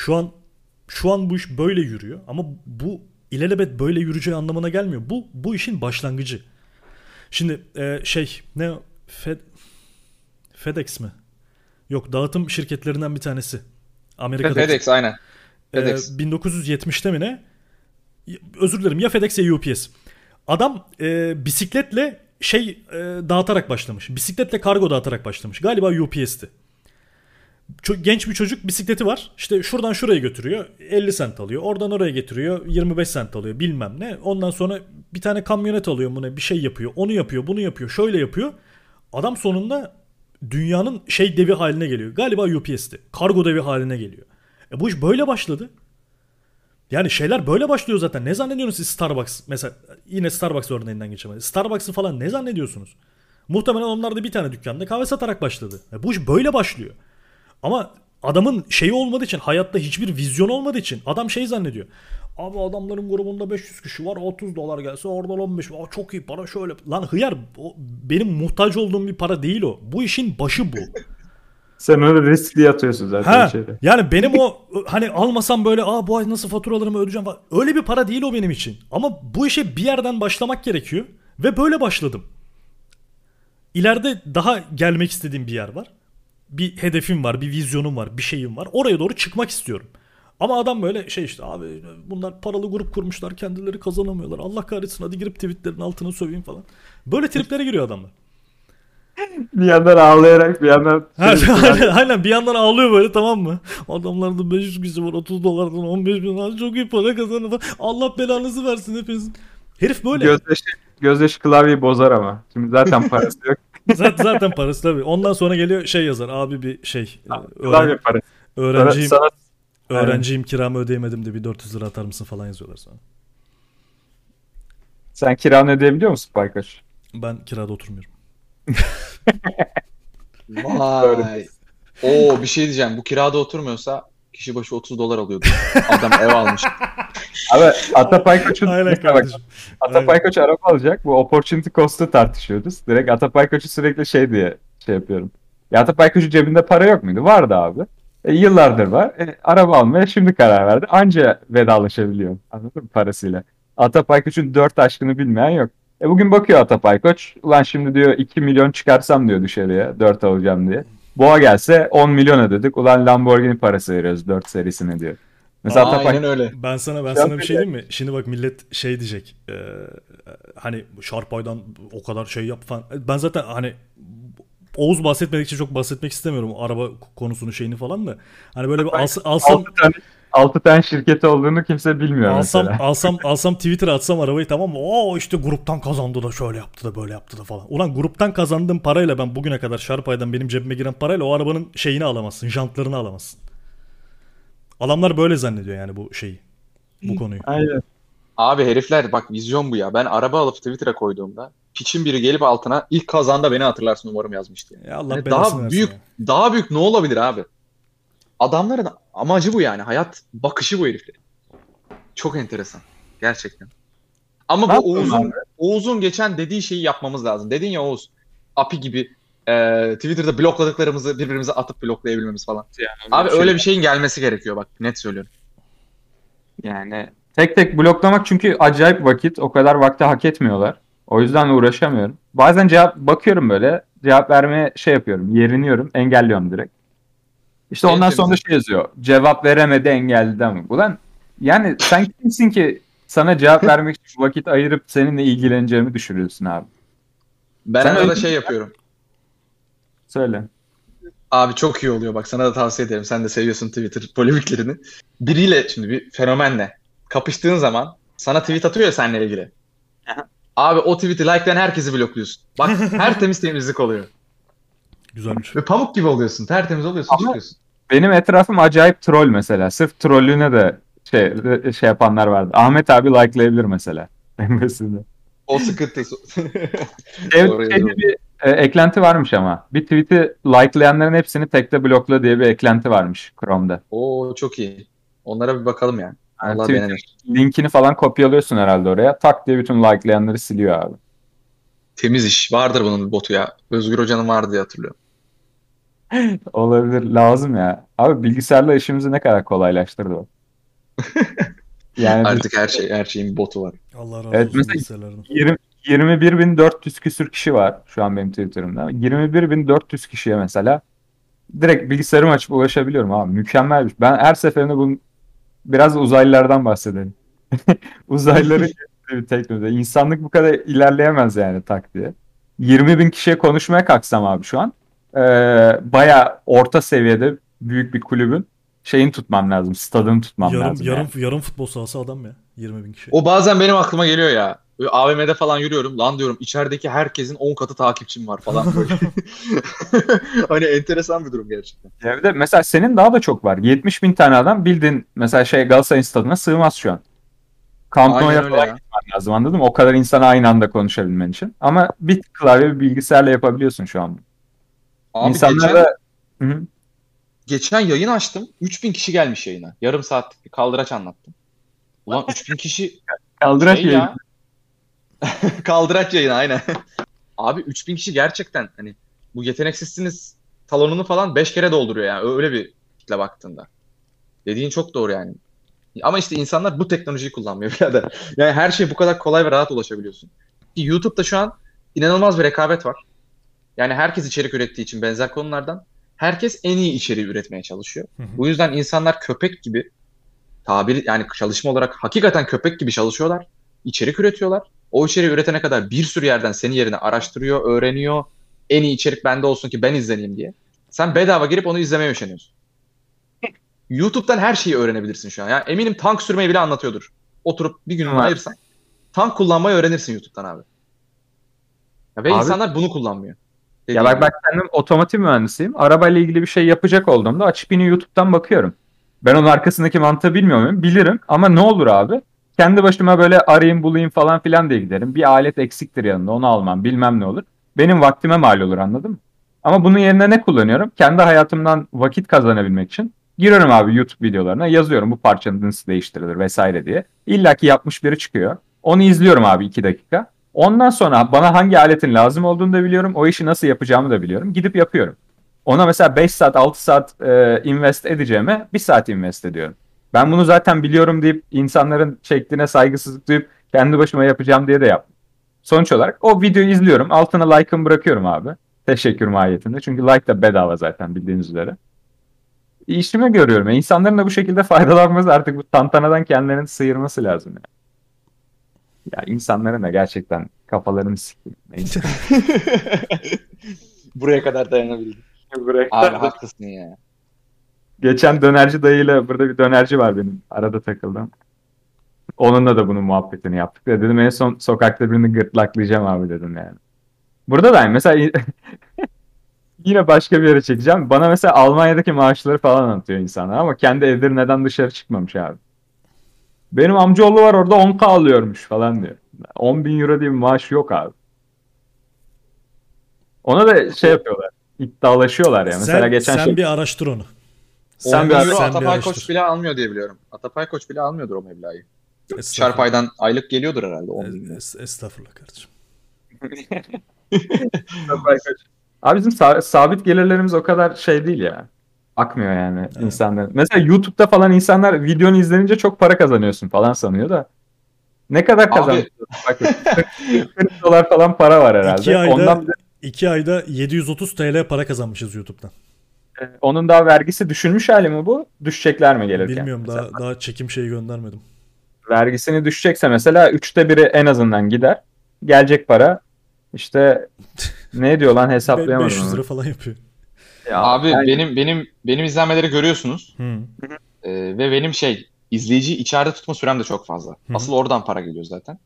şu an bu iş böyle yürüyor. Ama bu ilelebet böyle yürüyeceği anlamına gelmiyor. Bu işin başlangıcı. Şimdi ne o? FedEx mi? Yok, dağıtım şirketlerinden bir tanesi. Amerika'da. FedEx aynen. FedEx. 1970'te mi ne? Özür dilerim, ya FedEx ya UPS. Adam bisikletle dağıtarak başlamış. Bisikletle kargo dağıtarak başlamış. Galiba UPS'ti. Genç bir çocuk, bisikleti var. İşte şuradan şuraya götürüyor. 50 sent alıyor. Oradan oraya getiriyor. 25 sent alıyor. Bilmem ne. Ondan sonra bir tane kamyonet alıyor. Buna bir şey yapıyor. Onu yapıyor. Bunu yapıyor. Şöyle yapıyor. Adam sonunda dünyanın devi haline geliyor. Galiba UPS'ti. Kargo devi haline geliyor. Bu iş böyle başladı. Yani şeyler böyle başlıyor zaten. Ne zannediyorsunuz siz Starbucks? Mesela yine Starbucks örneğinden geçemedim. Starbucks'ı falan ne zannediyorsunuz? Muhtemelen onlar da bir tane dükkanda kahve satarak başladı. Bu iş böyle başlıyor. Ama adamın şeyi olmadığı için, hayatta hiçbir vizyon olmadığı için adam şey zannediyor. Abi adamların grubunda 500 kişi var, 30 dolar gelse oradan 15. Aa, çok iyi para şöyle. Lan hıyar, benim muhtaç olduğum bir para değil o. Bu işin başı bu. Sen onu riskli atıyorsun zaten Ha, içeri. yani benim o hani almasam böyle bu ay nasıl faturalarımı ödeyeceğim falan. Öyle bir para değil o benim için. Ama bu işe bir yerden başlamak gerekiyor. Ve böyle başladım. İleride daha gelmek istediğim bir yer var. Bir hedefim var, bir vizyonum var, bir şeyim var. Oraya doğru çıkmak istiyorum. Ama adam böyle şey işte, abi bunlar paralı grup kurmuşlar, kendileri kazanamıyorlar. Allah kahretsin, hadi girip tweetlerin altına söveyim falan. Böyle triplere giriyor adamlar. Bir yandan ağlayarak bir yandan Aynen bir yandan ağlıyor böyle, tamam mı? Adamlarda 500 kişi var, 30 dolardan 15 bin dolar, çok iyi para kazanıyor falan. Allah belanızı versin hepinizin. Herif böyle. gözyaşı klavyeyi bozar ama. Şimdi zaten parası yok. Zaten parası tabii. Ondan sonra geliyor şey yazar. Abi bir şey. Klavye parası. Öğrenciyim. Sana- Öğrenciyim, kiramı ödeyemedim de bir 400 lira atar mısın falan yazıyorlar sonra. Sen kiranı ödeyebiliyor musun Baykaç? Ben kirada oturmuyorum. Vay. Oo, bir şey diyeceğim. Bu kirada oturmuyorsa kişi başı 30 dolar alıyordu. Adam ev almış. Abi Atapay Koç'un Aynen mesela bak, kardeşim. Atapay Koç araba alacak. Bu opportunity cost'u tartışıyoruz. Direkt Atapay Koç'u sürekli şey diye şey yapıyorum. Ya Atapay Koç'un cebinde para yok muydu? Vardı abi. Yıllardır var. Araba almaya şimdi karar verdi. Anca vedalaşabiliyor. Anladın mı parasıyla? Atapay Koç'un 4 aşkını bilmeyen yok. Bugün bakıyor Atapay Koç. Ulan şimdi diyor 2 milyon çıkarsam diyor dışarıya 4 alacağım diye. Boğa gelse 10 milyon ödedik. Ulan Lamborghini parası veriyoruz 4 serisine diyor. Mesela Atapay Aynen öyle. Ben sana Şu an bir şey diyeyim mi? Şimdi bak millet şey diyecek. Hani Sharpay'dan o kadar şey yap falan. Ben zaten hani Oğuz bahsetmedikçe çok bahsetmek istemiyorum araba konusunu, şeyini falan da. Hani böyle bir alsam 6 tane şirket olduğunu kimse bilmiyor mesela. alsam Twitter'a atsam arabayı, tamam mı? Oo işte gruptan kazandı da şöyle yaptı da böyle yaptı da falan. Ulan gruptan kazandığım parayla ben bugüne kadar Sharpay'dan benim cebime giren parayla o arabanın şeyini alamazsın. Jantlarını alamazsın. Adamlar böyle zannediyor yani bu şeyi. Bu konuyu. Aynen. Abi herifler bak, vizyon bu ya. Ben araba alıp Twitter'a koyduğumda piçin biri gelip altına ilk kazanda beni hatırlarsın umarım yazmıştı. Ya Allah Hani belasını daha versin büyük ya. daha büyük ne olabilir abi? Adamların amacı bu yani. Hayat bakışı bu heriflerin. Çok enteresan. Gerçekten. Ama Ne bu yaptın abi? Oğuz'un geçen dediği şeyi yapmamız lazım. Dedin ya Oğuz, API gibi Twitter'da blokladıklarımızı birbirimize atıp bloklayabilmemiz falan. Abi öyle bir şeyin gelmesi gerekiyor, bak net söylüyorum. Yani tek tek bloklamak çünkü acayip vakit. O kadar vakti hak etmiyorlar. O yüzden uğraşamıyorum. Bazen bakıyorum böyle. Cevap vermeye şey yapıyorum. Yeriniyorum. Engelliyorum direkt. İşte En ondan sonra da temizi. şey yazıyor. Cevap veremedi, engelledi mi? Ulan yani sen kimsin ki sana cevap vermek için vakit ayırıp seninle ilgileneceğimi düşürüyorsun abi. Ben Sen arada öyle şey yapıyorum. söyle. Abi çok iyi oluyor, bak sana da tavsiye ederim. Sen de seviyorsun Twitter polemiklerini. Biriyle, şimdi bir fenomenle kapıştığın zaman sana tweet atıyor ya seninle ilgili. Aha. Abi o tweet'i likelayan herkesi blokluyorsun. Bak her temiz temizlik oluyor. Güzelmiş. Ve pamuk gibi oluyorsun. Tertemiz oluyorsun, Ama çıkıyorsun. benim etrafım acayip troll mesela. Sırf trollüne de şey yapanlar vardı. Ahmet abi likelayabilir mesela. En basitinden. O sıkıntısı. Evet, Doğru şeyde yazıyorum. bir eklenti varmış ama. Bir tweet'i likelayanların hepsini tekte blokla diye bir eklenti varmış Chrome'da. Oo çok iyi. Onlara bir bakalım yani. Yani Allah Twitter denenir. linkini falan kopyalıyorsun herhalde oraya. Tak diye bütün likelayanları siliyor abi. Temiz iş. Vardır bunun bir botu ya. Özgür Hoca'nın vardı diye hatırlıyorum. Olabilir. Lazım ya. Abi bilgisayarla işimizi ne kadar kolaylaştırdı o. Yani Artık her şeyin bir botu var. Allah razı evet, olsun mesela bilgisayarlardan. 21.400 küsür kişi var şu an benim Twitter'ımda. 21.400 kişiye mesela direkt bilgisayarımı açıp ulaşabiliyorum abi. Mükemmel bir şey. Ben her seferinde bunu biraz da uzaylılardan bahsedelim. Uzaylıların getirdiği bir teknoloji. İnsanlık bu kadar ilerleyemez yani tak diye. 20.000 kişiye konuşmaya kalksam abi şu an baya orta seviyede büyük bir kulübün şeyini tutmam lazım. Stadını tutmam lazım yani. Yarım futbol sahası adam ya. 20 bin kişi. O bazen benim aklıma geliyor ya. Böyle AVM'de falan yürüyorum. Lan diyorum, içerideki herkesin 10 katı takipçim var falan böyle. Hani enteresan bir durum gerçekten. Evde mesela senin daha da çok var. 70.000 tane adam bildiğin mesela şey Galatasaray stadına sığmaz şu an. Camp Nou'ya Aynen öyle falan ya. gitmen lazım, anladın mı? O kadar insana aynı anda konuşabilmen için. Ama bir klavye bir bilgisayarla yapabiliyorsun şu an. Abi İnsanlar geçen da Hı hı. geçen yayın açtım. 3000 kişi gelmiş yayına. Yarım saatlik bir kaldıraç anlattım. Ulan 3000 kişi Kaldıraç şey yayın. ya. Kaldıraç yayını aynen. Abi 3000 kişi gerçekten hani bu yeteneksizsiniz salonunu falan 5 kere dolduruyor yani. Öyle bir kitle baktığında. Dediğin çok doğru yani. Ama işte insanlar bu teknolojiyi kullanmıyor birader. Yani her şeye bu kadar kolay ve rahat ulaşabiliyorsun. Ki YouTube'da şu an inanılmaz bir rekabet var. Yani herkes içerik ürettiği için benzer konulardan herkes en iyi içeriği üretmeye çalışıyor. Bu yüzden insanlar köpek gibi yani çalışma olarak hakikaten köpek gibi çalışıyorlar. İçerik üretiyorlar. O içeriği üretene kadar bir sürü yerden senin yerine araştırıyor, öğreniyor. En iyi içerik bende olsun ki ben izleneyim diye. Sen bedava girip onu izlemeye üşeniyorsun. YouTube'dan her şeyi öğrenebilirsin şu an. Yani eminim tank sürmeyi bile anlatıyordur. Oturup bir gününü Ama- ayırsan tank kullanmayı öğrenirsin YouTube'dan abi. Ve Abi- insanlar bunu kullanmıyor. Ya Dediğim bak gibi. ben kendim otomotiv mühendisiyim. Arabayla ilgili bir şey yapacak olduğumda açıp yine YouTube'dan bakıyorum. Ben onun arkasındaki mantığı bilmiyor muyum? Bilirim ama ne olur abi? Kendi başıma böyle arayayım bulayım falan filan diye giderim. Bir alet eksiktir yanında onu almam bilmem ne olur. Benim vaktime mal olur anladın mı? Ama bunun yerine ne kullanıyorum? Kendi hayatımdan vakit kazanabilmek için giriyorum abi YouTube videolarına yazıyorum bu parçanın nasıl değiştirilir vesaire diye. İlla ki yapmış biri çıkıyor. Onu izliyorum abi 2 dakika. Ondan sonra bana hangi aletin lazım olduğunu da biliyorum. O işi nasıl yapacağımı da biliyorum. Gidip yapıyorum. Ona mesela 5 saat 6 saat invest edeceğime 1 saat invest ediyorum. Ben bunu zaten biliyorum deyip insanların şekline saygısızlık duyup kendi başıma yapacağım diye de yaptım. Sonuç olarak o videoyu izliyorum. Altına like'ımı bırakıyorum abi. Teşekkür mahiyetinde. Çünkü like da bedava zaten bildiğiniz üzere. İşimi görüyorum. İnsanların da bu şekilde faydalanması artık bu tantanadan kendilerini sıyırması lazım. Yani. Ya insanların da gerçekten kafalarını sikeyim. Neyse. Buraya kadar dayanabildim. Abi haklısın ya. Geçen dönerci dayıyla burada bir dönerci var benim. Arada takıldım. Onunla da bunun muhabbetini yaptık. Ve dedim en son sokakta birini gırtlaklayacağım abi dedim yani. Burada da aynı. Mesela yine başka bir yere çekeceğim. Bana mesela Almanya'daki maaşları falan anlatıyor insanlar ama kendi evleri neden dışarı çıkmamış abi. Benim amcaoğlu var orada 10K alıyormuş falan diyor. 10 bin euro diye bir maaş yok abi. Ona da şey yapıyorlar. İddialaşıyorlar ya. Mesela geçen sen şey... bir araştır onu. 10 bir bin ara- euro sen bir Atapay araştır. Koç bile almıyor diye biliyorum. Atapay Koç bile almıyordur o meblağı. Estağfurullah. Çarpaydan aylık geliyordur herhalde 10 bin euro. Estağfurullah kardeşim. Abi bizim sabit gelirlerimiz o kadar şey değil ya. Akmıyor yani Evet. insanların. Mesela YouTube'da falan insanlar videonu izlenince çok para kazanıyorsun falan sanıyor da. Ne kadar kazanıyorsun? Bakın 40 dolar falan para var herhalde. 2 ayda 730 TL para kazanmışız YouTube'dan. Onun daha vergisi düşülmüş hali mi bu? Düşecekler mi gelirken? Bilmiyorum Mesela daha çekim şeyi göndermedim. vergisini düşecekse mesela 1/3'ü en azından gider. Gelecek para işte ne diyor lan hesaplayamadım. 500 lira onu. falan yapıyor. Ya, Abi yani- benim izlenmeleri görüyorsunuz. Hı. Ve benim izleyici içeride tutma sürem de çok fazla. Hı. Asıl oradan para geliyor zaten.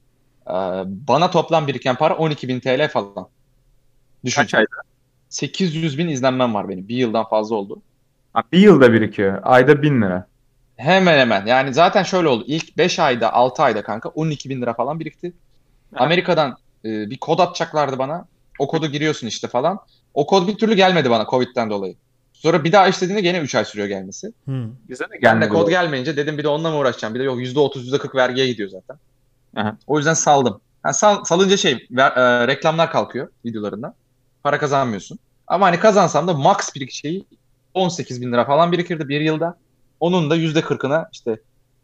Bana toplam biriken para 12.000 TL falan. Düşün. Kaç ayda? 800.000 izlenmem var benim. Bir yıldan fazla oldu. Ha, bir yılda birikiyor. Ayda 1000 lira. Hemen hemen. Yani zaten şöyle oldu. İlk 5 ayda 6 ayda kanka 12.000 lira falan birikti. Amerika'dan bir kod atacaklardı bana. O kodu giriyorsun işte falan. O kod bir türlü gelmedi bana Covid'den dolayı. Sonra bir daha istediğinde gene 3 ay sürüyor gelmesi. Hı. Bize de Ben de gelmedi. kod gelmeyince dedim bir de onunla mı uğraşacağım? Bir de yok %30 %40 vergiye gidiyor zaten. Aha. O yüzden saldım. Yani salınca reklamlar kalkıyor videolarından. Para kazanmıyorsun. Ama hani kazansam da max bir 18.000 lira falan birikirdi bir yılda. Onun da %40'ına işte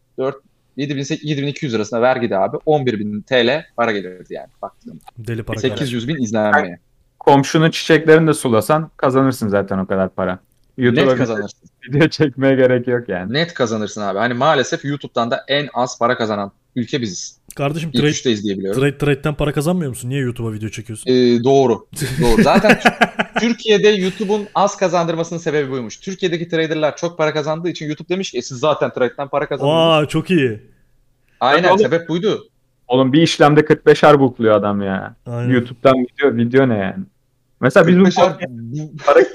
7.200 lirasına vergide abi 11.000 TL para gelirdi yani. Baktım. Deli para. 800.000 izlenmeye. Komşunun çiçeklerini de sulasan kazanırsın zaten o kadar para. YouTube'a Net kazanırsın. video çekmeye gerek yok yani. Net kazanırsın abi. Hani maalesef YouTube'dan da en az para kazanan ülke biziz. Kardeşim İlk üçteyiz diye biliyorum. trade'den para kazanmıyor musun? Niye YouTube'a video çekiyorsun? Doğru. Zaten Türkiye'de YouTube'un az kazandırmasının sebebi buymuş. Türkiye'deki traderlar çok para kazandığı için YouTube demiş ki siz zaten trade'den para kazanıyorsunuz. Aa çok iyi. Aynen Oğlum- sebep buydu. Oğlum bir işlemde 45'er bukluyor adam ya. Aynen. YouTube'dan video ne yani? Mesela biz bu 45'er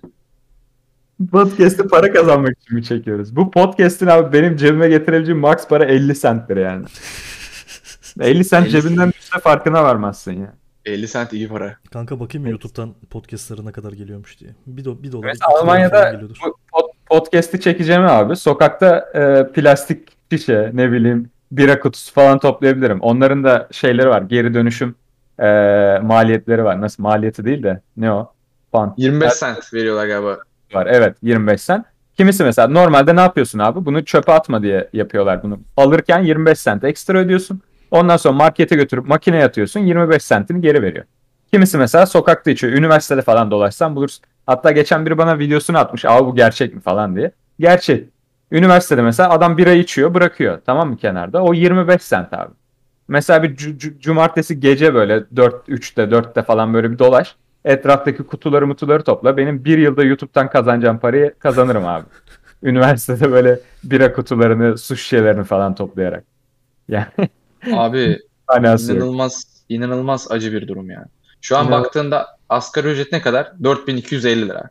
podcast'i para kazanmak için mi çekiyoruz? Bu podcast'in abi benim cebime getirebileceğim max para 50 centtir yani. 50 cent 50 cebinden düşse farkına varmazsın ya. 50 cent iyi para. Kanka bakayım YouTube'dan podcastları ne kadar geliyormuş diye. Bir dolar, Mesela 2 dolar falan Almanya'da geliyordur. bu podcast'i çekeceğim abi. Sokakta plastik şişe, ne bileyim, bira kutusu falan toplayabilirim. Onların da şeyleri var. Geri dönüşüm e, maliyetleri var. Nasıl, maliyeti değil de ne o? Fan. 25 cent veriyorlar galiba. Var. Evet, 25 cent. Kimisi mesela normalde ne yapıyorsun abi? Bunu çöpe atma diye yapıyorlar bunu. Alırken 25 cent ekstra ödüyorsun. Ondan sonra markete götürüp makineye atıyorsun. 25 centini geri veriyor. Kimisi mesela sokakta içiyor. Üniversitede falan dolaşsan bulursun. Hatta geçen biri bana videosunu atmış. Abi bu gerçek mi falan diye. Gerçek. Üniversitede mesela adam bira içiyor, bırakıyor. Tamam mı, kenarda? O 25 cent abi. Mesela bir cumartesi gece böyle 3'te 4'te falan böyle bir dolaş. Etraftaki kutuları topla. Benim bir yılda YouTube'dan kazanacağım parayı kazanırım abi. Üniversitede böyle bira kutularını, su şişelerini falan toplayarak. Yani Abi manası yok. inanılmaz acı bir durum yani. Şu an İnanılmaz. baktığında asgari ücret ne kadar? 4250 lira.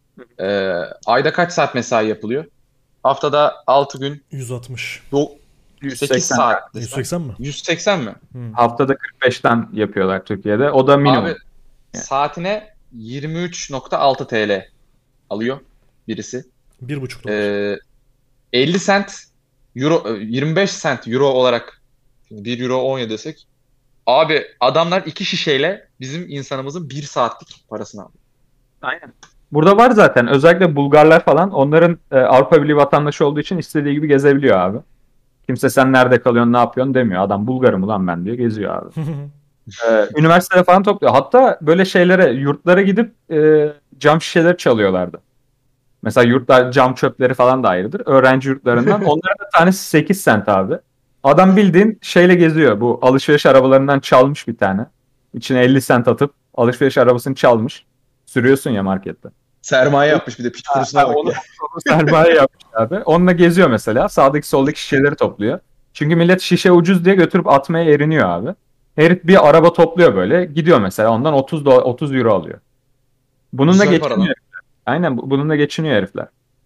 Ayda kaç saat mesai yapılıyor? Haftada 6 gün 160. 8 180 saat desen. 180 mi? 180 mi? haftada 45'ten yapıyorlar Türkiye'de. O da minimum. Abi Yani. saatine 23.6 TL alıyor birisi. 1,5 dolar. 50 cent euro, 25 cent euro olarak 1 euro 17 desek. Abi adamlar 2 şişeyle bizim insanımızın 1 saatlik parasını alıyor. Aynen. Burada var zaten. Özellikle Bulgarlar falan, onların Avrupa Birliği vatandaşı olduğu için istediği gibi gezebiliyor abi. Kimse sen nerede kalıyorsun, ne yapıyorsun demiyor. Adam Bulgarım ulan ben diyor, geziyor abi. Üniversitede falan topluyor. Hatta böyle şeylere, yurtlara gidip cam şişeleri çalıyorlardı. Mesela yurtlar cam çöpleri falan da ayrıdır. Öğrenci yurtlarından. Onların da tanesi 8 cent abi. Adam bildiğin şeyle geziyor. Bu alışveriş arabalarından çalmış bir tane. İçine 50 cent atıp alışveriş arabasını çalmış. Sürüyorsun ya markette. Sermaye yapmış bir de piç kurusuna bak Onu, ya. onu sermaye yapmış abi. Onunla geziyor mesela. Sağdaki soldaki şişeleri topluyor. Çünkü millet şişe ucuz diye götürüp atmaya eriniyor abi. Herif bir araba topluyor böyle. Gidiyor mesela, ondan 30 euro alıyor. Bununla Güzel para geçiniyor. lan. Aynen, bununla geçiniyor herifler.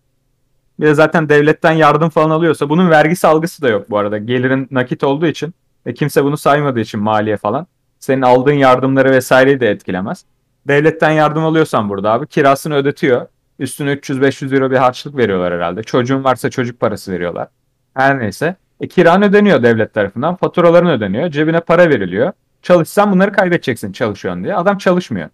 Bir de zaten devletten yardım falan alıyorsa, bunun vergisi algısı da yok bu arada. Gelirin nakit olduğu için ve kimse bunu saymadığı için, maliye falan. Senin aldığın yardımları vesaireyi de etkilemez. Devletten yardım alıyorsan burada abi, kirasını ödetiyor. Üstüne 300-500 euro bir harçlık veriyorlar herhalde. Çocuğun varsa çocuk parası veriyorlar. Her neyse. Kiran ödeniyor devlet tarafından. Faturaların ödeniyor. Cebine para veriliyor. Çalışsan bunları kaybedeceksin çalışıyorsun diye. Adam çalışmıyor.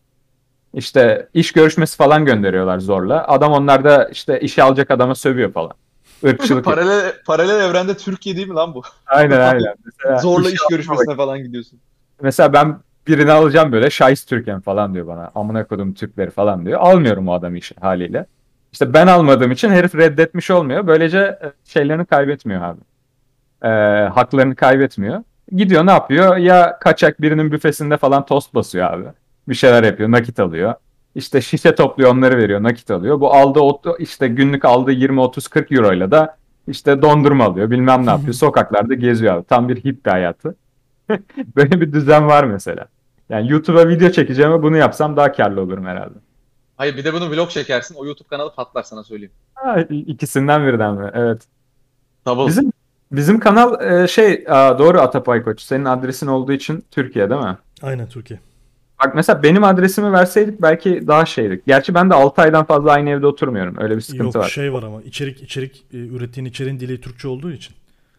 İşte iş görüşmesi falan gönderiyorlar zorla. Adam onlarda işte işe alacak adama sövüyor falan. Irkçılık yapıyor. Paralel evrende Türkiye değil mi lan bu? Aynen. Mesela Zorla işe iş alma görüşmesine bak. falan gidiyorsun. Mesela ben birini alacağım böyle, şahıs Türken falan diyor bana. Amına kodum Türkleri falan diyor. Almıyorum o adamı işe haliyle. İşte ben almadığım için herif reddetmiş olmuyor. Böylece şeylerini kaybetmiyor abi. E, Haklarını kaybetmiyor. Gidiyor ne yapıyor? Ya kaçak birinin büfesinde falan tost basıyor abi. Bir şeyler yapıyor, nakit alıyor. İşte şişe topluyor, onları veriyor, nakit alıyor. Bu aldığı işte günlük aldığı 20 30 40 euroyla da işte dondurma alıyor, bilmem ne yapıyor. Sokaklarda geziyor abi. Tam bir hippie hayatı. Böyle bir düzen var mesela. Yani YouTube'a video çekeceğime bunu yapsam daha karlı olurum herhalde. Hayır bir de bunu vlog çekersin. O YouTube kanalı patlar sana söyleyeyim. Ha, ikisinden birden mi? Evet. Double. Bizim bizim kanal doğru, Atapay Koç. Senin adresin olduğu için Türkiye değil mi? Aynen, Türkiye. Bak mesela benim adresimi verseydik belki daha şeydik. Gerçi ben de 6 aydan fazla aynı evde oturmuyorum. Öyle bir sıkıntı Yok, var. şey var ama içerik ürettiğin içeriğin dili Türkçe olduğu için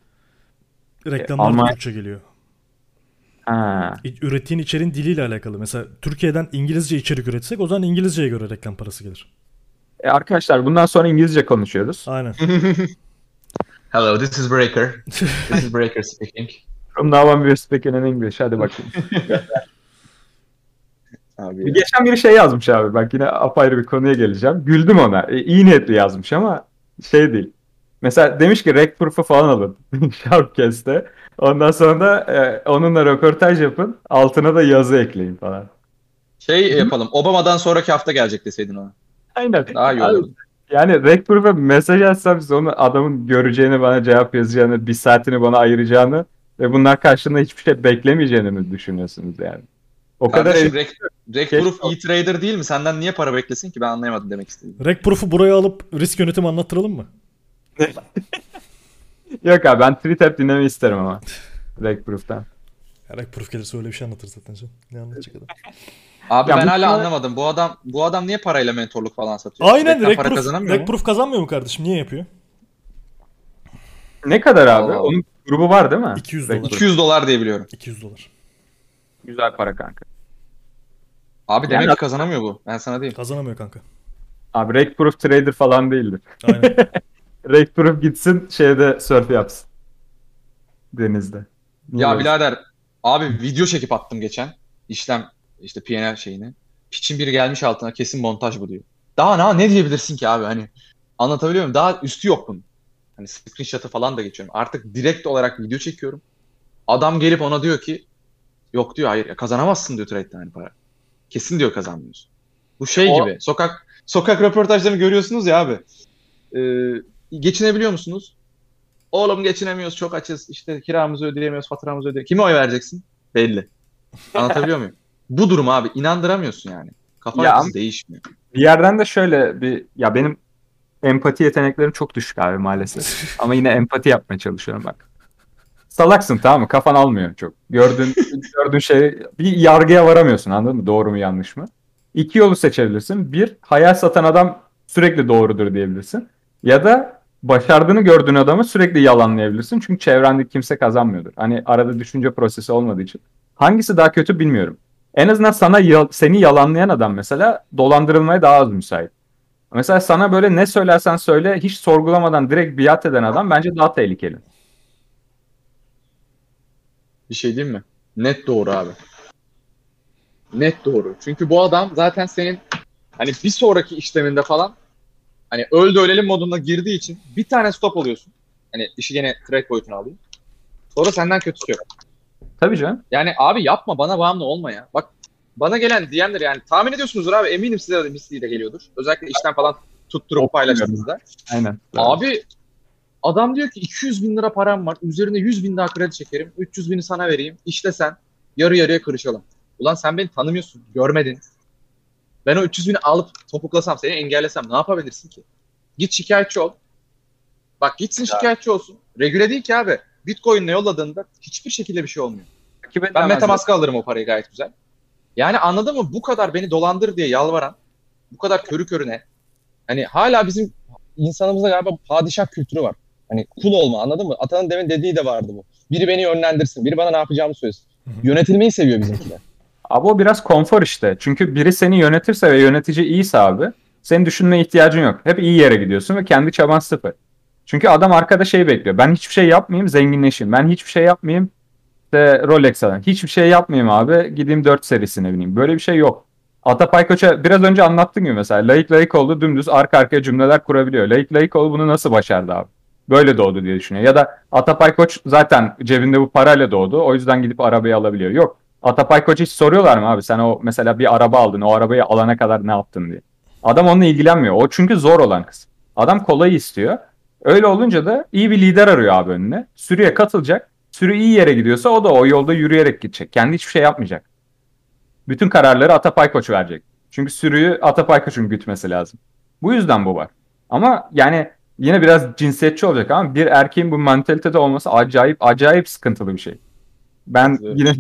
reklamlar da Almanya... Türkçe geliyor. Ha. Ürettiğin içeriğin diliyle alakalı. Mesela Türkiye'den İngilizce içerik üretsek o zaman İngilizceye göre reklam parası gelir. Arkadaşlar bundan sonra İngilizce konuşuyoruz. Aynen. Hello, this is Breaker. This is Breaker speaking. From now on we're speaking in English. Hadi bakayım. Abi ya. Geçen biri şey yazmış abi. Bak yine apayrı bir konuya geleceğim. Güldüm ona. İyi niyetli yazmış ama şey değil. Mesela demiş ki Rec Proof'u falan alın. Sharpcast'te. Ondan sonra da onunla röportaj yapın. Altına da yazı ekleyin falan. Şey yapalım. Obama'dan sonraki hafta gelecek deseydin ona. Aynen. Daha iyi Abi, olurdu. yani Rec Proof'a mesaj atsam size, onu adamın göreceğini, bana cevap yazacağını, bir saatini bana ayıracağını ve bunlar karşılığında hiçbir şey beklemeyeceğini mi düşünüyorsunuz yani? O kadar Kardeşim Rec Keşke- Proof e-trader değil mi? Senden niye para beklesin ki? Ben anlayamadım demek istedim. Rec Proof'u buraya alıp risk yönetimi anlattıralım mı? Yok abi, ben tweet hep dinlemeyi isterim ama. Rec Proof'tan. Rek Proof gelirse öyle bir şey anlatır zaten canım. Ne anlatacak adam? Abi Ya ben bu hala kadar- anlamadım. Bu adam niye parayla mentorluk falan satıyor? Aynen Reklam Rek para Proof, kazanamıyor Rek mu? Proof kazanmıyor mu kardeşim? Niye yapıyor? Ne kadar abi? Allah Allah. Onun grubu var değil mi? 200 Direkt dolar. 200 dolar diye biliyorum. 200 dolar. Güzel para kanka. Abi Yani- demek ki kazanamıyor bu. Ben sana diyeyim. Kazanamıyor kanka. Abi Rake Proof Trader falan değildir. Aynen. Rake Proof gitsin şeyde surf yapsın. Denizde. Niye Ya böyle? birader abi video çekip attım geçen. İşlem işte P&L şeyini. Piçin biri gelmiş altına kesin montaj bu diyor. Daha ne diyebilirsin ki abi hani anlatabiliyor muyum? Daha üstü yok bunun. Hani screenshot'ı falan da geçiyorum. Artık direkt olarak video çekiyorum. Adam gelip ona diyor ki yok diyor hayır kazanamazsın diyor trade'de hani para. Kesin diyor kazanmıyorsun. Bu şey O- gibi sokak röportajlarını görüyorsunuz ya abi. Geçinebiliyor musunuz? Oğlum geçinemiyoruz çok açız işte kiramızı ödeyemiyoruz faturamızı ödeyemiyoruz. Kime oy vereceksin? Belli. Anlatabiliyor muyum? Bu durum abi inandıramıyorsun yani. Kafa Ya yapısı değişmiyor. Bir yerden de şöyle ya benim empati yeteneklerim çok düşük abi maalesef. Ama yine empati yapmaya çalışıyorum bak. Salaksın tamam mı? Kafan almıyor çok. Gördüğün şey bir yargıya varamıyorsun anladın mı? Doğru mu yanlış mı? İki yolu seçebilirsin. Bir, hayal satan adam sürekli doğrudur diyebilirsin. Ya da başardığını gördüğün adamı sürekli yalanlayabilirsin. Çünkü çevrendeki kimse kazanmıyordur. Hani arada düşünce prosesi olmadığı için. Hangisi daha kötü bilmiyorum. En azından seni yalanlayan adam mesela dolandırılmaya daha az müsait. Mesela sana böyle ne söylersen söyle hiç sorgulamadan direkt biat eden adam bence daha tehlikeli. Bir şey diyeyim mi? Net doğru abi. Net doğru. Çünkü bu adam zaten senin hani bir sonraki işleminde falan hani öldü ölelim moduna girdiği için bir tane stop oluyorsun. Hani işi gene trade boyutuna alayım. Sonra senden kötüsü yok. Tabii canım. Yani abi yapma bana bağımlı olma ya. Bak bana gelen DM'ler yani tahmin ediyorsunuzdur abi eminim size de misliği de geliyordur. Özellikle işten falan tutturup paylaştığınızda. Aynen. Abi adam diyor ki 200 bin lira param var. Üzerine 100 bin daha kredi çekerim. 300 bini sana vereyim. İşte sen yarı yarıya kırışalım. Ulan sen beni tanımıyorsun. Görmedin. Ben o 300 bini alıp topuklasam seni engellesem ne yapabilirsin ki? Git şikayetçi ol. Bak gitsin şikayetçi olsun. Regüle değil ki abi. Bitcoin'le yolladığında hiçbir şekilde bir şey olmuyor. Ben Metamask'a alırım o parayı gayet güzel. Yani anladın mı? Bu kadar beni dolandır diye yalvaran, bu kadar körü körüne. Hani hala bizim insanımızda galiba padişah kültürü var. Hani kul olma anladın mı? Atanın demin dediği de vardı bu. Biri beni yönlendirsin, biri bana ne yapacağımı söylesin. Yönetilmeyi seviyor bizimkiler. Abi o biraz konfor işte. Çünkü biri seni yönetirse ve yönetici iyiyse abi senin düşünmeye ihtiyacın yok. Hep iyi yere gidiyorsun ve kendi çaban sıfır. Çünkü adam arkada şey bekliyor. Ben hiçbir şey yapmayayım zenginleşeyim. Ben hiçbir şey yapmayayım işte Rolex alayım. Hiçbir şey yapmayayım abi gideyim 4 serisine bineyim. Böyle bir şey yok. Atapay Koç'a biraz önce anlattığım gibi mesela layık oldu dümdüz arka arkaya cümleler kurabiliyor. Layık oldu bunu nasıl başardı abi? Böyle doğdu diye düşünüyor. Ya da Atapay Koç zaten cebinde bu parayla doğdu. O yüzden gidip arabayı alabiliyor. Yok. Atapay Koç'a hiç soruyorlar mı abi? Sen o mesela bir araba aldın. O arabayı alana kadar ne yaptın diye. Adam onunla ilgilenmiyor. O çünkü zor olan kız. Adam kolayı istiyor. Öyle olunca da iyi bir lider arıyor abi önüne. Sürüye katılacak. Sürü iyi yere gidiyorsa o da o yolda yürüyerek gidecek. Kendi hiçbir şey yapmayacak. Bütün kararları Atapay Koç verecek. Çünkü sürüyü Atapay Koç'un gütmesi lazım. Bu yüzden bu var. Ama yani yine biraz cinsiyetçi olacak ama bir erkeğin bu mentalitede olması acayip sıkıntılı bir şey. Ben yine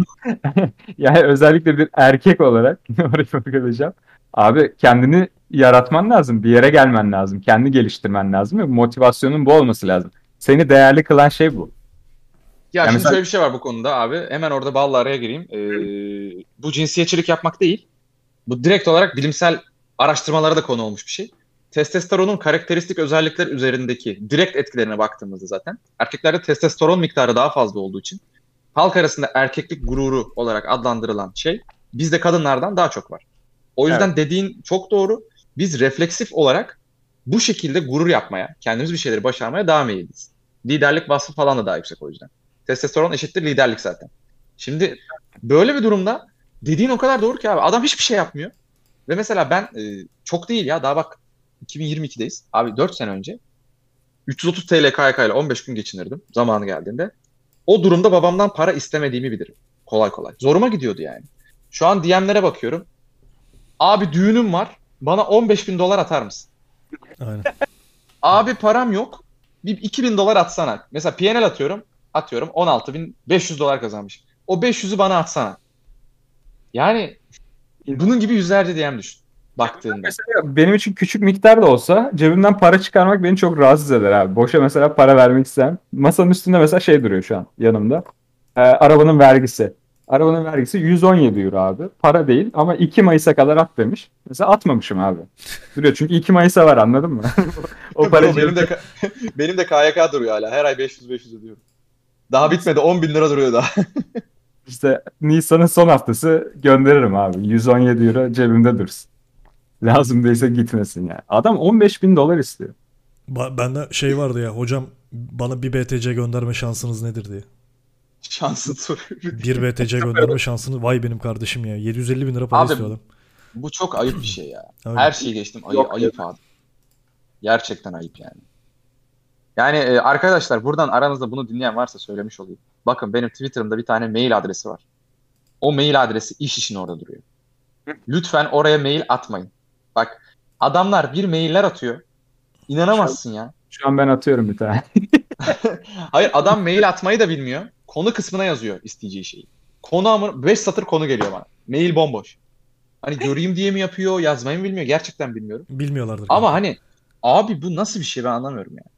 yani özellikle bir erkek olarak orayı bakacağım. Abi kendini yaratman lazım. Bir yere gelmen lazım. Kendini geliştirmen lazım ve motivasyonun bu olması lazım. Seni değerli kılan şey bu. Ya Yani şimdi mesela- şöyle bir şey var bu konuda abi. Hemen orada balla araya gireyim. Bu cinsiyetçilik yapmak değil. Bu direkt olarak bilimsel araştırmalara da konu olmuş bir şey. Testosteronun karakteristik özellikler üzerindeki direkt etkilerine baktığımızda zaten erkeklerde testosteron miktarı daha fazla olduğu için halk arasında erkeklik gururu olarak adlandırılan şey bizde kadınlardan daha çok var. O yüzden dediğin çok doğru. Biz refleksif olarak bu şekilde gurur yapmaya, kendimiz bir şeyleri başarmaya daha meyilliyiz. Liderlik vasfı falan da daha yüksek o yüzden. Testosteron eşittir liderlik zaten. Şimdi böyle bir durumda dediğin o kadar doğru ki abi. Adam hiçbir şey yapmıyor. Ve mesela ben çok değil ya daha bak 2022'deyiz. Abi 4 sene önce 330 TL KYK ile 15 gün geçinirdim zamanı geldiğinde. O durumda babamdan para istemediğimi bilirim. Kolay kolay. Zoruma gidiyordu yani. Şu an DM'lere bakıyorum. Abi düğünüm var. Bana 15 bin dolar atar mısın? Aynen. Abi param yok. Bir 2 bin dolar atsana. Mesela P&L atıyorum. 16.500 dolar kazanmış. O 500'ü bana atsana. Yani bunun gibi yüzlerce DM düşün baktığında. Mesela benim için küçük miktar da olsa cebimden para çıkarmak beni çok rahatsız eder abi. Boşa mesela para vermek istemem. Masanın üstünde mesela şey duruyor şu an yanımda. Arabanın vergisi. Arabanın vergisi 117 euro abi. Para değil ama 2 Mayıs'a kadar at demiş. Mesela atmamışım abi. Duruyor çünkü 2 Mayıs'a var, anladın mı? O para Benim de benim de KYK duruyor hala. Her ay 500 ödüyorum. Daha bitmedi. 10 bin lira duruyor daha. işte Nisan'ın son haftası gönderirim abi. 117 euro cebimde dursun. Lazım değilse gitmesin yani. Adam 15 bin dolar istiyor. Bende şey vardı ya, hocam bana bir BTC gönderme şansınız nedir diye. Şansın soru. Bir BTC gönderme şansını, vay benim kardeşim ya. 750 bin lira para Abi, istiyor adam. Bu çok ayıp bir şey ya. Öyle. Her şeyi geçtim. Yok, Ayıp abi. Gerçekten ayıp yani. Yani arkadaşlar buradan aranızda bunu dinleyen varsa söylemiş olayım. Bakın benim Twitter'ımda bir tane mail adresi var. O mail adresi iş için orada duruyor. Lütfen oraya mail atmayın. Bak adamlar bir mailler atıyor. İnanamazsın ya. Şu an ben atıyorum bir tane. Hayır adam mail atmayı da bilmiyor. Konu kısmına yazıyor isteyeceği şeyi. Konu ama 5 satır konu geliyor bana. Mail bomboş. Hani göreyim diye mi yapıyor, yazmayı mı bilmiyor. Gerçekten bilmiyorum. Bilmiyorlardır. Ama kanka. hani abi bu nasıl bir şey ben anlamıyorum ya.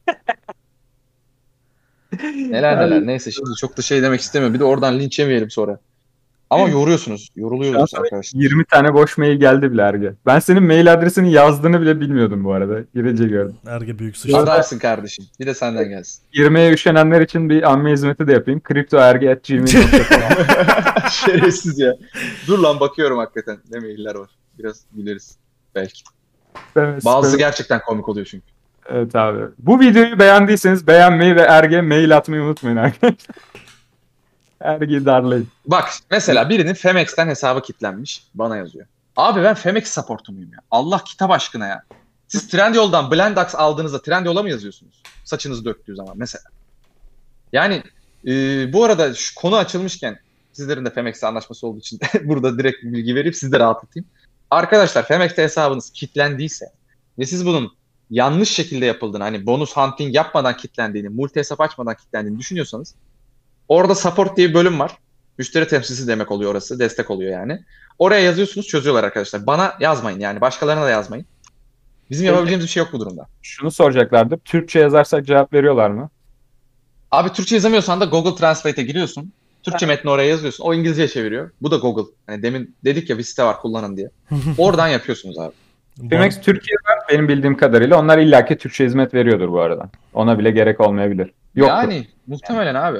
Neler neler. Neyse şimdi çok da şey demek istemiyorum. Bir de oradan linç yemeyelim sonra. Ama yoruyorsunuz. Yoruluyoruz Şu an arkadaşlar. 20 tane boş mail geldi bile Erge. Ben senin mail adresini yazdığını bile bilmiyordum bu arada. Girince gördüm. Erge büyük sıçtı. Adamsın kardeşim. Bir de senden gelsin. Girmeye üşenenler için bir anma hizmeti de yapayım. Kriptoerge@gmail.com. Şerefsiz ya. Dur lan bakıyorum hakikaten. Ne mailler var. Biraz güleriz. Belki. Bazısı gerçekten komik oluyor çünkü. Evet abi. Bu videoyu beğendiyseniz beğenmeyi ve Erge mail atmayı unutmayın arkadaşlar. Erge'yi darlayın. Bak mesela birinin Femex'ten hesabı kilitlenmiş. Bana yazıyor. Abi ben Femex supportu muyum ya? Allah kitap aşkına ya. Siz Trendyol'dan Blendax aldığınızda Trendyol'a mı yazıyorsunuz? Saçınızı döktüğü zaman mesela. Yani bu arada şu konu açılmışken sizlerin de Femex'le anlaşması olduğu için burada direkt bilgi verip sizi de rahatlatayım. Arkadaşlar Femex'te hesabınız kilitlendiyse ve siz bunun yanlış şekilde yapıldığını, hani bonus hunting yapmadan kilitlendiğini, multi hesap açmadan kilitlendiğini düşünüyorsanız orada support diye bir bölüm var. Müşteri temsilcisi demek oluyor orası. Destek oluyor yani. Oraya yazıyorsunuz, çözüyorlar arkadaşlar. Bana yazmayın yani. Başkalarına da yazmayın. Bizim yapabileceğimiz bir şey yok bu durumda. Şunu soracaklardır. Türkçe yazarsak cevap veriyorlar mı? Abi Türkçe yazamıyorsan da Google Translate'e giriyorsun. Türkçe metni oraya yazıyorsun. O İngilizceye çeviriyor. Bu da Google. Hani demin dedik ya bir site var kullanın diye. Oradan yapıyorsunuz abi. Femex Türkiye var benim bildiğim kadarıyla. Onlar illaki Türkçe hizmet veriyordur bu arada. Ona bile gerek olmayabilir. Yoktur. Yani muhtemelen abi.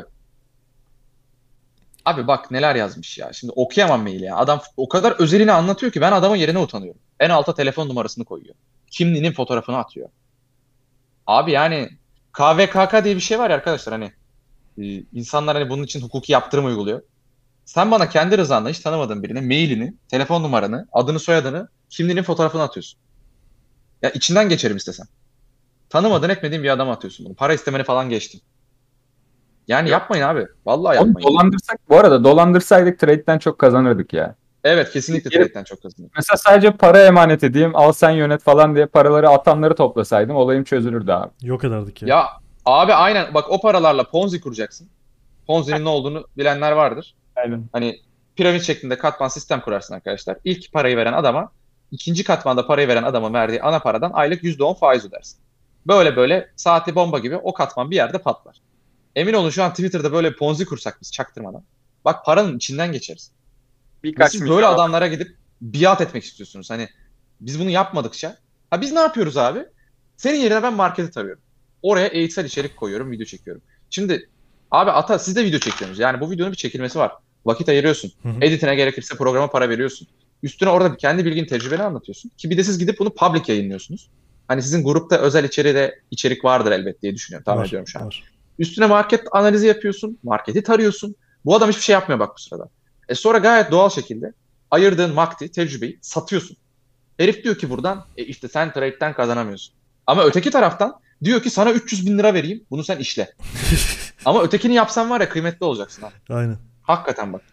Abi bak neler yazmış ya. Şimdi okuyamam maili ya. Adam o kadar özelini anlatıyor ki ben adamın yerine utanıyorum. En alta telefon numarasını koyuyor. Kimliğinin fotoğrafını atıyor. Abi yani KVKK diye bir şey var ya arkadaşlar hani insanlar hani bunun için hukuki yaptırım uyguluyor. Sen bana kendi rızanla hiç tanımadığın birine mailini, telefon numaranı, adını soyadını, kimliğinin fotoğrafını atıyorsun. Ya içinden geçerim istesem. Tanımadığın etmediğin bir adama atıyorsun bunu. Para istemeni falan geçtim. Yani yapmayın abi. Vallahi Onu yapmayın. dolandırsak, bu arada dolandırsaydık trade'den çok kazanırdık ya. Evet kesinlikle trade'den çok kazanıyor. Mesela sadece para emanet edeyim, al sen yönet falan diye paraları atanları toplasaydım olayım çözülürdü abi. Yok ederdik ya. Ya abi aynen bak o paralarla Ponzi kuracaksın. Ponzi'nin ne olduğunu bilenler vardır. Aynen. Hani piramit şeklinde katman sistem kurarsın arkadaşlar. İlk parayı veren adama, ikinci katmanda parayı veren adama verdiği ana paradan aylık %10 faiz ödersin. Böyle böyle saati bomba gibi o katman bir yerde patlar. Emin olun şu an Twitter'da böyle bir Ponzi kursak biz çaktırmadan. Bak paranın içinden geçeriz. Ve siz böyle adamlara gidip biat etmek istiyorsunuz. Hani biz bunu yapmadıkça. Ha biz ne yapıyoruz abi? Senin yerine ben marketi tarıyorum. Oraya eğitsel içerik koyuyorum, video çekiyorum. Şimdi abi ata siz de video çekiyorsunuz. Yani bu videonun bir çekilmesi var. Vakit ayırıyorsun. Hı hı. Editine gerekirse programa para veriyorsun. Üstüne orada kendi bilgin, tecrübeni anlatıyorsun. Ki bir de siz gidip bunu public yayınlıyorsunuz. Hani sizin grupta özel içerik vardır elbet diye düşünüyorum. Tahmin ediyorum şu an. Var. Üstüne market analizi yapıyorsun. Marketi tarıyorsun. Bu adam hiçbir şey yapmıyor bak bu sırada. Sonra gayet doğal şekilde ayırdığın vakti, tecrübeyi satıyorsun. Herif diyor ki buradan işte sen trade'den kazanamıyorsun. Ama öteki taraftan diyor ki sana 300 bin lira vereyim. Bunu sen işle. Ama ötekini yapsan var ya kıymetli olacaksın ha. Aynen. Hakikaten bak.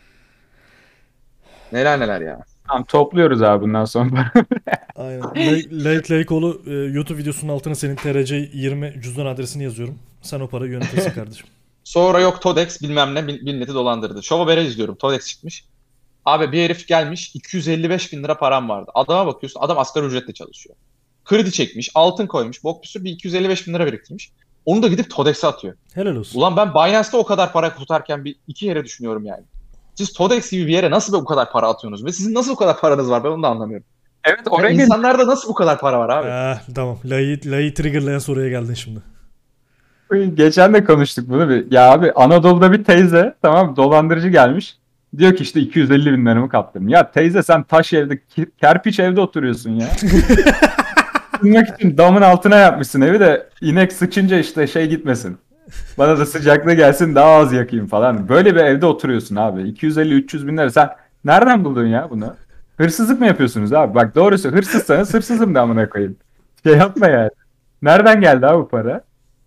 Neler neler ya. Tamam topluyoruz abi bundan sonra. Aynen. Late Lakeoğlu YouTube videosunun altına senin TRC 20 cüzdan adresini yazıyorum. Sen o parayı yönetirsin kardeşim. Sonra yok Todex bilmem ne milleti dolandırdı. Şov haberi izliyorum. Todex çıkmış. Abi bir herif gelmiş 255 bin lira param vardı. Adama bakıyorsun adam asgari ücretle çalışıyor. Kredi çekmiş, altın koymuş, bok bir sürü bir 255 bin lira biriktirmiş. Onu da gidip Todex'e atıyor. Helal olsun. Ulan ben Binance'da o kadar para tutarken bir iki yere düşünüyorum yani. Siz Todex gibi bir yere nasıl bu kadar para atıyorsunuz? Ve sizin nasıl bu kadar paranız var ben onu da anlamıyorum. Evet Yani oraya insanlarda nasıl bu kadar para var abi? Tamam. Layı triggerlayan soruya geldin şimdi. Geçen de konuştuk bunu. Ya abi Anadolu'da bir teyze tamam mı? Dolandırıcı gelmiş. Diyor ki işte 250 bin liramı kaptım. Ya teyze sen taş evde, kerpiç evde oturuyorsun ya. Isınmak için damın altına yapmışsın evi de inek sıçınca işte şey gitmesin. Bana da sıcaklığı gelsin daha az yakayım falan. Böyle bir evde oturuyorsun abi. 250-300 bin lira sen nereden buldun ya bunu? Hırsızlık mı yapıyorsunuz abi? Bak doğrusu hırsızsanız hırsızım da amına koyayım. Şey yapma yani. Nereden geldi abi bu para?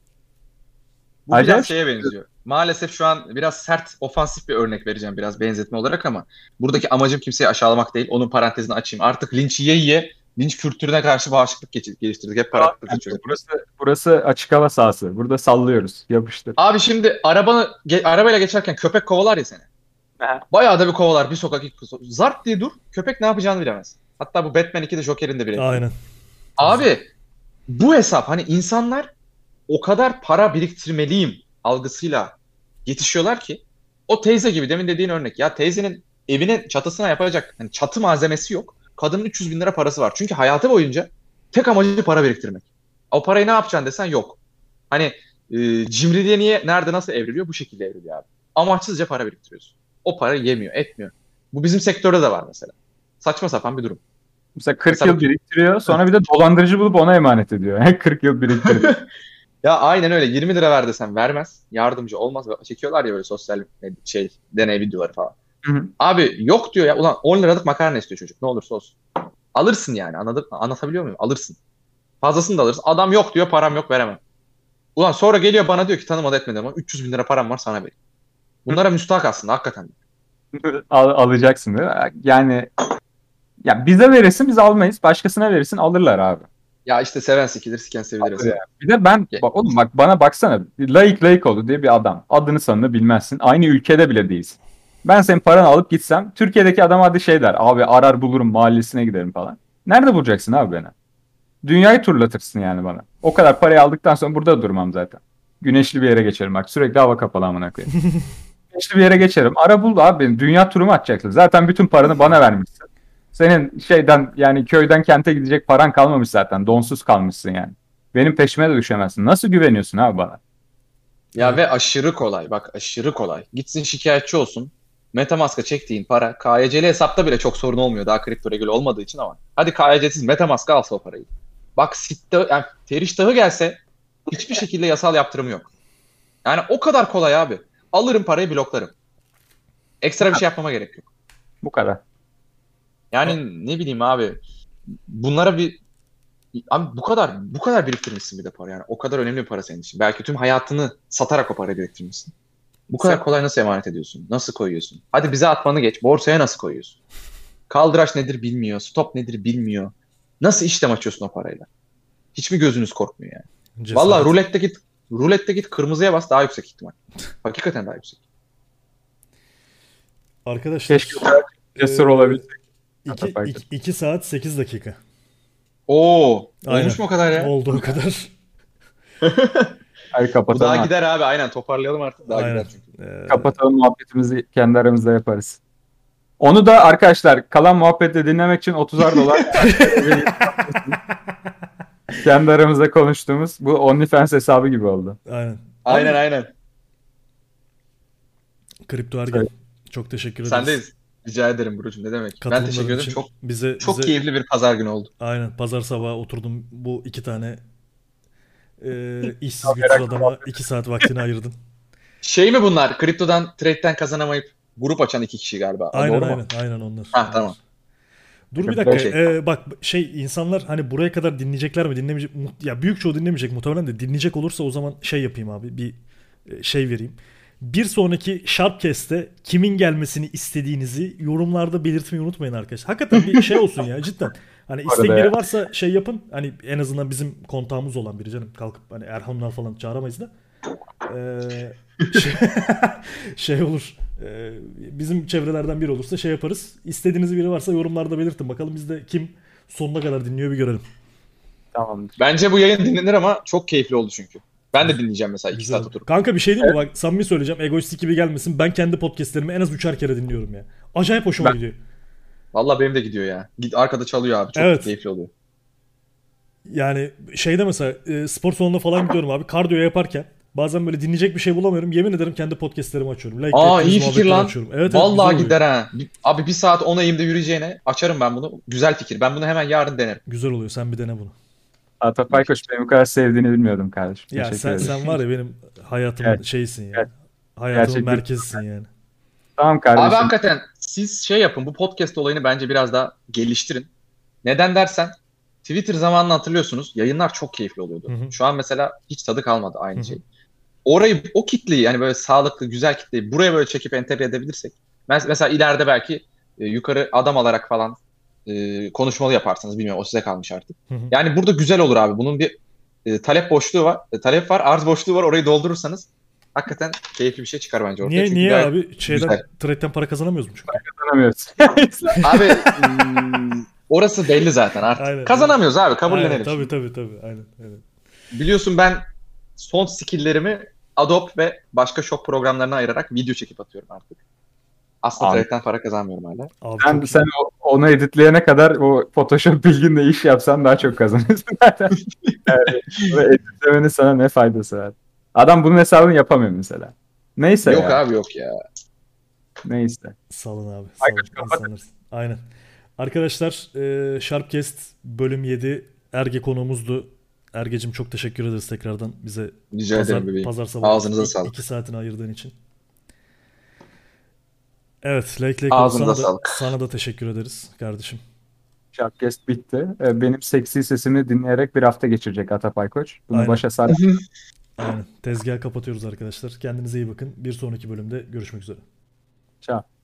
Bu Acayip biraz şeye benziyor. Maalesef şu an biraz sert, ofansif bir örnek vereceğim biraz benzetme olarak ama buradaki amacım kimseyi aşağılamak değil. Onun parantezini açayım. Artık linç yiye linç kültürüne karşı bağışıklık geliştirdik. Hep para aklı kaçıyorduk. Burası açık hava sahası. Burada sallıyoruz. Yapıştır. Abi şimdi arabayla geçerken köpek kovalar ya seni. Aha. Bayağı da bir kovalar. Bir sokak iki sokak. Zart diye dur. Köpek ne yapacağını bilemez. Hatta bu Batman 2'de Joker'in de bile. Aynen. Abi bu hesap hani insanlar o kadar para biriktirmeliyim algısıyla yetişiyorlar ki o teyze gibi demin dediğin örnek ya teyzenin evine çatısına yapacak hani çatı malzemesi yok. Kadının 300 bin lira parası var. Çünkü hayatı boyunca tek amacı para biriktirmek. O parayı ne yapacaksın desen yok. Hani cimriliğe nerede nasıl evriliyor? Bu şekilde evriliyor abi. Amaçsızca para biriktiriyorsun. O para yemiyor, etmiyor. Bu bizim sektörde de var mesela. Saçma sapan bir durum. Mesela 40 Mesela- yıl biriktiriyor. Sonra bir de dolandırıcı bulup ona emanet ediyor. 40 yıl biriktiriyor. Ya aynen öyle. 20 lira ver desem vermez. Yardımcı olmaz. Çekiyorlar ya böyle sosyal deney videoları falan. Hı hı. Abi yok diyor ya. Ulan 10 liralık makarna istiyor çocuk. Ne olursa olsun. Alırsın yani. Anlatabiliyor muyum? Alırsın. Fazlasını da alırsın. Adam yok diyor. Param yok veremem. Ulan sonra geliyor bana diyor ki tanımadı etmedi ama 300 bin lira param var sana vereyim. Bunlara müstahak aslında hakikaten. Alacaksın değil mi? Yani ya bize verirsin biz almayız. Başkasına verirsin alırlar abi. Ya işte seven sikilir, siken sevilir. Alır yani. Bir de ben oğlum bak bana baksana. Layık oldu diye bir adam. Adını sanını bilmezsin. Aynı ülkede bile değilsin. Ben senin paranı alıp gitsem Türkiye'deki adam hadi şey der. Abi arar bulurum mahallesine giderim falan. Nerede bulacaksın abi beni? Dünyayı turlatırsın yani bana. O kadar parayı aldıktan sonra burada durmam zaten. Güneşli bir yere geçerim bak. Sürekli hava kapalı amına koyayım. Güneşli bir yere geçerim. Ara bul abi benim. Dünya turumu atacaksın. Zaten bütün paranı bana vermişsin. Senin şeyden yani köyden kente gidecek paran kalmamış zaten. Donsuz kalmışsın yani. Benim peşime de düşemezsin. Nasıl güveniyorsun abi bana? Ya ve aşırı kolay. Bak aşırı kolay. Gitsin şikayetçi olsun. MetaMask'a çektiğin para KYC'li hesapta bile çok sorun olmuyor. Daha kripto regüle olmadığı için ama. Hadi KYC'siz MetaMask'a alsa o parayı. Bak yani teriştahı gelse hiçbir şekilde yasal yaptırımı yok. Yani o kadar kolay abi. Alırım parayı bloklarım. Ekstra bir şey yapmama gerek yok. Bu kadar. Yani ne bileyim abi. Bunlara abi bu kadar biriktirmişsin bir de para yani. O kadar önemli bir para senin için. Belki tüm hayatını satarak o parayı biriktirmişsin. Bu kadar kolay nasıl emanet ediyorsun? Nasıl koyuyorsun? Hadi bize atmanı geç. Borsaya nasıl koyuyorsun? Kaldıraç nedir bilmiyor. Stop nedir bilmiyor. Nasıl işlem açıyorsun o parayla? Hiç mi gözünüz korkmuyor yani? Cesaret. Vallahi rulette git kırmızıya bas daha yüksek ihtimal. Hakikaten daha yüksek. Arkadaşlar Keşke cesur olabilsek. 2 saat 8 dakika. Oo, Aynen. olmuş mu o kadar ya? Oldu o kadar. Hadi Bu kapatalım. daha artık. gider abi aynen toparlayalım artık daha Aynen. gider çünkü. Kapatalım muhabbetimizi kendi aramızda yaparız. Onu da arkadaşlar kalan muhabbeti dinlemek için 30'ar dolar kendi aramızda konuştuğumuz bu OnlyFans hesabı gibi oldu. Aynen. Aynen. Kripto Ergen. Evet. Çok teşekkür ederiz. Sendeyiz. Rica ederim Burcu'cum ne demek. Ben Katılımların teşekkür ederim. için Çok bize keyifli bir pazar günü oldu. aynen pazar sabahı oturdum bu iki tane işsiz güçsüz adama 2 saat vaktini ayırdın. Şey mi bunlar? Kriptodan, trade'den kazanamayıp grup açan iki kişi galiba. Aynen Doğru mu? aynen onlar. Ha, tamam. Dur bir Çok dakika. Bak insanlar hani buraya kadar dinleyecekler mi dinlemeyecek ya büyük çoğu dinlemeyecek muhtemelen de dinleyecek olursa o zaman şey yapayım abi bir şey vereyim. Bir sonraki Sharpcast'te kimin gelmesini istediğinizi yorumlarda belirtmeyi unutmayın arkadaşlar. Hakikaten bir şey olsun ya cidden. Hani istek biri varsa şey yapın. Hani en azından bizim kontağımız olan biri canım. Kalkıp hani Erhanlar falan çağıramayız da. şey, şey olur. Bizim çevrelerden biri olursa şey yaparız. İstediğiniz biri varsa yorumlarda belirtin. Bakalım bizde kim sonuna kadar dinliyor bir görelim. Tamamdır. Bence bu yayın dinlenir ama çok keyifli oldu çünkü. Ben de dinleyeceğim mesela 2 Güzel. saat oturup. Kanka bir şey diyeyim mi? Bak samimi söyleyeceğim. Egoistik gibi gelmesin. Ben kendi podcastlerimi en az 3'er kere dinliyorum ya. Acayip hoşuma Ben- gidiyor. Vallahi benim de gidiyor ya. Arkada çalıyor abi. Çok Evet. keyifli oluyor. Yani şeyde mesela spor salonuna falan gidiyorum abi. Kardiyo yaparken bazen böyle dinleyecek bir şey bulamıyorum. Yemin ederim kendi podcastlerimi açıyorum. Like, Aa quiz iyi fikir muhabbetleri lan. açıyorum. Evet, Vallahi güzel oluyor. gider ha. Abi 1 saat 10 eğimde yürüyeceğine açarım ben bunu. Güzel fikir. Ben bunu hemen yarın denerim. Güzel oluyor. Sen bir dene bunu. Atapay Koç beni bu kadar sevdiğini bilmiyordum kardeşim. Ya Teşekkür sen, ederim. sen var ya benim hayatımın Evet. şeysin ya. Evet. Hayatımın Gerçekten. merkezisin yani. Tamam Abi kardeşim. hakikaten siz şey yapın. Bu podcast olayını bence biraz daha geliştirin. Neden dersen Twitter zamanını hatırlıyorsunuz. Yayınlar çok keyifli oluyordu. Hı hı. Şu an mesela hiç tadı kalmadı Hı aynı hı. şey. Orayı, o kitleyi yani böyle sağlıklı, güzel kitleyi buraya böyle çekip entegre edebilirsek. Mesela ileride belki yukarı adam alarak falan konuşmalı yaparsınız. Bilmiyorum, o size kalmış artık. Hı hı. Yani burada güzel olur abi. Bunun bir talep boşluğu var. Talep var, arz boşluğu var. Orayı doldurursanız hakikaten keyifli bir şey çıkar bence ortaya. Niye Çünkü niye gayet abi şeyden güzel. trade'den para kazanamıyoruz mu çünkü? Kazanamıyoruz. Abi orası belli zaten artık. Aynen. Kazanamıyoruz abi, kabullenelim. Aynen, şimdi. tabii. Aynen. Evet. Biliyorsun ben son skill'lerimi Adobe ve başka shop programlarına ayırarak video çekip atıyorum artık. Aslında Anladım. trade'den para kazanmıyorum hala. Abi Sen, çok iyi. sen onu editleyene kadar o Photoshop bilginle iş yapsan daha çok kazanırsın zaten. Yani, ve editlemenin sana ne faydası var? Adam bunun hesabını yapamıyor mesela. Neyse Yok ya. abi yok ya. Neyse. Salın abi. Ay, Salın. kapat. İnsanlarsın. Aynen. Arkadaşlar Sharpcast bölüm 7 Erge konuğumuzdu. Ergecim çok teşekkür ederiz tekrardan bize Rica ederim bebeğim. pazar sabahı Ağzınıza sağlık. 2 saatini ayırdığın için. Evet, Lake Ağzınıza sana da, sağlık. sana da teşekkür ederiz kardeşim. Sharpcast bitti. Benim seksi sesimi dinleyerek bir hafta geçirecek Atapay Koç. Bunu Aynen. başa sar. Aynen. Tezgahı kapatıyoruz arkadaşlar. Kendinize iyi bakın. Bir sonraki bölümde görüşmek üzere. Ciao.